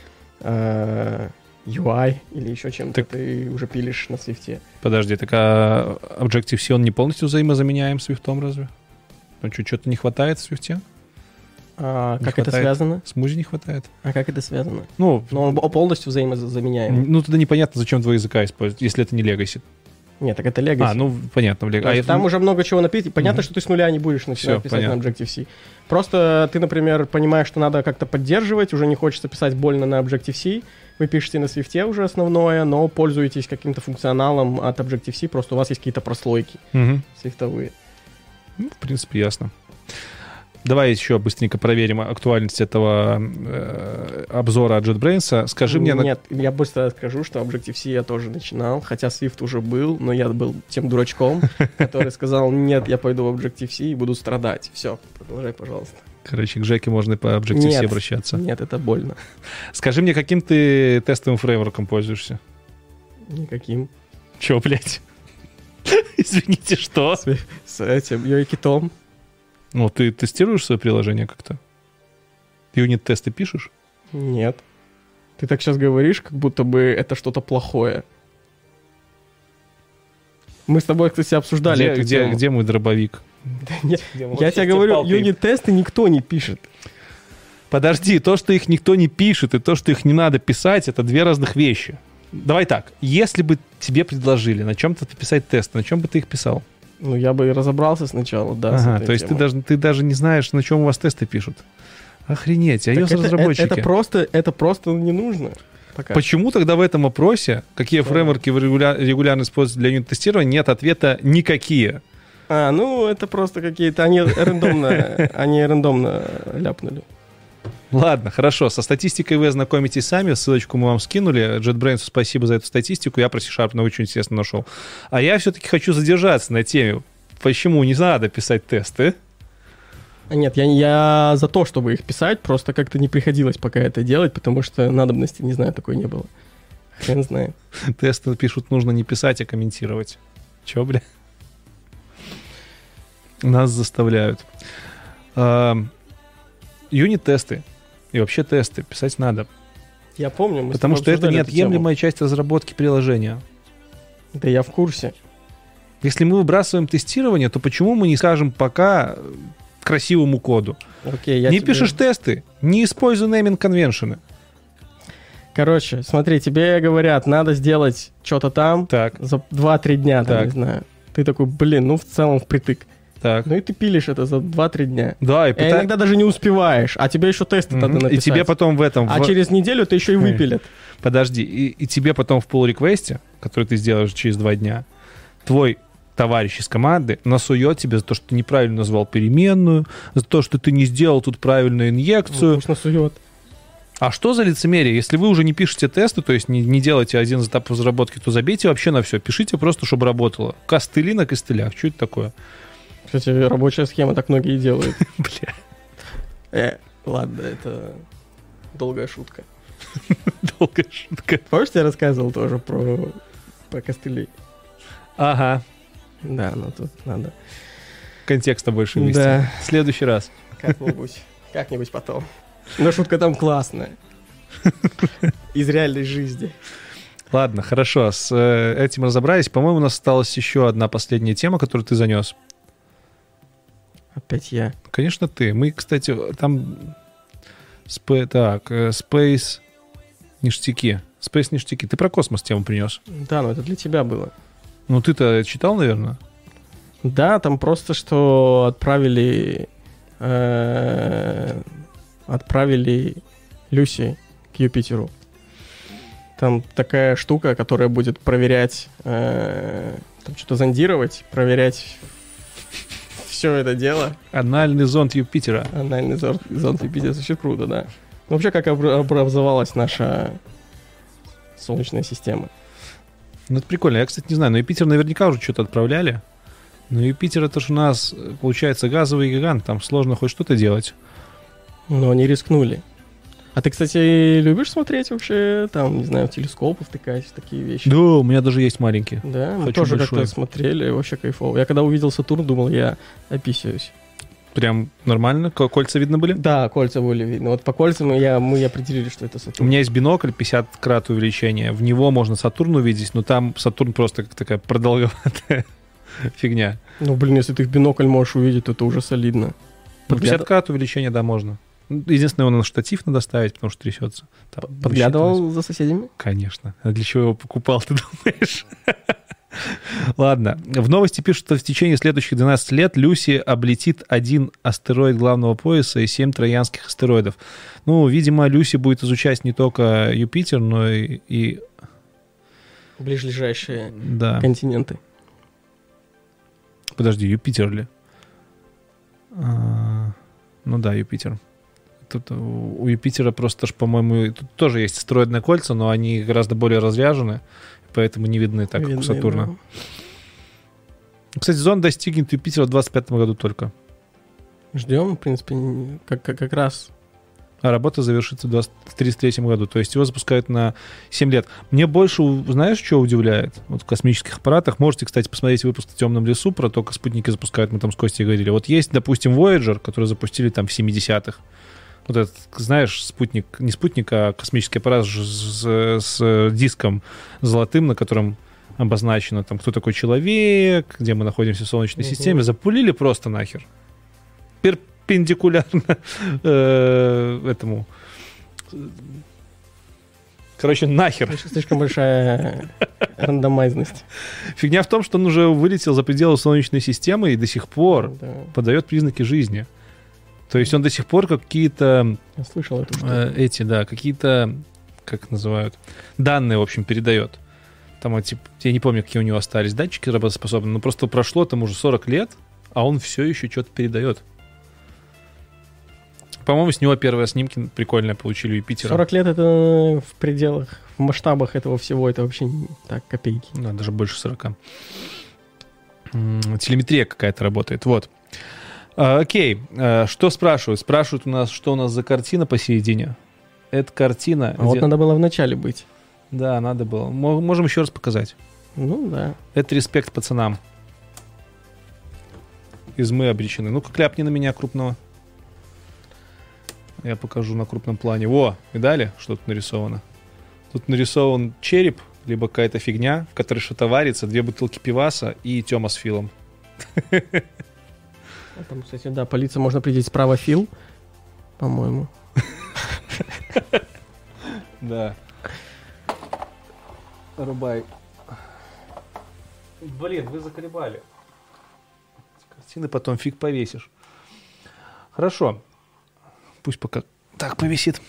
UI или еще чем-то ты уже пилишь на Swift. Подожди, так а Objective-C, он не полностью взаимозаменяем с Swift разве? Ну что-то не хватает в Swift? Как это связано? Смузи не хватает. А как это связано? Ну, он полностью взаимозаменяем. Ну, тогда непонятно, зачем два языка использовать, если это не Legacy. Нет, так это Legacy. Ну, понятно. В Legacy. Там уже много чего написано. Понятно, что ты с нуля не будешь начинать писать на Objective-C. Просто ты, например, понимаешь, что надо как-то поддерживать, уже не хочется писать больно на Objective-C. Вы пишете на Swift уже основное, но пользуетесь каким-то функционалом от Objective-C, просто у вас есть какие-то прослойки свифтовые. Ну, в принципе, ясно. Давай еще быстренько проверим актуальность этого обзора от JetBrains. Скажи мне... Нет, я быстро скажу, что Objective-C я тоже начинал, хотя Swift уже был, но я был тем дурачком, который сказал, нет, я пойду в Objective-C и буду страдать. Все, продолжай, пожалуйста. Короче, к Жеке можно по Objective-C обращаться. Нет, это больно. Скажи мне, каким ты тестовым фреймворком пользуешься? Никаким. Че, блядь? Извините, что? С этим, UIKit-ом. Ну, ты тестируешь свое приложение как-то? Ты юнит-тесты пишешь? Нет. Ты так сейчас говоришь, как будто бы это что-то плохое. Мы с тобой, кстати, обсуждали эту тему. Где мой дробовик? Я тебе говорю, юнит-тесты никто не пишет. Подожди, то, что их никто не пишет, и то, что их не надо писать, это две разных вещи. Давай так, если бы тебе предложили на чем-то писать тесты, на чем бы ты их писал? Ну, я бы и разобрался сначала, да. Ага, то есть ты даже не знаешь, на чем у вас тесты пишут. Охренеть, iOS-разработчики. Это просто не нужно. Пока. Почему тогда в этом опросе, какие фреймворки вы регулярно используете для юнит-тестирования, нет ответа никакие? Ну, это просто какие-то... Они рандомно ляпнули. Ладно, хорошо. Со статистикой вы ознакомитесь сами. Ссылочку мы вам скинули. JetBrains, спасибо за эту статистику. Я про C# много чего интересного нашел. А я все-таки хочу задержаться на теме. Почему не надо писать тесты? Нет, я за то, чтобы их писать. Просто как-то не приходилось пока это делать, потому что надобности, не знаю, такой не было. Хрен знает. Тесты пишут, нужно не писать, а комментировать. Че, бля? Нас заставляют. Юнит-тесты и вообще тесты писать надо. Я помню. Потому что это неотъемлемая часть разработки приложения. Да я в курсе. Если мы выбрасываем тестирование, то почему мы не скажем пока красивому коду? Окей, не пишешь тесты, не используй нейминг-конвеншены. Короче, смотри, тебе говорят, надо сделать что-то там за 2-3 дня, там, не знаю. Ты такой, в целом впритык. Так. Ну и ты пилишь это за 2-3 дня. Да, и иногда даже не успеваешь, а тебе еще тесты надо написать. И тебе потом в этом... А через неделю ты еще и выпилят. Подожди, и тебе потом в pull-реквесте, который ты сделаешь через 2 дня, твой товарищ из команды насует тебе за то, что ты неправильно назвал переменную, за то, что ты не сделал тут правильную инъекцию. Пусть насует. А что за лицемерие? Если вы уже не пишете тесты, то есть не делаете один из этапов разработки, то забейте вообще на все. Пишите просто, чтобы работало. Костыли на костылях. Что это такое? Кстати, рабочая схема так многие делают. Бля. Ладно, это долгая шутка. Долгая шутка. Помнишь, я рассказывал тоже про костылей? Ага. Да, ну тут надо... Контекста больше вместе. Да. В следующий раз. Как-нибудь потом. Но шутка там классная. Из реальной жизни. Ладно, хорошо. С этим разобрались. По-моему, у нас осталась еще одна последняя тема, которую ты занес. Опять я. Конечно, ты. Мы, кстати, там... Space ништяки. Space ништяки. Ты про космос тему принес. Да, но это для тебя было. Ну, ты-то читал, наверное? Да, там просто, что отправили Люси к Юпитеру. Там такая штука, которая будет проверять, там что-то зондировать, проверять все это дело. Анальный зонд Юпитера. Анальный зонд Юпитера, звучит круто, да. Ну, вообще, как образовалась наша Солнечная система. Ну, это прикольно. Я, кстати, не знаю, но Юпитер наверняка уже что-то отправляли. Но Юпитер, это же у нас, получается, газовый гигант. Там сложно хоть что-то делать. Но они рискнули. А ты, кстати, любишь смотреть вообще, там, не знаю, в телескопы втыкать, такие вещи? Да, у меня даже есть маленький. Да, мы хочу тоже большой. как-то смотрели, вообще кайфово. Я когда увидел Сатурн, думал, я описываюсь. Прям нормально? Кольца видно были? Да, кольца были видны. Вот по кольцам мы определили, что это У Сатурн. меня есть бинокль 50 крат увеличения. В него можно Сатурн увидеть, но там Сатурн просто как такая продолговатая фигня. Ну, блин, если ты в бинокль можешь увидеть, то это уже солидно. 50 крат увеличения, да, можно. Единственное, его на штатив надо ставить, потому что трясется. Там Подглядывал за соседями? Конечно. А для чего его покупал, ты думаешь? Ладно. В новости пишут, что в течение следующих 12 лет Люси облетит 1 астероид главного пояса и 7 троянских астероидов. Ну, видимо, Люси будет изучать не только Юпитер, но и... Ближайшие континенты. Подожди, Юпитер ли? Ну да, Юпитер. Тут у Юпитера просто, по-моему, тут тоже есть астероидные кольца, но они гораздо более разряжены, поэтому не видны так, как у Сатурна. Да. Кстати, зонд достигнет Юпитера в 2025 году только. Ждем, в принципе, как раз. А работа завершится в 2033 году. То есть его запускают на 7 лет. Мне больше, знаешь, что удивляет? Вот в космических аппаратах. Можете, кстати, посмотреть выпуск «В темном лесу» про то, как спутники запускают. Мы там с Костей говорили. Вот есть, допустим, Voyager, который запустили там в 70-х. Вот этот, знаешь, спутник, не спутник, а космический аппарат с диском золотым, на котором обозначено, там, кто такой человек, где мы находимся в Солнечной системе. Запулили просто нахер. Перпендикулярно этому. Короче, нахер. Слишком большая рандомайзность. Фигня в том, что он уже вылетел за пределы Солнечной системы и до сих пор подает признаки жизни. То есть он до сих пор какие-то... Я слышал эту штуку. какие-то, как называют, данные, в общем, передает. Там, типа, я не помню, какие у него остались датчики работоспособные, но просто прошло там уже 40 лет, а он все еще что-то передает. По-моему, с него первые снимки прикольные получили у Юпитера. 40 лет это в пределах, в масштабах этого всего, это вообще так, копейки. Да, даже больше 40. Телеметрия какая-то работает, вот. Окей, что спрашивают? Спрашивают у нас, что у нас за картина посередине. Это картина... А вот надо было в начале быть. Да, надо было. Можем еще раз показать. Ну, да. Это респект пацанам. Мы обречены. Ну-ка, кляпни на меня крупного. Я покажу на крупном плане. Во, видали, что тут нарисовано? Тут нарисован череп, либо какая-то фигня, в которой что-то варится, 2 бутылки пиваса и Тёма с Филом. Там, кстати, да, полиция можно определить справа Фил, по-моему. Да. Рубай. Блин, вы заколебали. Картины потом фиг повесишь. Хорошо. Пусть пока так повисит.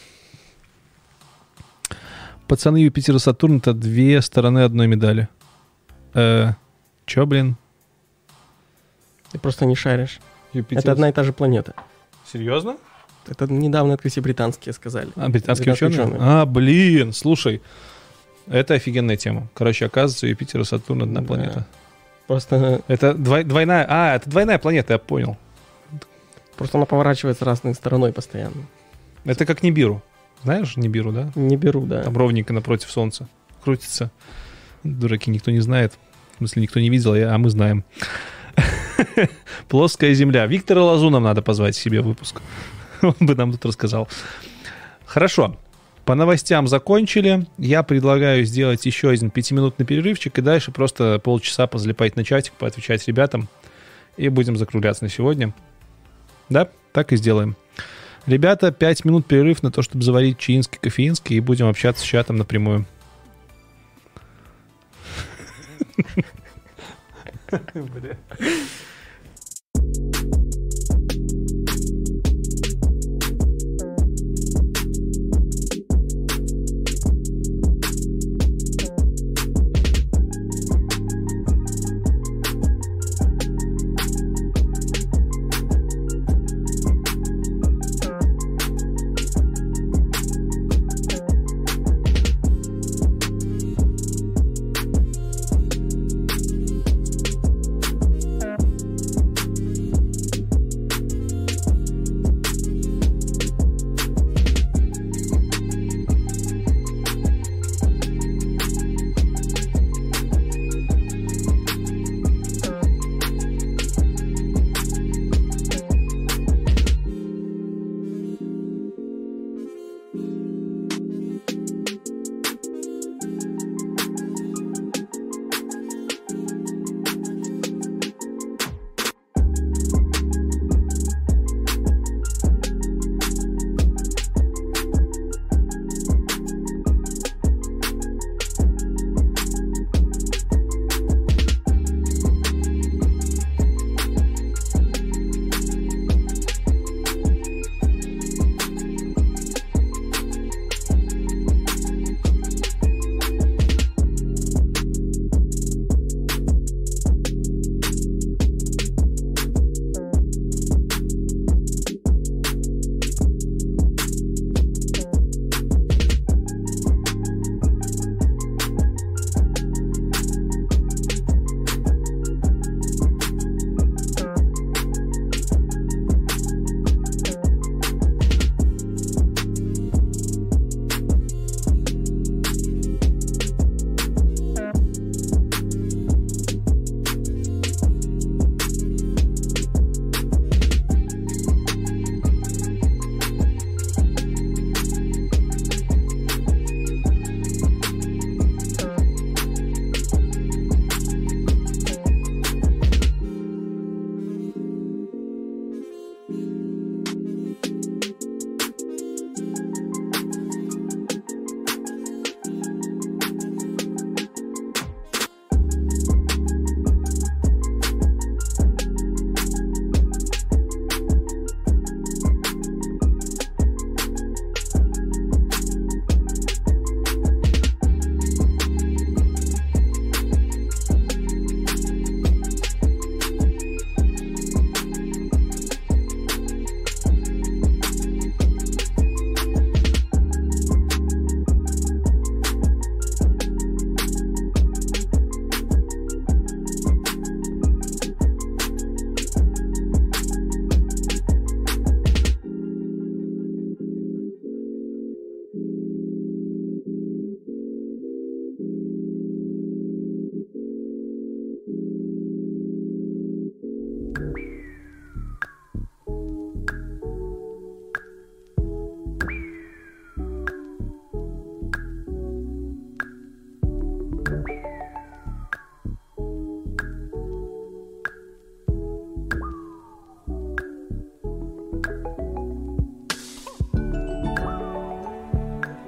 Пацаны, Юпитер и Сатурн — это 2 стороны одной медали. Чё, блин? Ты просто не шаришь. Юпитер... Это одна и та же планета. Серьезно? Это недавно открытие британские сказали. А, британские ученые? А, блин, слушай. Это офигенная тема. Короче, оказывается, Юпитер и Сатурн — одна планета. Просто... Это двойная... А, это двойная планета, я понял. Просто она поворачивается разной стороной постоянно. Это как Нибиру. Знаешь Нибиру, да? Нибиру, да. Там ровненько напротив Солнца крутится. Дураки, никто не знает. В смысле, никто не видел, а мы знаем. Плоская Земля. Виктора Лозу нам надо позвать себе в выпуск. Он бы нам тут рассказал. Хорошо. По новостям закончили. Я предлагаю сделать еще один 5-минутный перерывчик и дальше просто полчаса позалипать на чатик, поотвечать ребятам. И будем закругляться на сегодня. Да? Так и сделаем. Ребята, 5 минут перерыв на то, чтобы заварить чаинский, кофеинский, и будем общаться с чатом напрямую. Бля.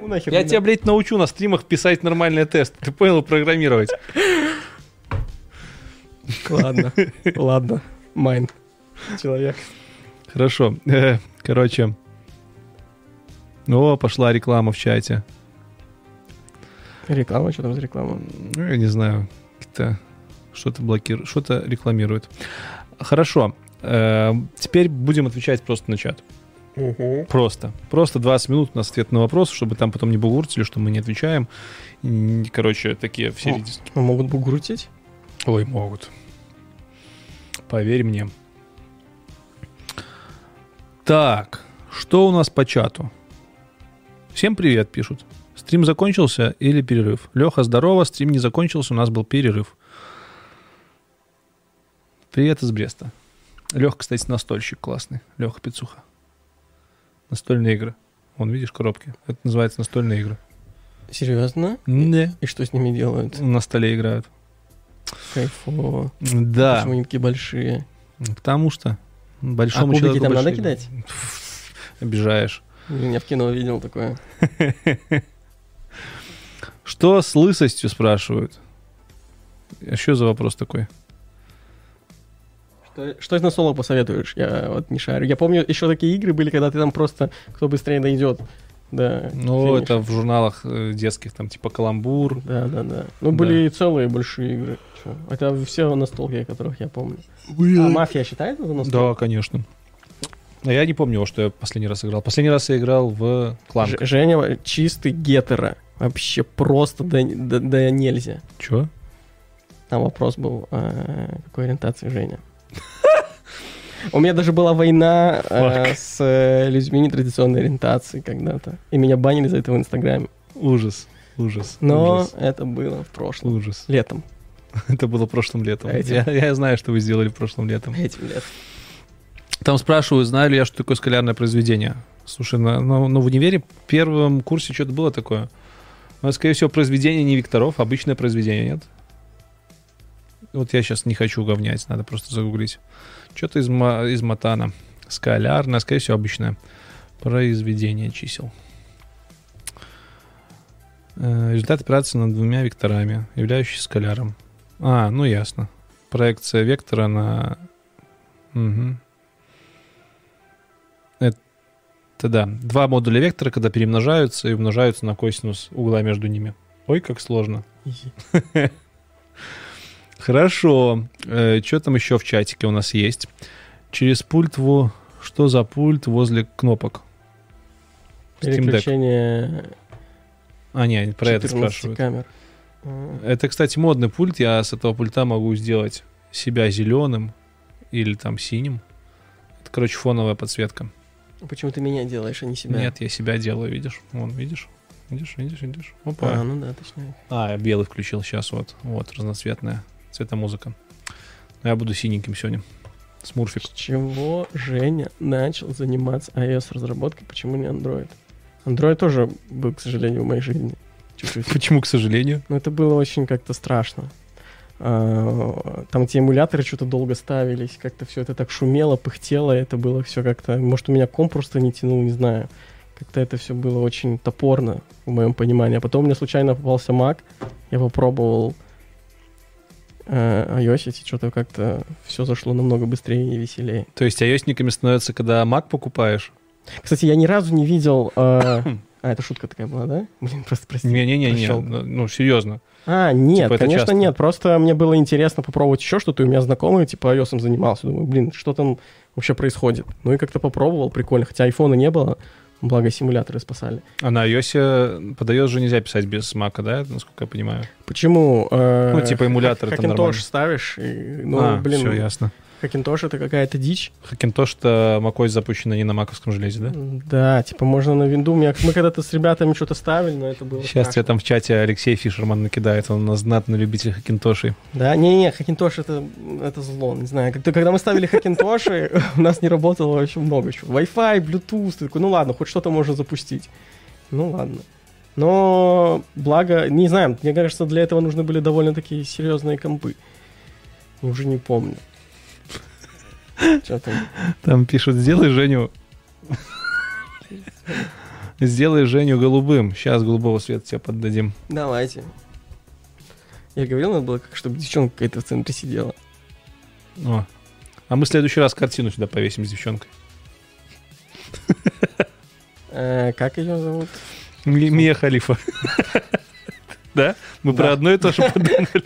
Я тебя, блядь, научу на стримах писать нормальные тесты. Ты понял, программировать. Ладно. Майн. Человек. Хорошо. Короче. О, пошла реклама в чате. Реклама? Что там за реклама? Я не знаю. Что-то блокирует, что-то рекламирует. Хорошо. Теперь будем отвечать просто на чат. Угу. Просто 20 минут у нас ответ на вопрос, чтобы там потом не бугуртили, что мы не отвечаем. Короче, такие все редиски. Могут бугуртить? Ой, могут. Поверь мне. Так, что у нас по чату? Всем привет, пишут. Стрим закончился или перерыв? Леха, здорово, стрим не закончился, у нас был перерыв. Привет из Бреста. Леха, кстати, настольщик классный. Леха Пицуха. Настольные игры. Вон, видишь, коробки. Это называется настольные игры. Серьезно? Да. И что с ними делают? На столе играют. Кайфово. Да. Почему они такие большие? Потому что большому кубики человеку там большие. надо кидать? Обижаешь. Я в кино видел такое. Что с лысостью, спрашивают? А что за вопрос такой? Что из насолок посоветуешь? Я вот не шарю. Я помню, еще такие игры были, когда ты там просто кто быстрее дойдет. Да. Ну, это в журналах детских, там типа «Каламбур». Да. Ну, были целые большие игры. Чё? Это все настолки, о которых я помню. А «Мафия» считается за настолку? Да, конечно. А я не помню, во что я последний раз играл. Последний раз я играл в «Кланк». Женя чистый гетеро. Вообще просто да нельзя. Чё? Там вопрос был, какой ориентации Женя. У меня даже была война с людьми нетрадиционной ориентации когда-то. И меня банили за это в Инстаграме. Ужас. Но это было в прошлом. Ужас. Летом. Это было прошлым летом. Я знаю, что вы сделали прошлым летом. Этим летом. Там спрашивают, знаю ли я, что такое скалярное произведение. Слушай, в универе в первом курсе что-то было такое. Но, скорее всего, произведение не векторов, обычное произведение, нет? Вот я сейчас не хочу говнять, надо просто загуглить. Что-то из Матана. Скалярное, скорее всего, обычное произведение чисел. Результат операции над двумя векторами, являющийся скаляром. Ну ясно. Проекция вектора на... Угу. Это да. Два модуля вектора, когда перемножаются и умножаются на косинус угла между ними. Ой, как сложно. Хорошо. Что там еще в чатике у нас есть? Через пульт Что за пульт возле кнопок? Переключение... Нет, про это спрашивают. Камер. Это, кстати, модный пульт. Я с этого пульта могу сделать себя зеленым или там синим. Это, короче, фоновая подсветка. Почему ты меня делаешь, а не себя? Нет, я себя делаю, видишь? Вон, видишь? Видишь? Опа. Ну да, точно. Я белый включил сейчас, вот, разноцветная цветомузыка. Но я буду синеньким сегодня. Смурфик. С чего Женя начал заниматься iOS-разработкой? Почему не Android? Android тоже был, к сожалению, в моей жизни. Чуть-чуть. Почему, к сожалению? Это было очень как-то страшно. Там те эмуляторы что-то долго ставились, как-то все это так шумело, пыхтело, это было все как-то... Может, у меня комп просто не тянул, не знаю. Как-то это все было очень топорно, в моем понимании. А потом мне случайно попался Mac, я попробовал iOS, и что-то как-то все зашло намного быстрее и веселее. То есть iOS-никами становятся, когда Mac покупаешь? Кстати, я ни разу не видел... это шутка такая была, да? Блин, просто прости. Не, серьезно. Нет, типа, конечно, часто. нет. Просто мне было интересно попробовать еще что-то. И у меня знакомый, типа, iOS занимался. Думаю, что там вообще происходит? Ну и как-то попробовал, прикольно. Хотя айфона не было, благо симуляторы спасали. А на iOS под iOS же нельзя писать без Mac, да, насколько я понимаю? Почему? Типа эмулятор там нормально. Hackintosh ставишь, все ясно. Hackintosh — это какая-то дичь. Hackintosh — это macOS, запущенный не на маковском железе, да? Да, типа можно на винду. Мы когда-то с ребятами что-то ставили, но это было Сейчас страшно. тебе там в чате Алексей Фишерман накидает, он у нас знатный любитель Hackintosh. Да, не, Hackintosh это зло, не знаю. Когда мы ставили Hackintosh, у нас не работало вообще много чего. Wi-Fi, Bluetooth, ты такой, ну ладно, хоть что-то можно запустить. Ну ладно. Но благо, не знаю, мне кажется, для этого нужны были довольно такие серьезные компы. Я уже не помню. Что там? Там пишут, сделай Женю Сделай Женю голубым. Сейчас голубого света тебе поддадим. Давайте. Я говорил, надо было, чтобы девчонка какая-то в центре сидела. О. А мы в следующий раз картину сюда повесим с девчонкой. Как ее зовут? Мия Халифа. Да? Мы про одно и то же подумали.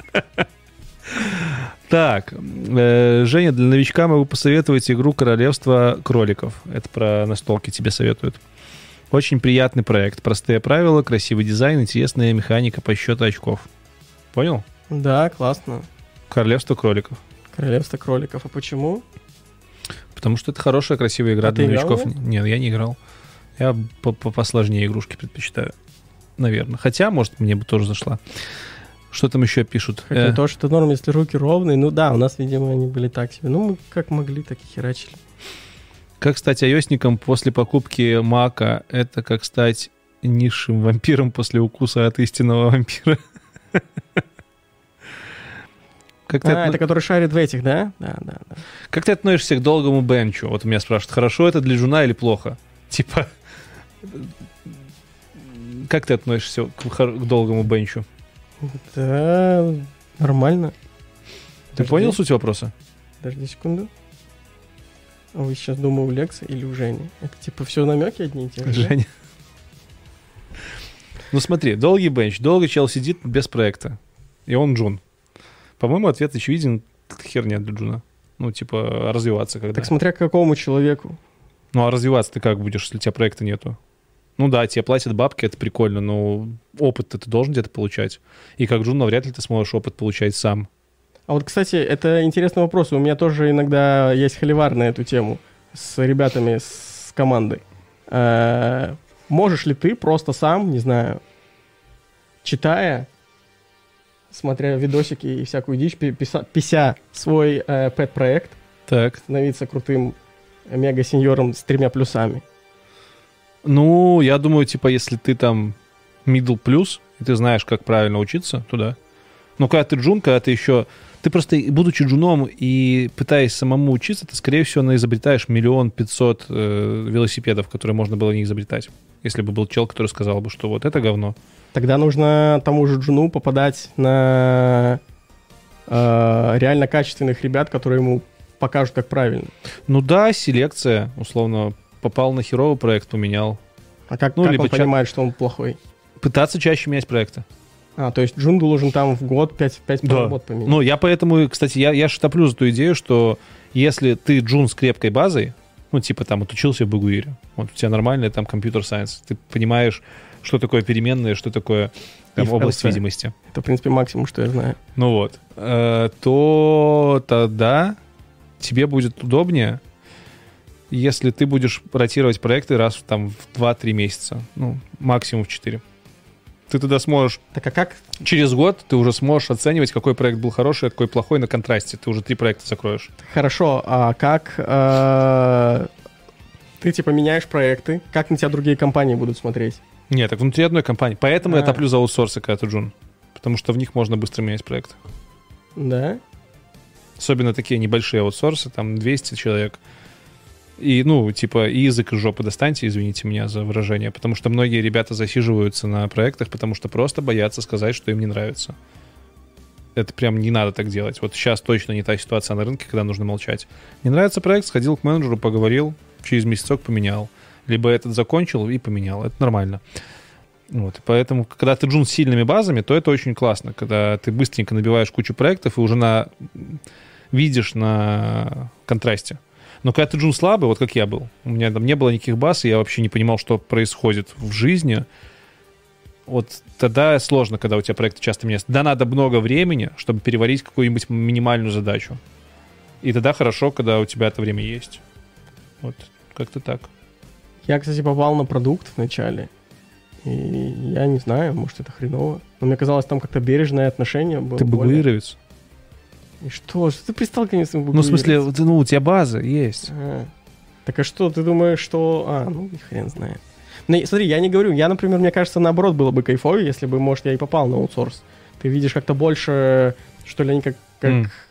Так, Женя, для новичка могу посоветовать игру «Королевство кроликов». Это про настолки тебе советуют. Очень приятный проект. Простые правила, красивый дизайн, интересная механика по счету очков. Понял? Да, классно. «Королевство кроликов». «Королевство кроликов». А почему? Потому что это хорошая, красивая игра для новичков. Нет, я не играл. Я посложнее игрушки предпочитаю. Наверное. Хотя, может, мне бы тоже зашла. Что там еще пишут? То, что норм, если руки ровные. Ну да, у нас, видимо, они были так себе. Ну, мы как могли, так и херачили. Как стать iOS-ником после покупки Мака? Это как стать низшим вампиром после укуса от истинного вампира. Это который шарит в этих, да? Да. Как ты относишься к долгому бенчу? Вот меня спрашивают, хорошо это для джуна или плохо? Типа, как ты относишься к долгому бенчу? Да, нормально. Ты понял суть вопроса? Подожди секунду. А вы сейчас, думаю, у Лекса или у Жени? Это типа все намеки одни и те же? Женя. Ну смотри, долгий бенч. Долго чел сидит без проекта. И он джун. По-моему, ответ очевиден. Херня для джуна. Ну, типа, развиваться когда. Так смотря к какому человеку. Ну, а развиваться ты как будешь, если у тебя проекта нету? Ну да, тебе платят бабки, это прикольно, но опыт-то ты должен где-то получать. И как джун навряд ли ты сможешь опыт получать сам. А вот, кстати, это интересный вопрос. У меня тоже иногда есть холивар на эту тему с ребятами с команды. Можешь ли ты просто сам, не знаю, читая, смотря видосики и всякую дичь, пися свой пэт-проект, так, становиться крутым мега-сеньором с 3 плюсами? Ну, я думаю, типа, если ты там middle плюс, и ты знаешь, как правильно учиться, то да. Но когда ты джун, когда ты еще... Ты просто, будучи джуном и пытаясь самому учиться, ты, скорее всего, наизобретаешь 1 500 000 велосипедов, которые можно было не изобретать. Если бы был чел, который сказал бы, что вот это говно. Тогда нужно тому же джуну попадать на реально качественных ребят, которые ему покажут, как правильно. Ну да, селекция, условно, попал на херовый проект, поменял. А как он понимает, что он плохой? Пытаться чаще менять проекты. То есть джун должен там в год 5 работ поменять. Ну, я поэтому, кстати, я штоплю за ту идею, что если ты джун с крепкой базой, ну, типа там отучился в Багуире, вот у тебя нормальный там компьютер-сайенс, ты понимаешь, что такое переменные, что такое там, область видимости. Это, в принципе, максимум, что я знаю. Ну вот. То тогда тебе будет удобнее, если ты будешь ротировать проекты раз там, в 2-3 месяца. Ну, максимум в 4. Ты тогда сможешь... Так а как? Через год ты уже сможешь оценивать, какой проект был хороший, а какой плохой на контрасте. Ты уже 3 проекта закроешь. Хорошо. А как ты, типа, меняешь проекты? Как на тебя другие компании будут смотреть? Нет, так внутри одной компании. Поэтому я топлю за аутсорсы, когда ты джун. Потому что в них можно быстро менять проекты. Да? Особенно такие небольшие аутсорсы, там 200 человек. И, ну, типа, и язык из жопы достаньте, извините меня за выражение, потому что многие ребята засиживаются на проектах, потому что просто боятся сказать, что им не нравится. Это прям не надо так делать. Вот сейчас точно не та ситуация на рынке, когда нужно молчать. Не нравится проект, сходил к менеджеру, поговорил, через месяцок поменял. Либо этот закончил и поменял. Это нормально. Вот. Поэтому, когда ты джун с сильными базами, то это очень классно. Когда ты быстренько набиваешь кучу проектов и уже видишь на контрасте. Но когда ты джун слабый, вот как я был, у меня там не было никаких баз, и я вообще не понимал, что происходит в жизни, вот тогда сложно, когда у тебя проекты часто меняются. Да, надо много времени, чтобы переварить какую-нибудь минимальную задачу. И тогда хорошо, когда у тебя это время есть. Вот, как-то так. Я, кстати, попал на продукт вначале, и я не знаю, может, это хреново. Но мне казалось, там как-то бережное отношение было. Ты багуировец. И что? Что ты пристал, конечно, ну, в смысле, у тебя база есть. Так а что, ты думаешь, что... ну, хрен знает. Ну, смотри, я не говорю, например, мне кажется, наоборот, было бы кайфово, если бы, может, я и попал на аутсорс. Ты видишь как-то больше, что ли, они как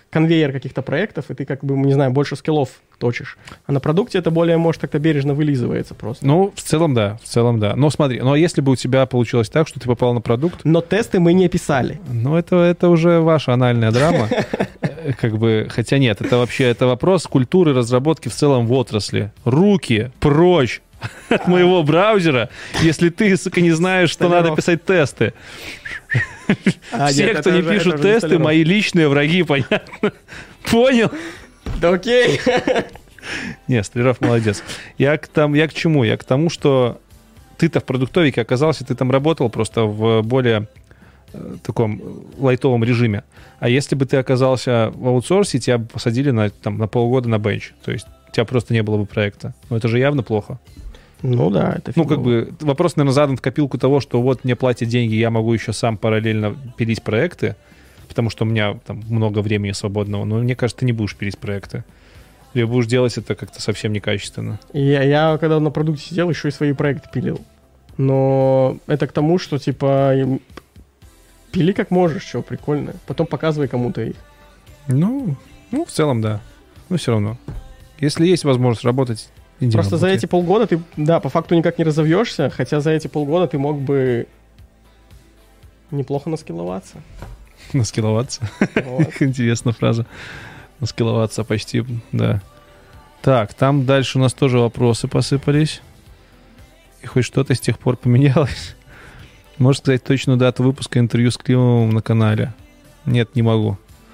конвейер каких-то проектов, и ты как бы, не знаю, больше скиллов точишь. А на продукте это более, может, как-то бережно вылизывается просто. Ну, в целом, да. Но смотри, но если бы у тебя получилось так, что ты попал на продукт... Но тесты мы не писали. Ну, это уже ваша анальная драма. Как бы, хотя нет, это вообще, это вопрос культуры разработки в целом в отрасли. Руки прочь от моего браузера, если ты, сука, не знаешь, что надо писать тесты. Все, кто не пишут тесты, мои личные враги, понятно? Понял? Да окей. Не, Столяров молодец. Я к чему? Я к тому, что ты-то в продуктовике оказался, ты там работал просто в более таком лайтовом режиме. А если бы ты оказался в аутсорсе, тебя посадили на полгода на бенч. То есть у тебя просто не было бы проекта. Но это же явно плохо. Ну да, это фигово. Ну, как бы вопрос, наверное, задан в копилку того, что вот мне платят деньги, я могу еще сам параллельно пилить проекты, потому что у меня там много времени свободного. Но мне кажется, ты не будешь пилить проекты. Или будешь делать это как-то совсем некачественно. Я когда на продукте сидел, еще и свои проекты пилил. Но это к тому, что, типа, пили как можешь, что прикольно. Потом показывай кому-то их. Ну, в целом, да. Но все равно. Если есть возможность работать, иди просто работай. за эти полгода ты, да, по факту никак не разовьешься, хотя за эти полгода ты мог бы неплохо наскилловаться. Наскилловаться? Вот. Интересная фраза. Наскилловаться почти, да. Так, там дальше у нас тоже вопросы посыпались. И хоть что-то с тех пор поменялось. Можешь сказать точную дату выпуска интервью с Климовым на канале? Нет, не могу.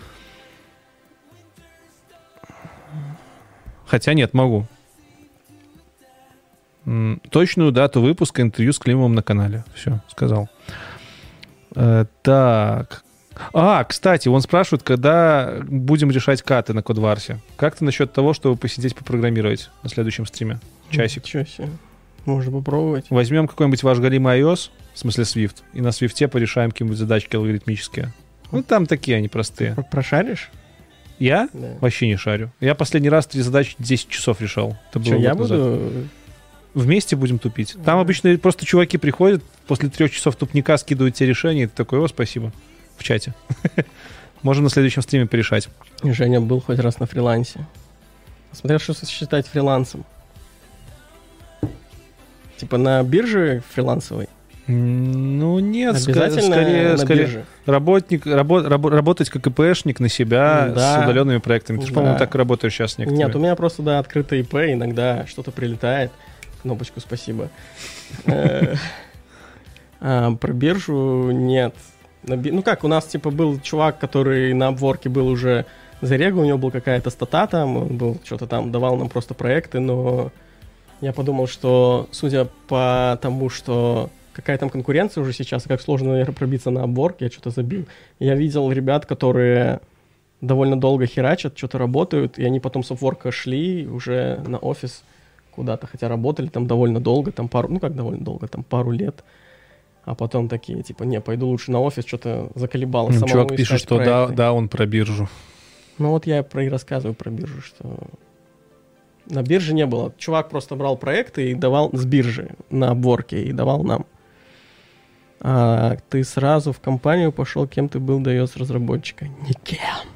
Хотя нет, могу. Точную дату выпуска интервью с Климовым на канале. Все, сказал. Так. Кстати, он спрашивает, когда будем решать каты на Кодварсе. Как ты насчет того, чтобы посидеть попрограммировать на следующем стриме? Часик. Ничего себе. Можно попробовать. Возьмем какой-нибудь ваш голимый iOS, в смысле Swift, и на Swift порешаем какие-нибудь задачки алгоритмические. Ну, там такие они простые. Прошаришь? Я? Да. Вообще не шарю. Я последний раз 3 задачи 10 часов решал. Это было я год назад. буду... Вместе будем тупить. Там обычно просто чуваки приходят, после 3 часов тупника скидывают тебе решение, и ты такой: о, спасибо, в чате. Можем на следующем стриме порешать. Женя был хоть раз на фрилансе. Смотрел, что считать фрилансом. Типа на бирже фрилансовой? Ну, нет, обязательно скорее работать как ИПшник на себя с удаленными проектами. Ты же, по-моему, так и работаешь сейчас некоторые. Нет, у меня просто, да, открытое ИП, иногда что-то прилетает. Кнопочку «Спасибо». Про биржу нет. Ну как, у нас типа был чувак, который на Upwork'е был уже зарегал, у него была какая-то стата там, он был что-то там, давал нам просто проекты, но я подумал, что судя по тому, что какая там конкуренция уже сейчас, как сложно, наверное, пробиться на Upwork, я что-то забил. Я видел ребят, которые довольно долго херачат, что-то работают, и они потом с Upwork'а шли уже на офис куда-то, хотя работали там довольно долго, там пару лет. А потом такие, типа, не, пойду лучше на офис, что-то заколебало самому чувак искать пишет, что да, он про биржу. Ну вот я и рассказываю про биржу, что на бирже не было. Чувак просто брал проекты и давал с биржи на Upwork'е и давал нам. А ты сразу в компанию пошел, кем ты был до iOS-разработчика? Никем.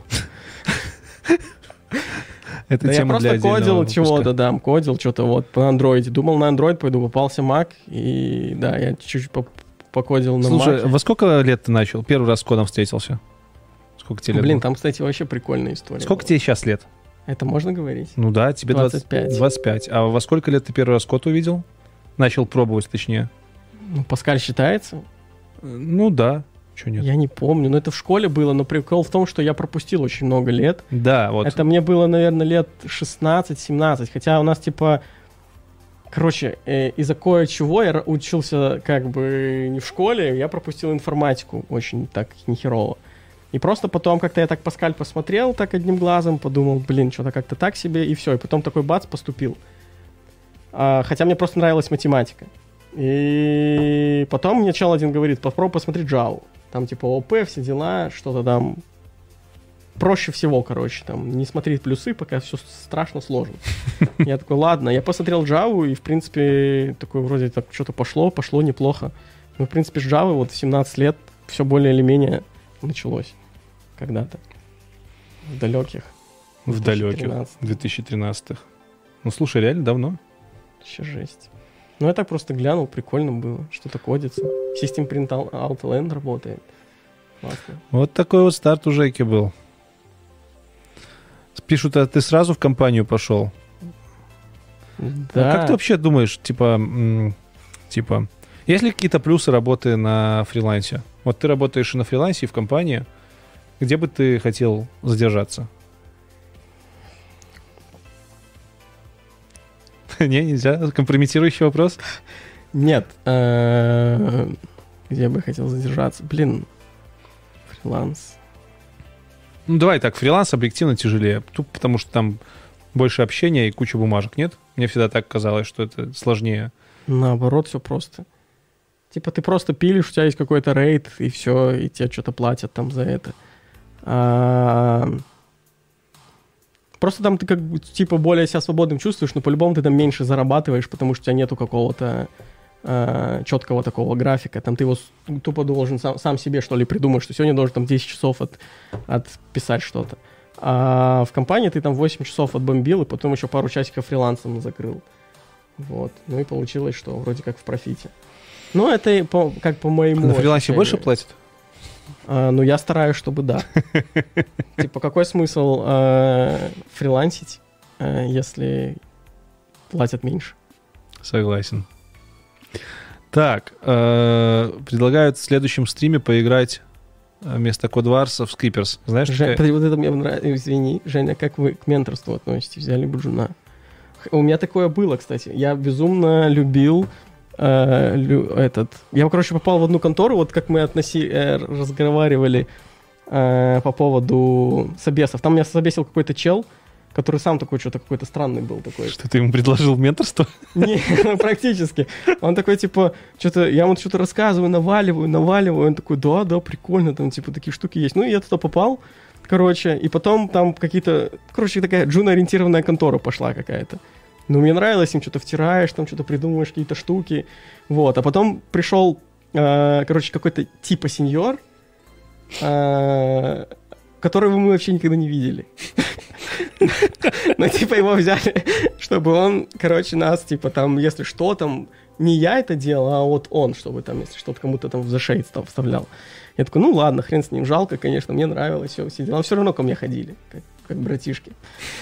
Это да тема я просто кодил чего-то, да, кодил что-то вот по Android. Думал на Android пойду, попался Mac, и да, я чуть-чуть покодил на Mac. Слушай, во сколько лет ты начал? Первый раз с кодом встретился? Сколько тебе лет? Блин, там, кстати, вообще прикольная история. Сколько тебе сейчас лет? Это можно говорить? Ну да, тебе 25. 25. А во сколько лет ты первый раз код увидел? Начал пробовать, точнее. Ну, Паскаль считается? Ну да. Чё нет? Я не помню, но это в школе было, но прикол в том, что я пропустил очень много лет. Да, вот. Это мне было, наверное, лет 16-17, хотя у нас, типа, короче, из-за кое-чего я учился как бы не в школе, я пропустил информатику очень так нехерово. И просто потом как-то я так Паскаль посмотрел так одним глазом, подумал, блин, что-то как-то так себе, и все. И потом такой бац, поступил. Хотя мне просто нравилась математика. И потом мне чел один говорит, попробуй посмотреть Java. Там типа ОП, все дела, что-то там проще всего, короче, там не смотреть плюсы, пока все страшно сложно. Я такой, ладно, я посмотрел Java, и в принципе такой вроде так что-то пошло неплохо. Ну, в принципе, с Java вот в 17 лет все более или менее началось когда-то. В далеких. В далеких 2013-х. Ну, слушай, реально давно. Вообще жесть. Ну, я так просто глянул, прикольно было, что-то кодится. System Print Out работает. Классно. Вот такой вот старт у Жеки был. Пишут, а ты сразу в компанию пошел? Да. А как ты вообще думаешь, типа, есть ли какие-то плюсы работы на фрилансе? Вот ты работаешь и на фрилансе, и в компании. Где бы ты хотел задержаться? Не, нельзя? Компрометирующий вопрос? Нет. Где бы я хотел задержаться? Блин, фриланс. Ну, давай так, фриланс объективно тяжелее. Тупо потому, что там больше общения и куча бумажек, нет? Мне всегда так казалось, что это сложнее. Наоборот, все просто. Типа ты просто пилишь, у тебя есть какой-то рейд, и все, и тебе что-то платят там за это. Просто там ты как бы типа более себя свободным чувствуешь, но по-любому ты там меньше зарабатываешь, потому что у тебя нету какого-то четкого такого графика. Там ты его тупо должен сам себе что ли придумать, что сегодня должен там 10 часов отписать что-то. А в компании ты там 8 часов отбомбил, и потом еще пару часиков фрилансом закрыл. Вот. Ну и получилось, что вроде как в профите. Ну, это как по моему... На фрилансе больше платят? Ну, я стараюсь, чтобы да. Типа, какой смысл фрилансить, если платят меньше? Согласен. Так, предлагают в следующем стриме поиграть вместо Кодварса в Скриперс. Знаешь, вот это мне нравится. Извини, Женя, как вы к менторству относитесь? Взяли Буджуна. У меня такое было, кстати. Я безумно любил Я, короче, попал в одну контору, вот как мы разговаривали по поводу собесов. Там меня собесил какой-то чел, который сам такой, что-то какой-то странный был такой. Что, ты ему предложил менторство? Не, практически. Он такой, типа, что-то, я ему что-то рассказываю, наваливаю. Он такой, да, прикольно, там, типа, такие штуки есть. Ну, и я туда попал, короче, и потом там какие-то, короче, такая джуно-ориентированная контора пошла какая-то. Ну, мне нравилось, им что-то втираешь, там, что-то придумываешь, какие-то штуки. Вот, а потом пришел, короче, какой-то типа сеньор, которого мы вообще никогда не видели. Ну, типа, его взяли, чтобы он, короче, нас, типа, там, если что, там, не я это делал, а вот он, чтобы там, если что-то кому-то там в The Shade вставлял. Я такой, ну, ладно, хрен с ним, жалко, конечно, мне нравилось, все дела. Но все равно ко мне ходили, как братишки.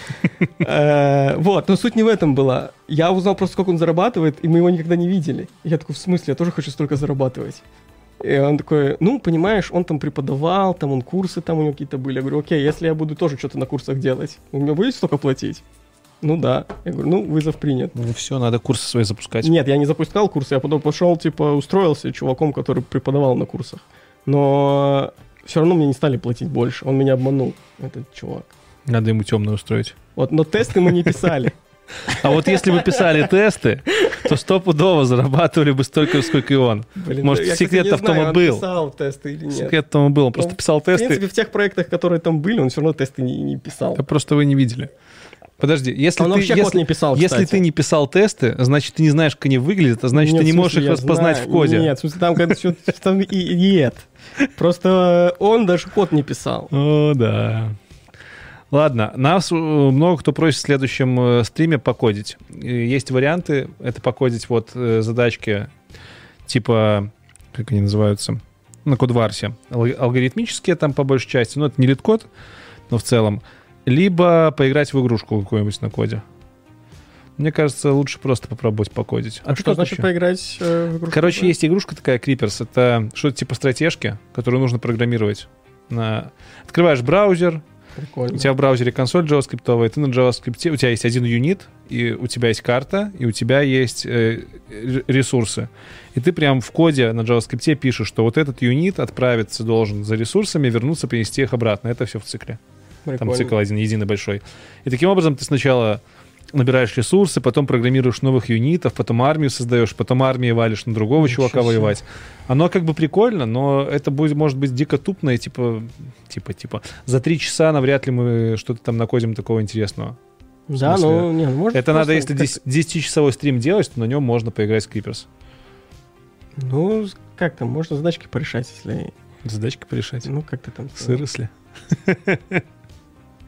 Вот, но суть не в этом была. Я узнал просто, сколько он зарабатывает, и мы его никогда не видели. Я такой, в смысле, я тоже хочу столько зарабатывать. И он такой, ну, понимаешь, он там преподавал, там он курсы там у него какие-то были. Я говорю, окей, если я буду тоже что-то на курсах делать, вы мне будете столько платить? Ну да. Я говорю, ну, вызов принят. Ну все, надо курсы свои запускать. Нет, я не запускал курсы, я потом пошел, типа, устроился чуваком, который преподавал на курсах. Но все равно мне не стали платить больше. Он меня обманул, этот чувак. Надо ему темную устроить. Вот, но тесты мы не писали. А вот если бы писали тесты, то стопудово зарабатывали бы столько, сколько и он. Блин, может, секрет-то в том и был. Он писал тесты или нет. Секрет в том и был. Он просто писал тесты. В принципе, в тех проектах, которые там были, он все равно тесты не писал. Да просто вы не видели. Подожди, если он вообще код не писал, если ты не писал тесты, значит, ты не знаешь, как они выглядят, а значит, нет, ты не можешь смысле, их распознать в коде. Нет, в смысле, там что-то нет. Просто он даже код не писал. О, да. Ладно, нас много кто просит в следующем стриме покодить. Есть варианты. Это покодить вот задачки типа, как они называются, на Кодварсе. Алгоритмические там по большей части. Ну, это не лид-код, но в целом. Либо поиграть в игрушку какую-нибудь на коде. Мне кажется, лучше просто попробовать покодить. А что значит поиграть в игрушку? Короче, есть игрушка такая, Creepers. Это что-то типа стратежки, которую нужно программировать. Открываешь браузер, прикольно. У тебя в браузере консоль JavaScript, ты на JavaScript, у тебя есть один юнит, и у тебя есть карта, и у тебя есть ресурсы. И ты прям в коде на JavaScript пишешь, что вот этот юнит отправиться должен за ресурсами, вернуться, принести их обратно. Это все в цикле. Прикольно. Там цикл один, единый большой. И таким образом ты сначала набираешь ресурсы, потом программируешь новых юнитов, потом армию создаешь, потом армией валишь на другого чувака воевать. Оно как бы прикольно, но это будет, может быть, дико тупно, и типа за 3 часа навряд ли мы что-то там накодим такого интересного. Да, ну, нет, может. Это надо, если 10-часовой стрим делать, то на нем можно поиграть в Creepers. Ну, как там, можно задачки порешать, если... Задачки порешать? Ну, как ты там... С выросли.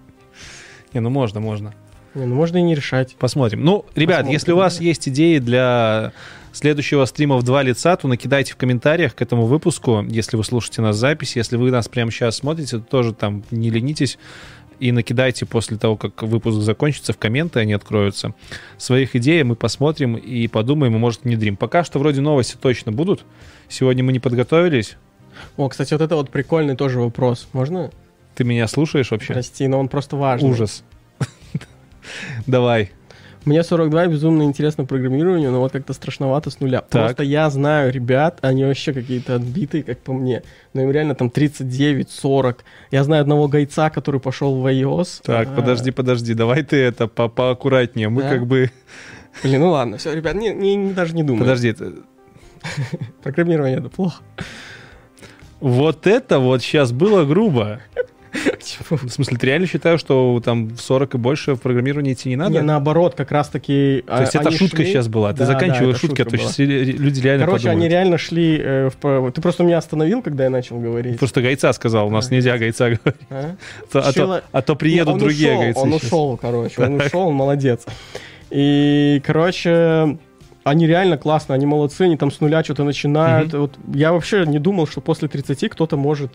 Не, ну можно. Не, ну можно и не решать. Посмотрим. Ну, ребят, если у вас есть идеи для следующего стрима в 2 лица, то накидайте в комментариях к этому выпуску, если вы слушаете нас в записи. Если вы нас прямо сейчас смотрите, то тоже там не ленитесь и накидайте после того, как выпуск закончится, в комменты они откроются. Своих идей мы посмотрим и подумаем, и, может, внедрим. Пока что вроде новости точно будут. Сегодня мы не подготовились. О, кстати, вот это вот прикольный тоже вопрос. Можно? Ты меня слушаешь вообще? Прости, но он просто важный. Ужас. Давай. Мне 42, безумно интересно программированию, но вот как-то страшновато с нуля. Так. Просто я знаю ребят, они вообще какие-то отбитые, как по мне. Но им реально там 39, 40. Я знаю одного гайца, который пошел в iOS. Так, подожди, давай ты это поаккуратнее. Мы как бы... Блин, ну ладно, все, ребят, даже не думаю. Подожди. Программирование — это плохо. Вот это вот сейчас было грубо. В смысле, ты реально считаешь, что там в 40 и больше в программировании идти не надо? Не, наоборот, как раз-таки... То есть это шутка сейчас была? Ты заканчиваешь шутки, а то сейчас люди реально подумают. Короче, они реально шли... Ты просто меня остановил, когда я начал говорить. Просто гайца сказал, у нас нельзя гайца говорить. А то приедут другие гайцы. Он ушел, короче, он молодец. И, короче... Они реально классно, они молодцы, они там с нуля что-то начинают. Вот я вообще не думал, что после 30 кто-то может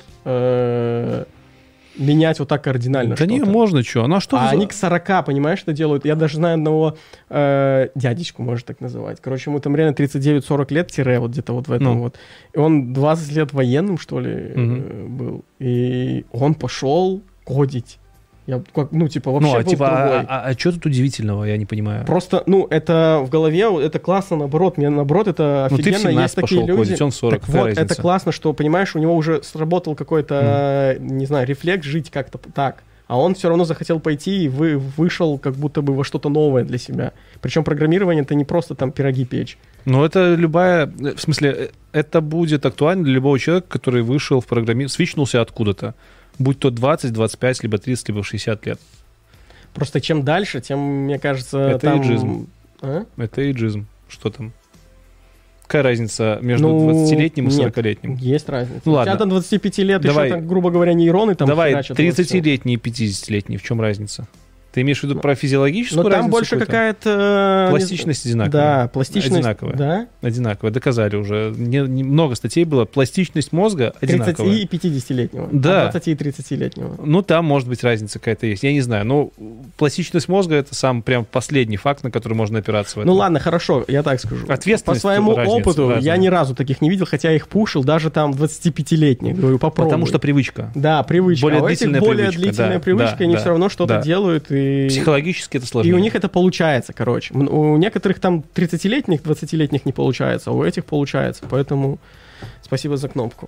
менять вот так кардинально. Да что-то. не, можно, что? Ну, а что они к 40, понимаешь, что делают? Я даже знаю одного дядечку, можно так называть. Короче, ему там реально 39-40 лет, вот где-то вот в этом вот. И он 20 лет военным, что ли, был. И он пошел кодить. Я как, вообще был другой. А что тут удивительного, я не понимаю. Просто, это в голове, это классно, наоборот. Мне, наоборот, это офигенно. Ты в 17 есть такие пошел люди. Кодить, он 40, так вот, это классно, что, понимаешь, у него уже сработал какой-то, не знаю, рефлекс жить как-то так. А он все равно захотел пойти и вышел как будто бы во что-то новое для себя. Причем программирование — это не просто там пироги печь. Ну, это в смысле, это будет актуально для любого человека, который вышел в программирование, свичнулся откуда-то. Будь то 20, 25, либо 30, либо 60 лет. Просто чем дальше, тем, мне кажется, это там... эйджизм. Это эйджизм. Что там? Какая разница между 20-летним и 40-летним? Есть разница. Ну, ладно. У тебя до 25 лет давай, еще, грубо говоря, нейроны там херачат. Давай 30-летний и 50-летний. В чем разница? Ты имеешь в виду про физиологическую разницу? Но там больше какая-то... Пластичность одинаковая. Да, пластичность... Одинаковая. Да? Одинаковая. Доказали уже. Много статей было. Пластичность мозга одинаковая. 30 и 50-летнего. Да. 20 и 30-летнего. Ну, там, может быть, разница какая-то есть. Я не знаю. Но пластичность мозга — это сам прям последний факт, на который можно опираться в этом. Ну, ладно, хорошо, я так скажу. Ответственность. По своему опыту я ни разу таких не видел, хотя их пушил даже там 25-летних. Говорю, попробуй. Потому что привычка. Да, привычка. Более длительная привычка, они все равно что-то делают. И... Психологически это сложнее. И у них это получается, короче. У некоторых там 30-летних, 20-летних не получается, а у этих получается. Поэтому спасибо за кнопку.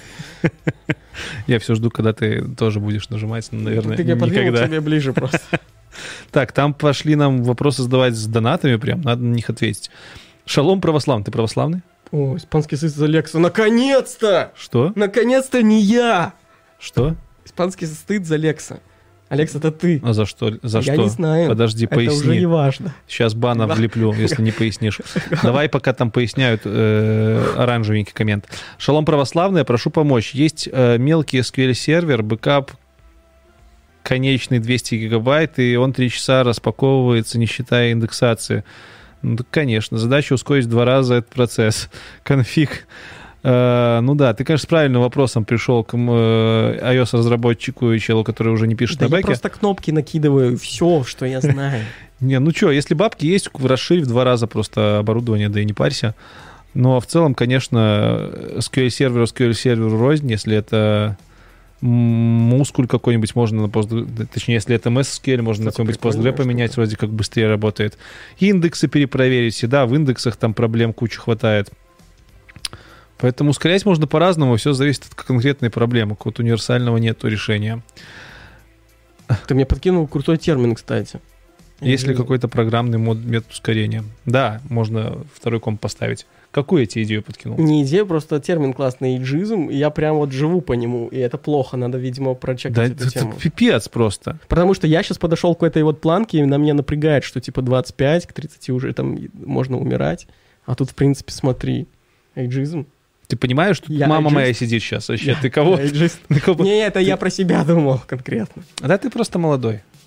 Я все жду, когда ты тоже будешь нажимать, но, наверное, никогда. Ты подвинул к тебе ближе просто. Так, там пошли нам вопросы задавать с донатами прям, надо на них ответить. Шалом православный. Ты православный? О, испанский стыд за Лекса. Наконец-то! Что? Наконец-то не я! Что? Испанский стыд за Лекса. Алекс, это ты. А за что? За я что? Не знаю. Подожди, поясни. Это уже не важно. Сейчас бана влеплю, если не пояснишь. Давай, пока там поясняют оранжевенький коммент. Шалом православный, прошу помочь. Есть мелкий SQL-сервер, бэкап конечный 200 гигабайт, и он 3 часа распаковывается, не считая индексации. Ну, так, конечно. Задача ускорить в 2 раза этот процесс. Конфиг. Ну да, ты, конечно, с правильным вопросом пришел к iOS-разработчику и челу, который уже не пишет на бэке. Я просто кнопки накидываю, все, что я знаю. Не, ну что, если бабки есть, расширь в 2 раза просто оборудование, да и не парься. Ну, а в целом, конечно, SQL-серверу рознь, если это мускуль какой-нибудь, можно на Postgre, точнее, если это MSSQL, можно на какой-нибудь Postgre поменять, вроде как быстрее работает. Индексы перепроверить, всегда в индексах там проблем кучу хватает. Поэтому ускорять можно по-разному, все зависит от конкретной проблемы. Какого-то универсального нету решения. Ты мне подкинул крутой термин, кстати. Есть ли какой-то программный метод ускорения? Да, можно второй комп поставить. Какую я тебе идею подкинул? Не идею, просто термин классный, эйджизм, и я прям вот живу по нему, и это плохо, надо, видимо, прочекать эту тему. Да, пипец просто. Потому что я сейчас подошел к этой вот планке, и на меня напрягает, что типа 25 к 30 уже там можно умирать, а тут, в принципе, смотри, эйджизм. Ты понимаешь, что мама моя сидит сейчас вообще? Ты кого? Не, это я про себя думал конкретно. Да ты просто молодой.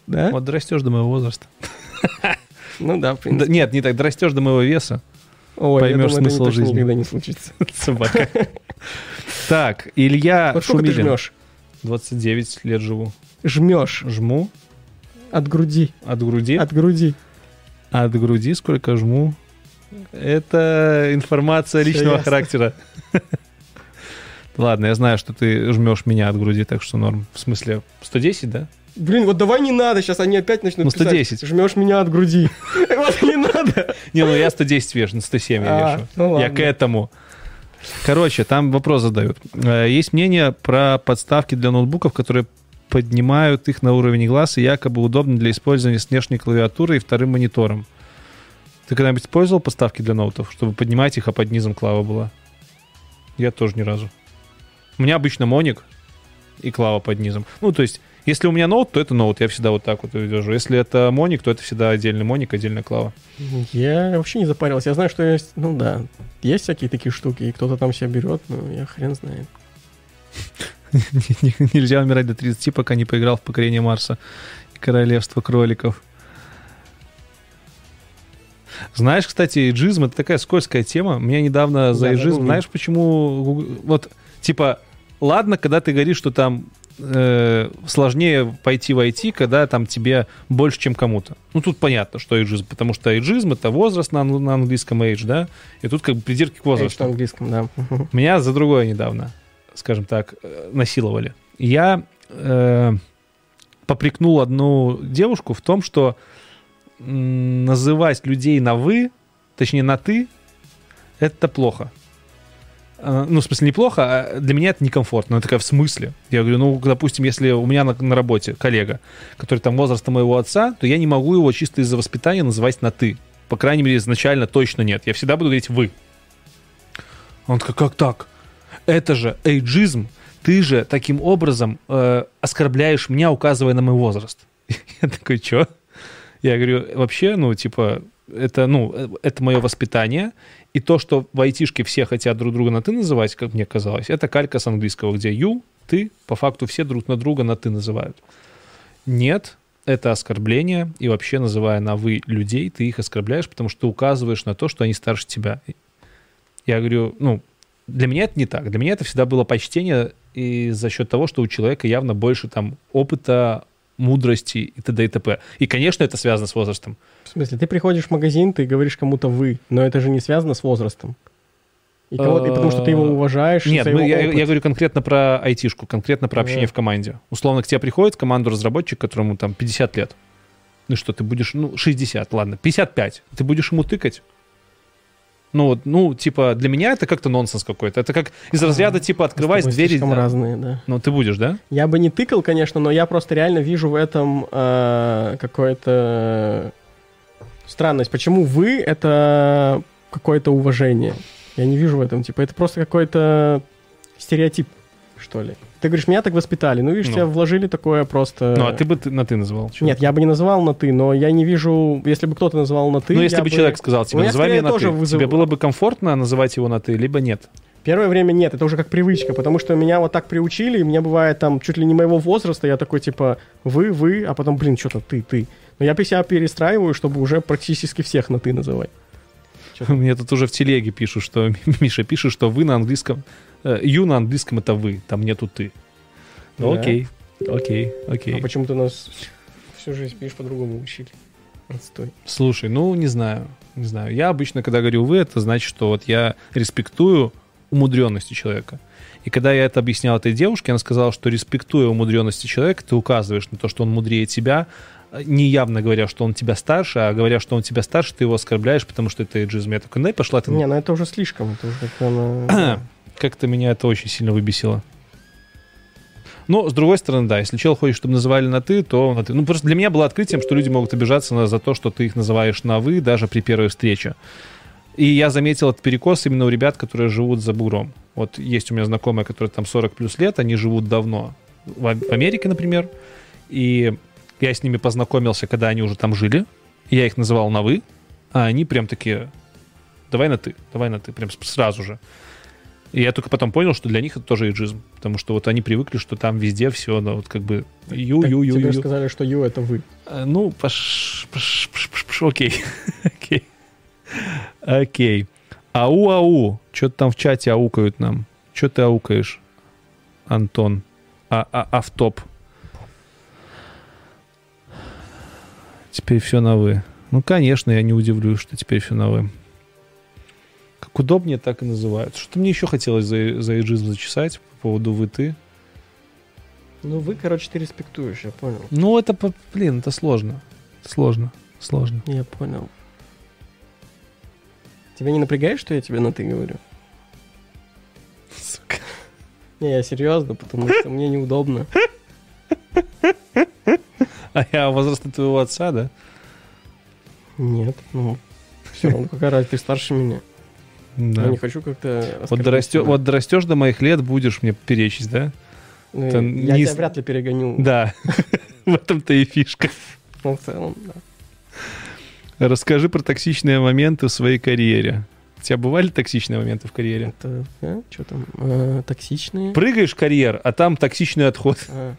Да? Вот дорастешь до моего возраста. Ну да, в принципе. Нет, не так, дорастешь до моего веса. Ой, поймешь я думаю, смысл это жизни. никогда не случится. Собака. Так, Илья Вот сколько ты Шумилин. жмешь? 29 лет живу. Жмешь Жму от груди. от груди. От груди. От груди сколько жму? Это информация Всё личного ясно. характера. Ладно, я знаю, что ты жмешь меня от груди, так что норм. В смысле, 110, да? Блин, вот давай не надо, сейчас они опять начнут Ну, писать. 110. Жмешь меня от груди. Вот не надо. Не, ну я 110 вешу, на 107 я вешу. Ну Я ладно. к этому. Короче, там вопрос задают. Есть мнение про подставки для ноутбуков, которые поднимают их на уровень глаз и якобы удобны для использования с внешней клавиатурой и вторым монитором. Ты когда-нибудь использовал подставки для ноутов, чтобы поднимать их, а под низом клава была? Я тоже ни разу. У меня обычно моник и клава под низом. Ну, то есть, если у меня ноут, то это ноут. Я всегда вот так вот держу. Если это моник, то это всегда отдельный моник, отдельная клава. Я вообще не запарился. Я знаю, что есть, ну да, есть всякие такие штуки, и кто-то там себя берет, но я хрен знает. Нельзя умирать до 30, пока не поиграл в «Покорение Марса» и «Королевство кроликов». Знаешь, кстати, эйджизм — это такая скользкая тема. Меня недавно за эйджизм... да. Знаешь, почему... Вот, типа, ладно, когда ты говоришь, что там сложнее пойти в IT, когда там тебе больше, чем кому-то. Ну, тут понятно, что эйджизм, потому что эйджизм — это возраст на английском age, да? И тут как бы придирки к возрасту. На английском, да. Меня за другое недавно, скажем так, насиловали. Я попрекнул одну девушку в том, что называть людей на «вы», точнее на «ты», это плохо. Ну, в смысле, неплохо, а для меня это некомфортно. Она такая, в смысле? Я говорю, ну, допустим, если у меня на работе коллега, который там возраста моего отца, то я не могу его чисто из-за воспитания называть на «ты». По крайней мере, изначально точно нет. Я всегда буду говорить «вы». Он такой, как так? Это же эйджизм. Ты же таким образом оскорбляешь меня, указывая на мой возраст. Я такой, чё? Я говорю, вообще, ну, типа, это мое воспитание, и то, что в айтишке все хотят друг друга на «ты» называть, как мне казалось, это калька с английского, где you, ты, по факту все друг на друга на «ты» называют. Нет, это оскорбление, и вообще, называя на «вы» людей, ты их оскорбляешь, потому что ты указываешь на то, что они старше тебя. Я говорю, ну, для меня это не так. Для меня это всегда было почтение, и за счет того, что у человека явно больше там опыта, мудрости и т.д. и т.п. И, конечно, это связано с возрастом. В смысле, ты приходишь в магазин, ты говоришь кому-то «вы», но это же не связано с возрастом. И потому что ты его уважаешь. Нет, за его я опыт. говорю конкретно про айтишку, конкретно про общение в команде. Условно, к тебе приходит в команду разработчик, которому там 50 лет. Ну что, ты будешь, 60, ладно, 55. Ты будешь ему тыкать? Типа, для меня это как-то нонсенс какой-то. Это как из разряда, типа, открывать двери. Слишком разные, да. Ну, ты будешь, да? Я бы не тыкал, конечно, но я просто реально вижу в этом какое-то странность. Почему «вы» — это какое-то уважение? Я не вижу в этом, типа, это просто какой-то стереотип, что ли. Ты говоришь, меня так воспитали. Ну, видишь, тебя вложили такое просто... Ну, а ты бы на «ты» называл? Чего? Нет, я бы не называл на «ты», но я не вижу... Если бы кто-то называл на «ты... Ну, если бы человек сказал тебе, называй меня на «ты», тебе было бы комфортно называть его на «ты», либо нет? Первое время нет, это уже как привычка, потому что меня вот так приучили, и мне бывает там чуть ли не моего возраста, я такой типа вы, а потом, блин, что-то ты. Но я себя перестраиваю, чтобы уже практически всех на «ты» называть. Мне тут уже в телеге пишут, что Миша пишет, что вы на английском, you на английском это вы, там нету ты. Ну, Да. окей. А почему ты нас всю жизнь, видишь, по-другому учили? Отстой. Слушай, не знаю. Я обычно, когда говорю вы, это значит, что вот я респектую умудренности человека. И когда я это объяснял этой девушке, она сказала, что респектуя умудренности человека, ты указываешь на то, что он мудрее тебя, не явно говоря, что он тебя старше, а говоря, что он тебя старше, ты его оскорбляешь, потому что это эйджизм. Я такой, пошла ты... Не, это уже слишком. Это уже Как-то меня это очень сильно выбесило. Но, с другой стороны, да, если чел хочет, чтобы называли на «ты», то на «ты». Ну, просто для меня было открытием, что люди могут обижаться за то, что ты их называешь на «вы» даже при первой встрече. И я заметил этот перекос именно у ребят, которые живут за бугром. Вот есть у меня знакомые, которые там 40 плюс лет, они живут давно. В Америке, например. И я с ними познакомился, когда они уже там жили. Я их называл на «вы», а они прям такие, давай на «ты», прям сразу же. И я только потом понял, что для них это тоже эйджизм. Потому что вот они привыкли, что там везде все, ну, вот как бы Тебе сказали, что ю — это вы. Ну, окей. Окей. Ау. Что-то там в чате аукают нам. Что ты аукаешь, Антон? Автоп. Теперь все на «вы». Ну, конечно, я не удивлюсь, что теперь все на «вы». Как удобнее, так и называют. Что-то мне еще хотелось за эйджизм зачесать по поводу «вы-ты». Ну, вы, короче, ты респектуешь, я понял. Ну, это, блин, это сложно. Сложно. Я понял. Тебя не напрягает, что я тебе на «ты» говорю? Сука. Не, я серьезно, потому что мне неудобно. А я возраста твоего отца, да? Нет, ну, все равно, какая разница, ты старше меня. Да. Я не хочу как-то... Вот дорастешь до моих лет, будешь мне перечить, да? Ну, я тебя вряд ли перегоню. Да, в этом-то и фишка. Ну, в целом, да. Расскажи про токсичные моменты в своей карьере. У тебя бывали токсичные моменты в карьере? Это, что там, токсичные? Прыгаешь в карьер, а там токсичный отход.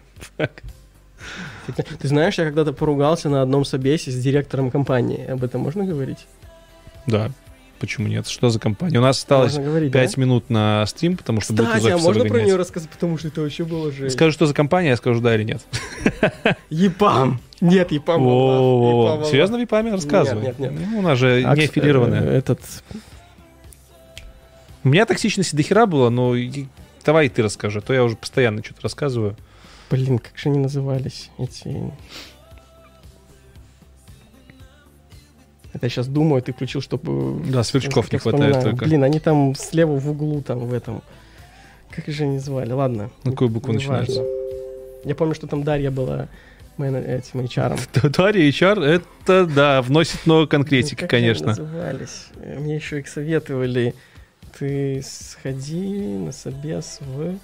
Ты знаешь, я когда-то поругался на одном собесе с директором компании. Об этом можно говорить? Да. Почему нет? Что за компания? У нас осталось 5 минут на стрим, потому что будет запись. А можно про нее рассказать? Потому что это вообще было жесть. Скажи, что за компания, я скажу да или нет. ЕПАМ. Нет, ЕПАМ. Серьезно в ЕПАМе рассказывай? Нет. У нас же не аффилированная. У меня токсичности до хера было, но давай ты расскажи, а то я уже постоянно что-то рассказываю. Блин, как же они назывались, эти... Это я сейчас думаю, ты включил, чтобы... Да, сверчков не хватает только. Блин, они там слева в углу, там в этом... Как же они звали? Ладно. На какую букву начинается? Я помню, что там Дарья была этим HR-ом. Дарья HR, это, да, вносит много конкретики, конечно. Как они назывались? Мне еще их советовали. Ты сходи на собес в...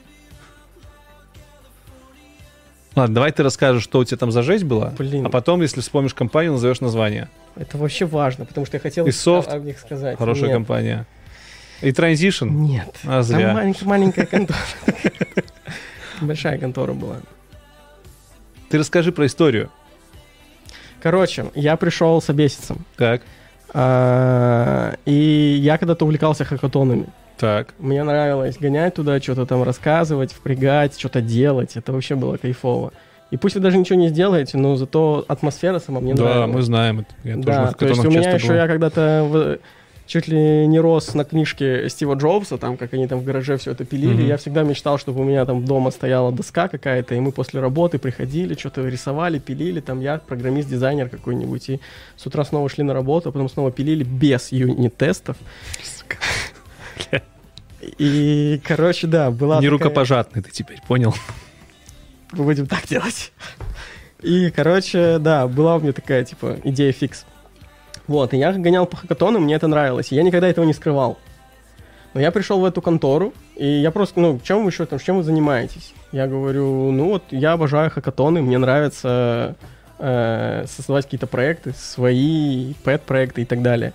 Ладно, давай ты расскажешь, что у тебя там за жесть была, Блин. А потом, если вспомнишь компанию, назовешь название. Это вообще важно, потому что я хотел о них сказать. Хорошая компания. И Transition? Нет. А зря. Там маленькая контора. Большая контора была. Ты расскажи про историю. Короче, я пришел собеситься. Так. И я когда-то увлекался хакатонами. Так. Мне нравилось гонять туда, что-то там рассказывать, впрягать, что-то делать. Это вообще было кайфово. И пусть вы даже ничего не сделаете, но зато атмосфера сама мне нравилась. Да, мы знаем. Да, то есть у меня еще я когда-то чуть ли не рос на книжке Стива Джобса, там, как они там в гараже все это пилили. Я всегда мечтал, чтобы у меня там дома стояла доска какая-то, и мы после работы приходили, что-то рисовали, пилили. Там я программист-дизайнер какой-нибудь. И с утра снова шли на работу, а потом снова пилили без юнит-тестов. И, короче, да, была не такая... рукопожатный ты теперь, понял? Мы будем так делать. И, короче, да, была у меня такая, типа, идея фикс. Вот, и я гонял по хакатону, мне это нравилось. И я никогда этого не скрывал. Но я пришел в эту контору, и я просто, чем вы еще там, чем вы занимаетесь? Я говорю, я обожаю хакатоны, мне нравится создавать какие-то проекты, свои пэт-проекты и так далее.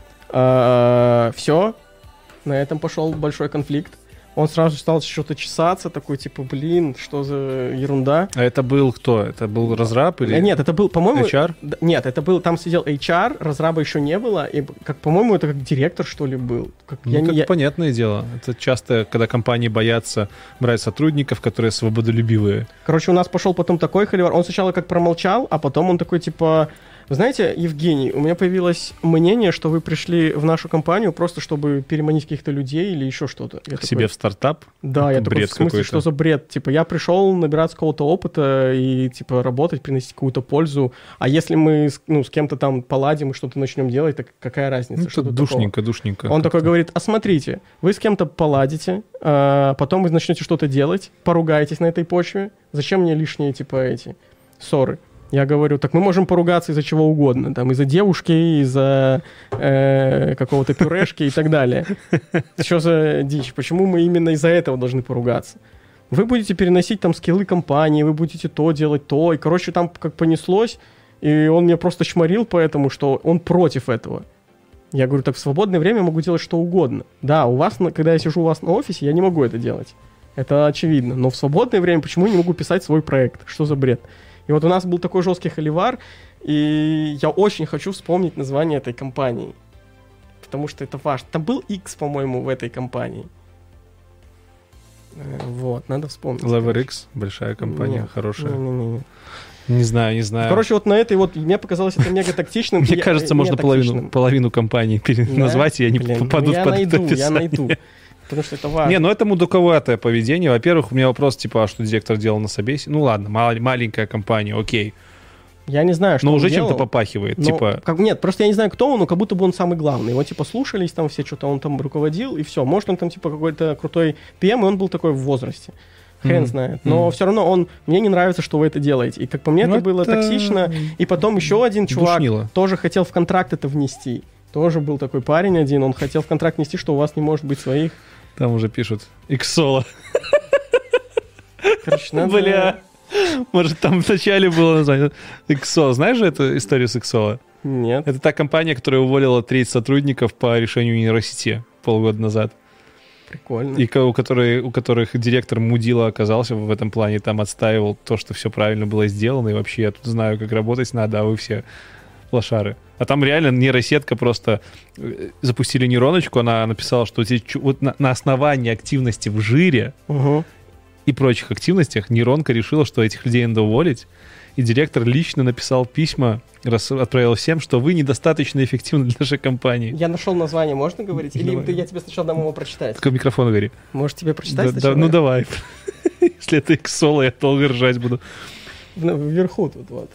Все. На этом пошел большой конфликт. Он сразу стал что-то чесаться, такой, типа, блин, что за ерунда. А это был кто? Это был разраб или... Нет, это был, по-моему... HR? Нет, это был, там сидел HR, разраба еще не было, и, по-моему, это как директор, что ли, был. Понятное дело. Это часто, когда компании боятся брать сотрудников, которые свободолюбивые. Короче, у нас пошел потом такой холивар. Он сначала как промолчал, а потом он такой, типа... Вы знаете, Евгений, у меня появилось мнение, что вы пришли в нашу компанию просто, чтобы переманить каких-то людей или еще что-то. К себе в стартап? Да, я такой, в смысле, что за бред? Типа, я пришел набираться какого-то опыта и, типа, работать, приносить какую-то пользу. А если мы, с кем-то там поладим и что-то начнем делать, так какая разница? Это душненько. Он такой говорит, смотрите, вы с кем-то поладите, потом вы начнете что-то делать, поругаетесь на этой почве. Зачем мне лишние, типа, ссоры? Я говорю, так мы можем поругаться из-за чего угодно. Там, из-за девушки, из-за какого-то пюрешки и так далее. Что за дичь? Почему мы именно из-за этого должны поругаться? Вы будете переносить там скиллы компании, вы будете то делать, то. И, короче, там как понеслось. И он меня просто шмарил поэтому, что он против этого. Я говорю, так в свободное время могу делать что угодно. Да, у вас, когда я сижу у вас на офисе, я не могу это делать. Это очевидно. Но в свободное время почему я не могу писать свой проект? Что за бред? И вот у нас был такой жесткий холивар, и я очень хочу вспомнить название этой компании. Потому что это важно. Там был X, по-моему, в этой компании. Вот, надо вспомнить. LeverX, большая компания, Нет, хорошая. Не. Не знаю. Короче, вот на этой вот, мне показалось это мега тактичным. Мне кажется, можно половину компании назвать, и они попадут под это описание. Я найду. Потому что это важно. Не, ну это мудаковатое поведение. Во-первых, у меня вопрос, типа, а что директор делал на собесе? Ну ладно, маленькая компания, окей. Я не знаю, что но он уже делал. чем-то попахивает, Но, типа... Нет, просто я не знаю, кто он, но как будто бы он самый главный. Его, типа, слушались там все, что-то он там руководил, и все. Может, он там, типа, какой-то крутой ПМ, и он был такой в возрасте. Хрен знает. Но все равно мне не нравится, что вы это делаете. И как по мне, это было токсично. И потом еще один чувак тоже хотел в контракт это внести. Тоже был такой парень один, он хотел в контракт внести, что у вас не может быть своих. Там уже пишут Xolo. Короче, надо... Бля, может, там вначале было название Xolo. Знаешь же эту историю с Xolo? Нет. Это та компания, которая уволила 30 сотрудников по решению нейросети полгода назад. Прикольно. И у которых директор мудила оказался в этом плане, там отстаивал то, что все правильно было сделано, и вообще я тут знаю, как работать надо, а вы все лошары. А там реально нейросетка просто запустили нейроночку, она написала, что вот на основании активности в жире и прочих активностях нейронка решила, что этих людей надо уволить, и директор лично написал письма, отправил всем, что вы недостаточно эффективны для нашей компании. Я нашел название, можно говорить? Или я тебе сначала дам его прочитать? Только микрофон говори. Может, тебе прочитать сначала? Ну давай. Если это Xolo, я долго ржать буду. Вверху тут вот.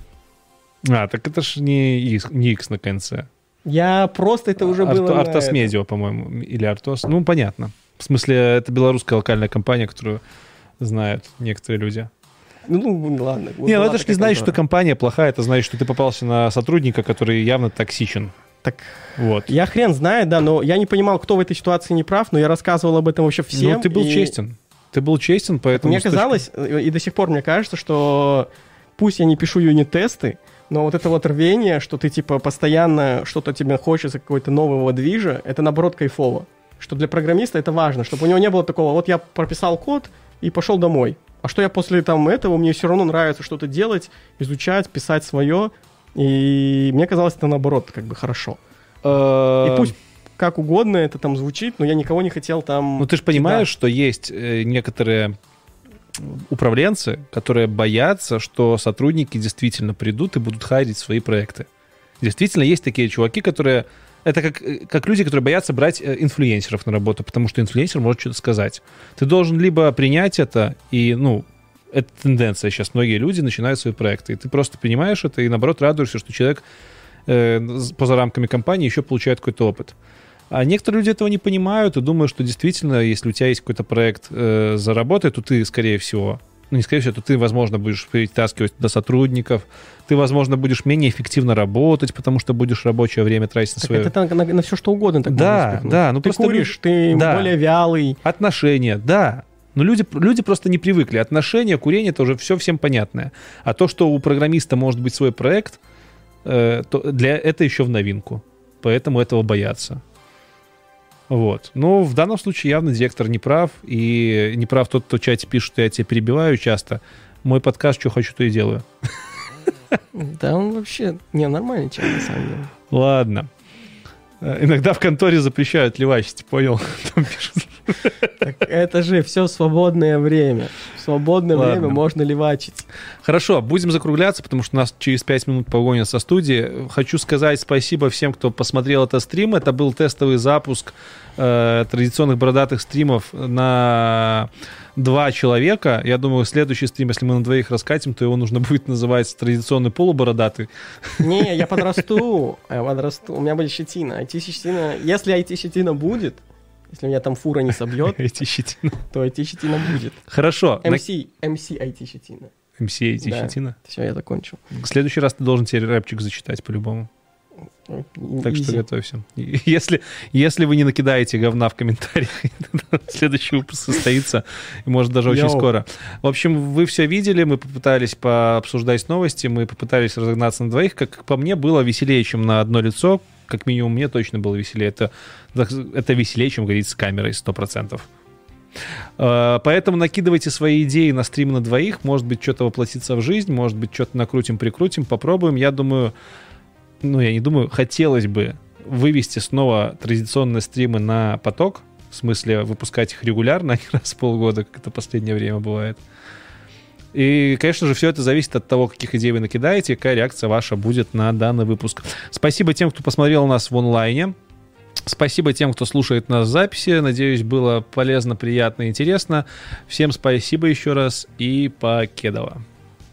Так это ж не X на конце. Я просто это уже было... Артос Медиа, по-моему, или Артос. Ну, понятно. В смысле, это белорусская локальная компания, которую знают некоторые люди. Ну, ладно. Не, ну это ж не значит, что компания плохая, это значит, что ты попался на сотрудника, который явно токсичен. Так, вот. Я хрен знает, да, но я не понимал, кто в этой ситуации не прав, но я рассказывал об этом вообще всем. Ну, ты был честен. Ты был честен, поэтому... Мне казалось, и до сих пор мне кажется, что пусть я не пишу юнит-тесты, но вот это вот рвение, что ты, типа, постоянно что-то тебе хочется, какой-то нового движа, это, наоборот, кайфово. Что для программиста это важно, чтобы у него не было такого, вот я прописал код и пошел домой. А что я после там этого, мне все равно нравится что-то делать, изучать, писать свое. И мне казалось, это наоборот, как бы хорошо. И пусть как угодно это там звучит, но я никого не хотел там... Ну ты же понимаешь, что есть некоторые управленцы, которые боятся, что сотрудники действительно придут и будут хайрить свои проекты. Действительно есть такие чуваки, которые... Это как люди, которые боятся брать инфлюенсеров на работу, потому что инфлюенсер может что-то сказать. Ты должен либо принять это, и, это тенденция. Сейчас многие люди начинают свои проекты, и ты просто принимаешь это, и, наоборот, радуешься, что человек поза рамками компании еще получает какой-то опыт. А некоторые люди этого не понимают и думают, что действительно, если у тебя есть какой-то проект заработает, то ты, скорее всего... не скорее всего, то ты, возможно, будешь притаскивать туда сотрудников, ты, возможно, будешь менее эффективно работать, потому что будешь рабочее время тратить на свое... Это на все что угодно так можно спихнуть. Да, ты просто куришь, ты более вялый. Отношения, да. Но люди просто не привыкли. Отношения, курение — это уже все всем понятное. А то, что у программиста может быть свой проект, это еще в новинку. Поэтому этого боятся. Вот. Но в данном случае явно директор не прав, и не прав тот, кто в чате пишет, что я тебя перебиваю часто. Мой подкаст «Что хочу, то и делаю». Да он вообще нормальный человек, на самом деле. Ладно. Иногда в конторе запрещают левачить, понял? Там пишут. Так это же все свободное время. В свободное время можно левачить. Хорошо, будем закругляться, потому что нас через 5 минут погонят со студии. Хочу сказать спасибо всем, кто посмотрел этот стрим. Это был тестовый запуск традиционных бородатых стримов на 2 человека. Я думаю, следующий стрим, если мы на 2 раскатим, то его нужно будет называть традиционный полубородатый. Не, я подрасту. У меня будет щетина. IT-щетина. Если IT-щетина будет, если меня там фура не собьет, то IT-щетина будет. Хорошо. MC IT-щетина. MC IT-щетина? Все, я закончил. В следующий раз ты должен теперь рэпчик зачитать по-любому. Так что готовься. Если вы не накидаете говна в комментариях, следующий выпуск состоится, и может даже очень скоро. В общем, вы все видели, мы попытались пообсуждать новости, мы попытались разогнаться на 2. Как по мне, было веселее, чем на одно лицо. как минимум мне точно было веселее. Это веселее, чем говорить с камерой 100%. Поэтому накидывайте свои идеи на стрим на двоих. Может быть, что-то воплотится в жизнь, может быть, что-то накрутим-прикрутим, попробуем. Я думаю, хотелось бы вывести снова традиционные стримы на поток, в смысле выпускать их регулярно, а не раз в полгода, как это в последнее время бывает. И, конечно же, все это зависит от того, каких идей вы накидаете, какая реакция ваша будет на данный выпуск. Спасибо тем, кто посмотрел нас в онлайне. Спасибо тем, кто слушает нас в записи. Надеюсь, было полезно, приятно и интересно. Всем спасибо еще раз и покедово.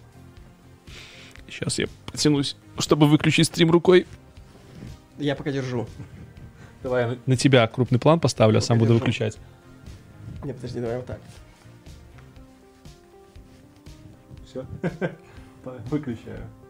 Сейчас я потянусь, чтобы выключить стрим рукой. Я пока держу. Давай на тебя крупный план поставлю, а сам буду выключать. Не, подожди, давай вот так. Все. Выключаю.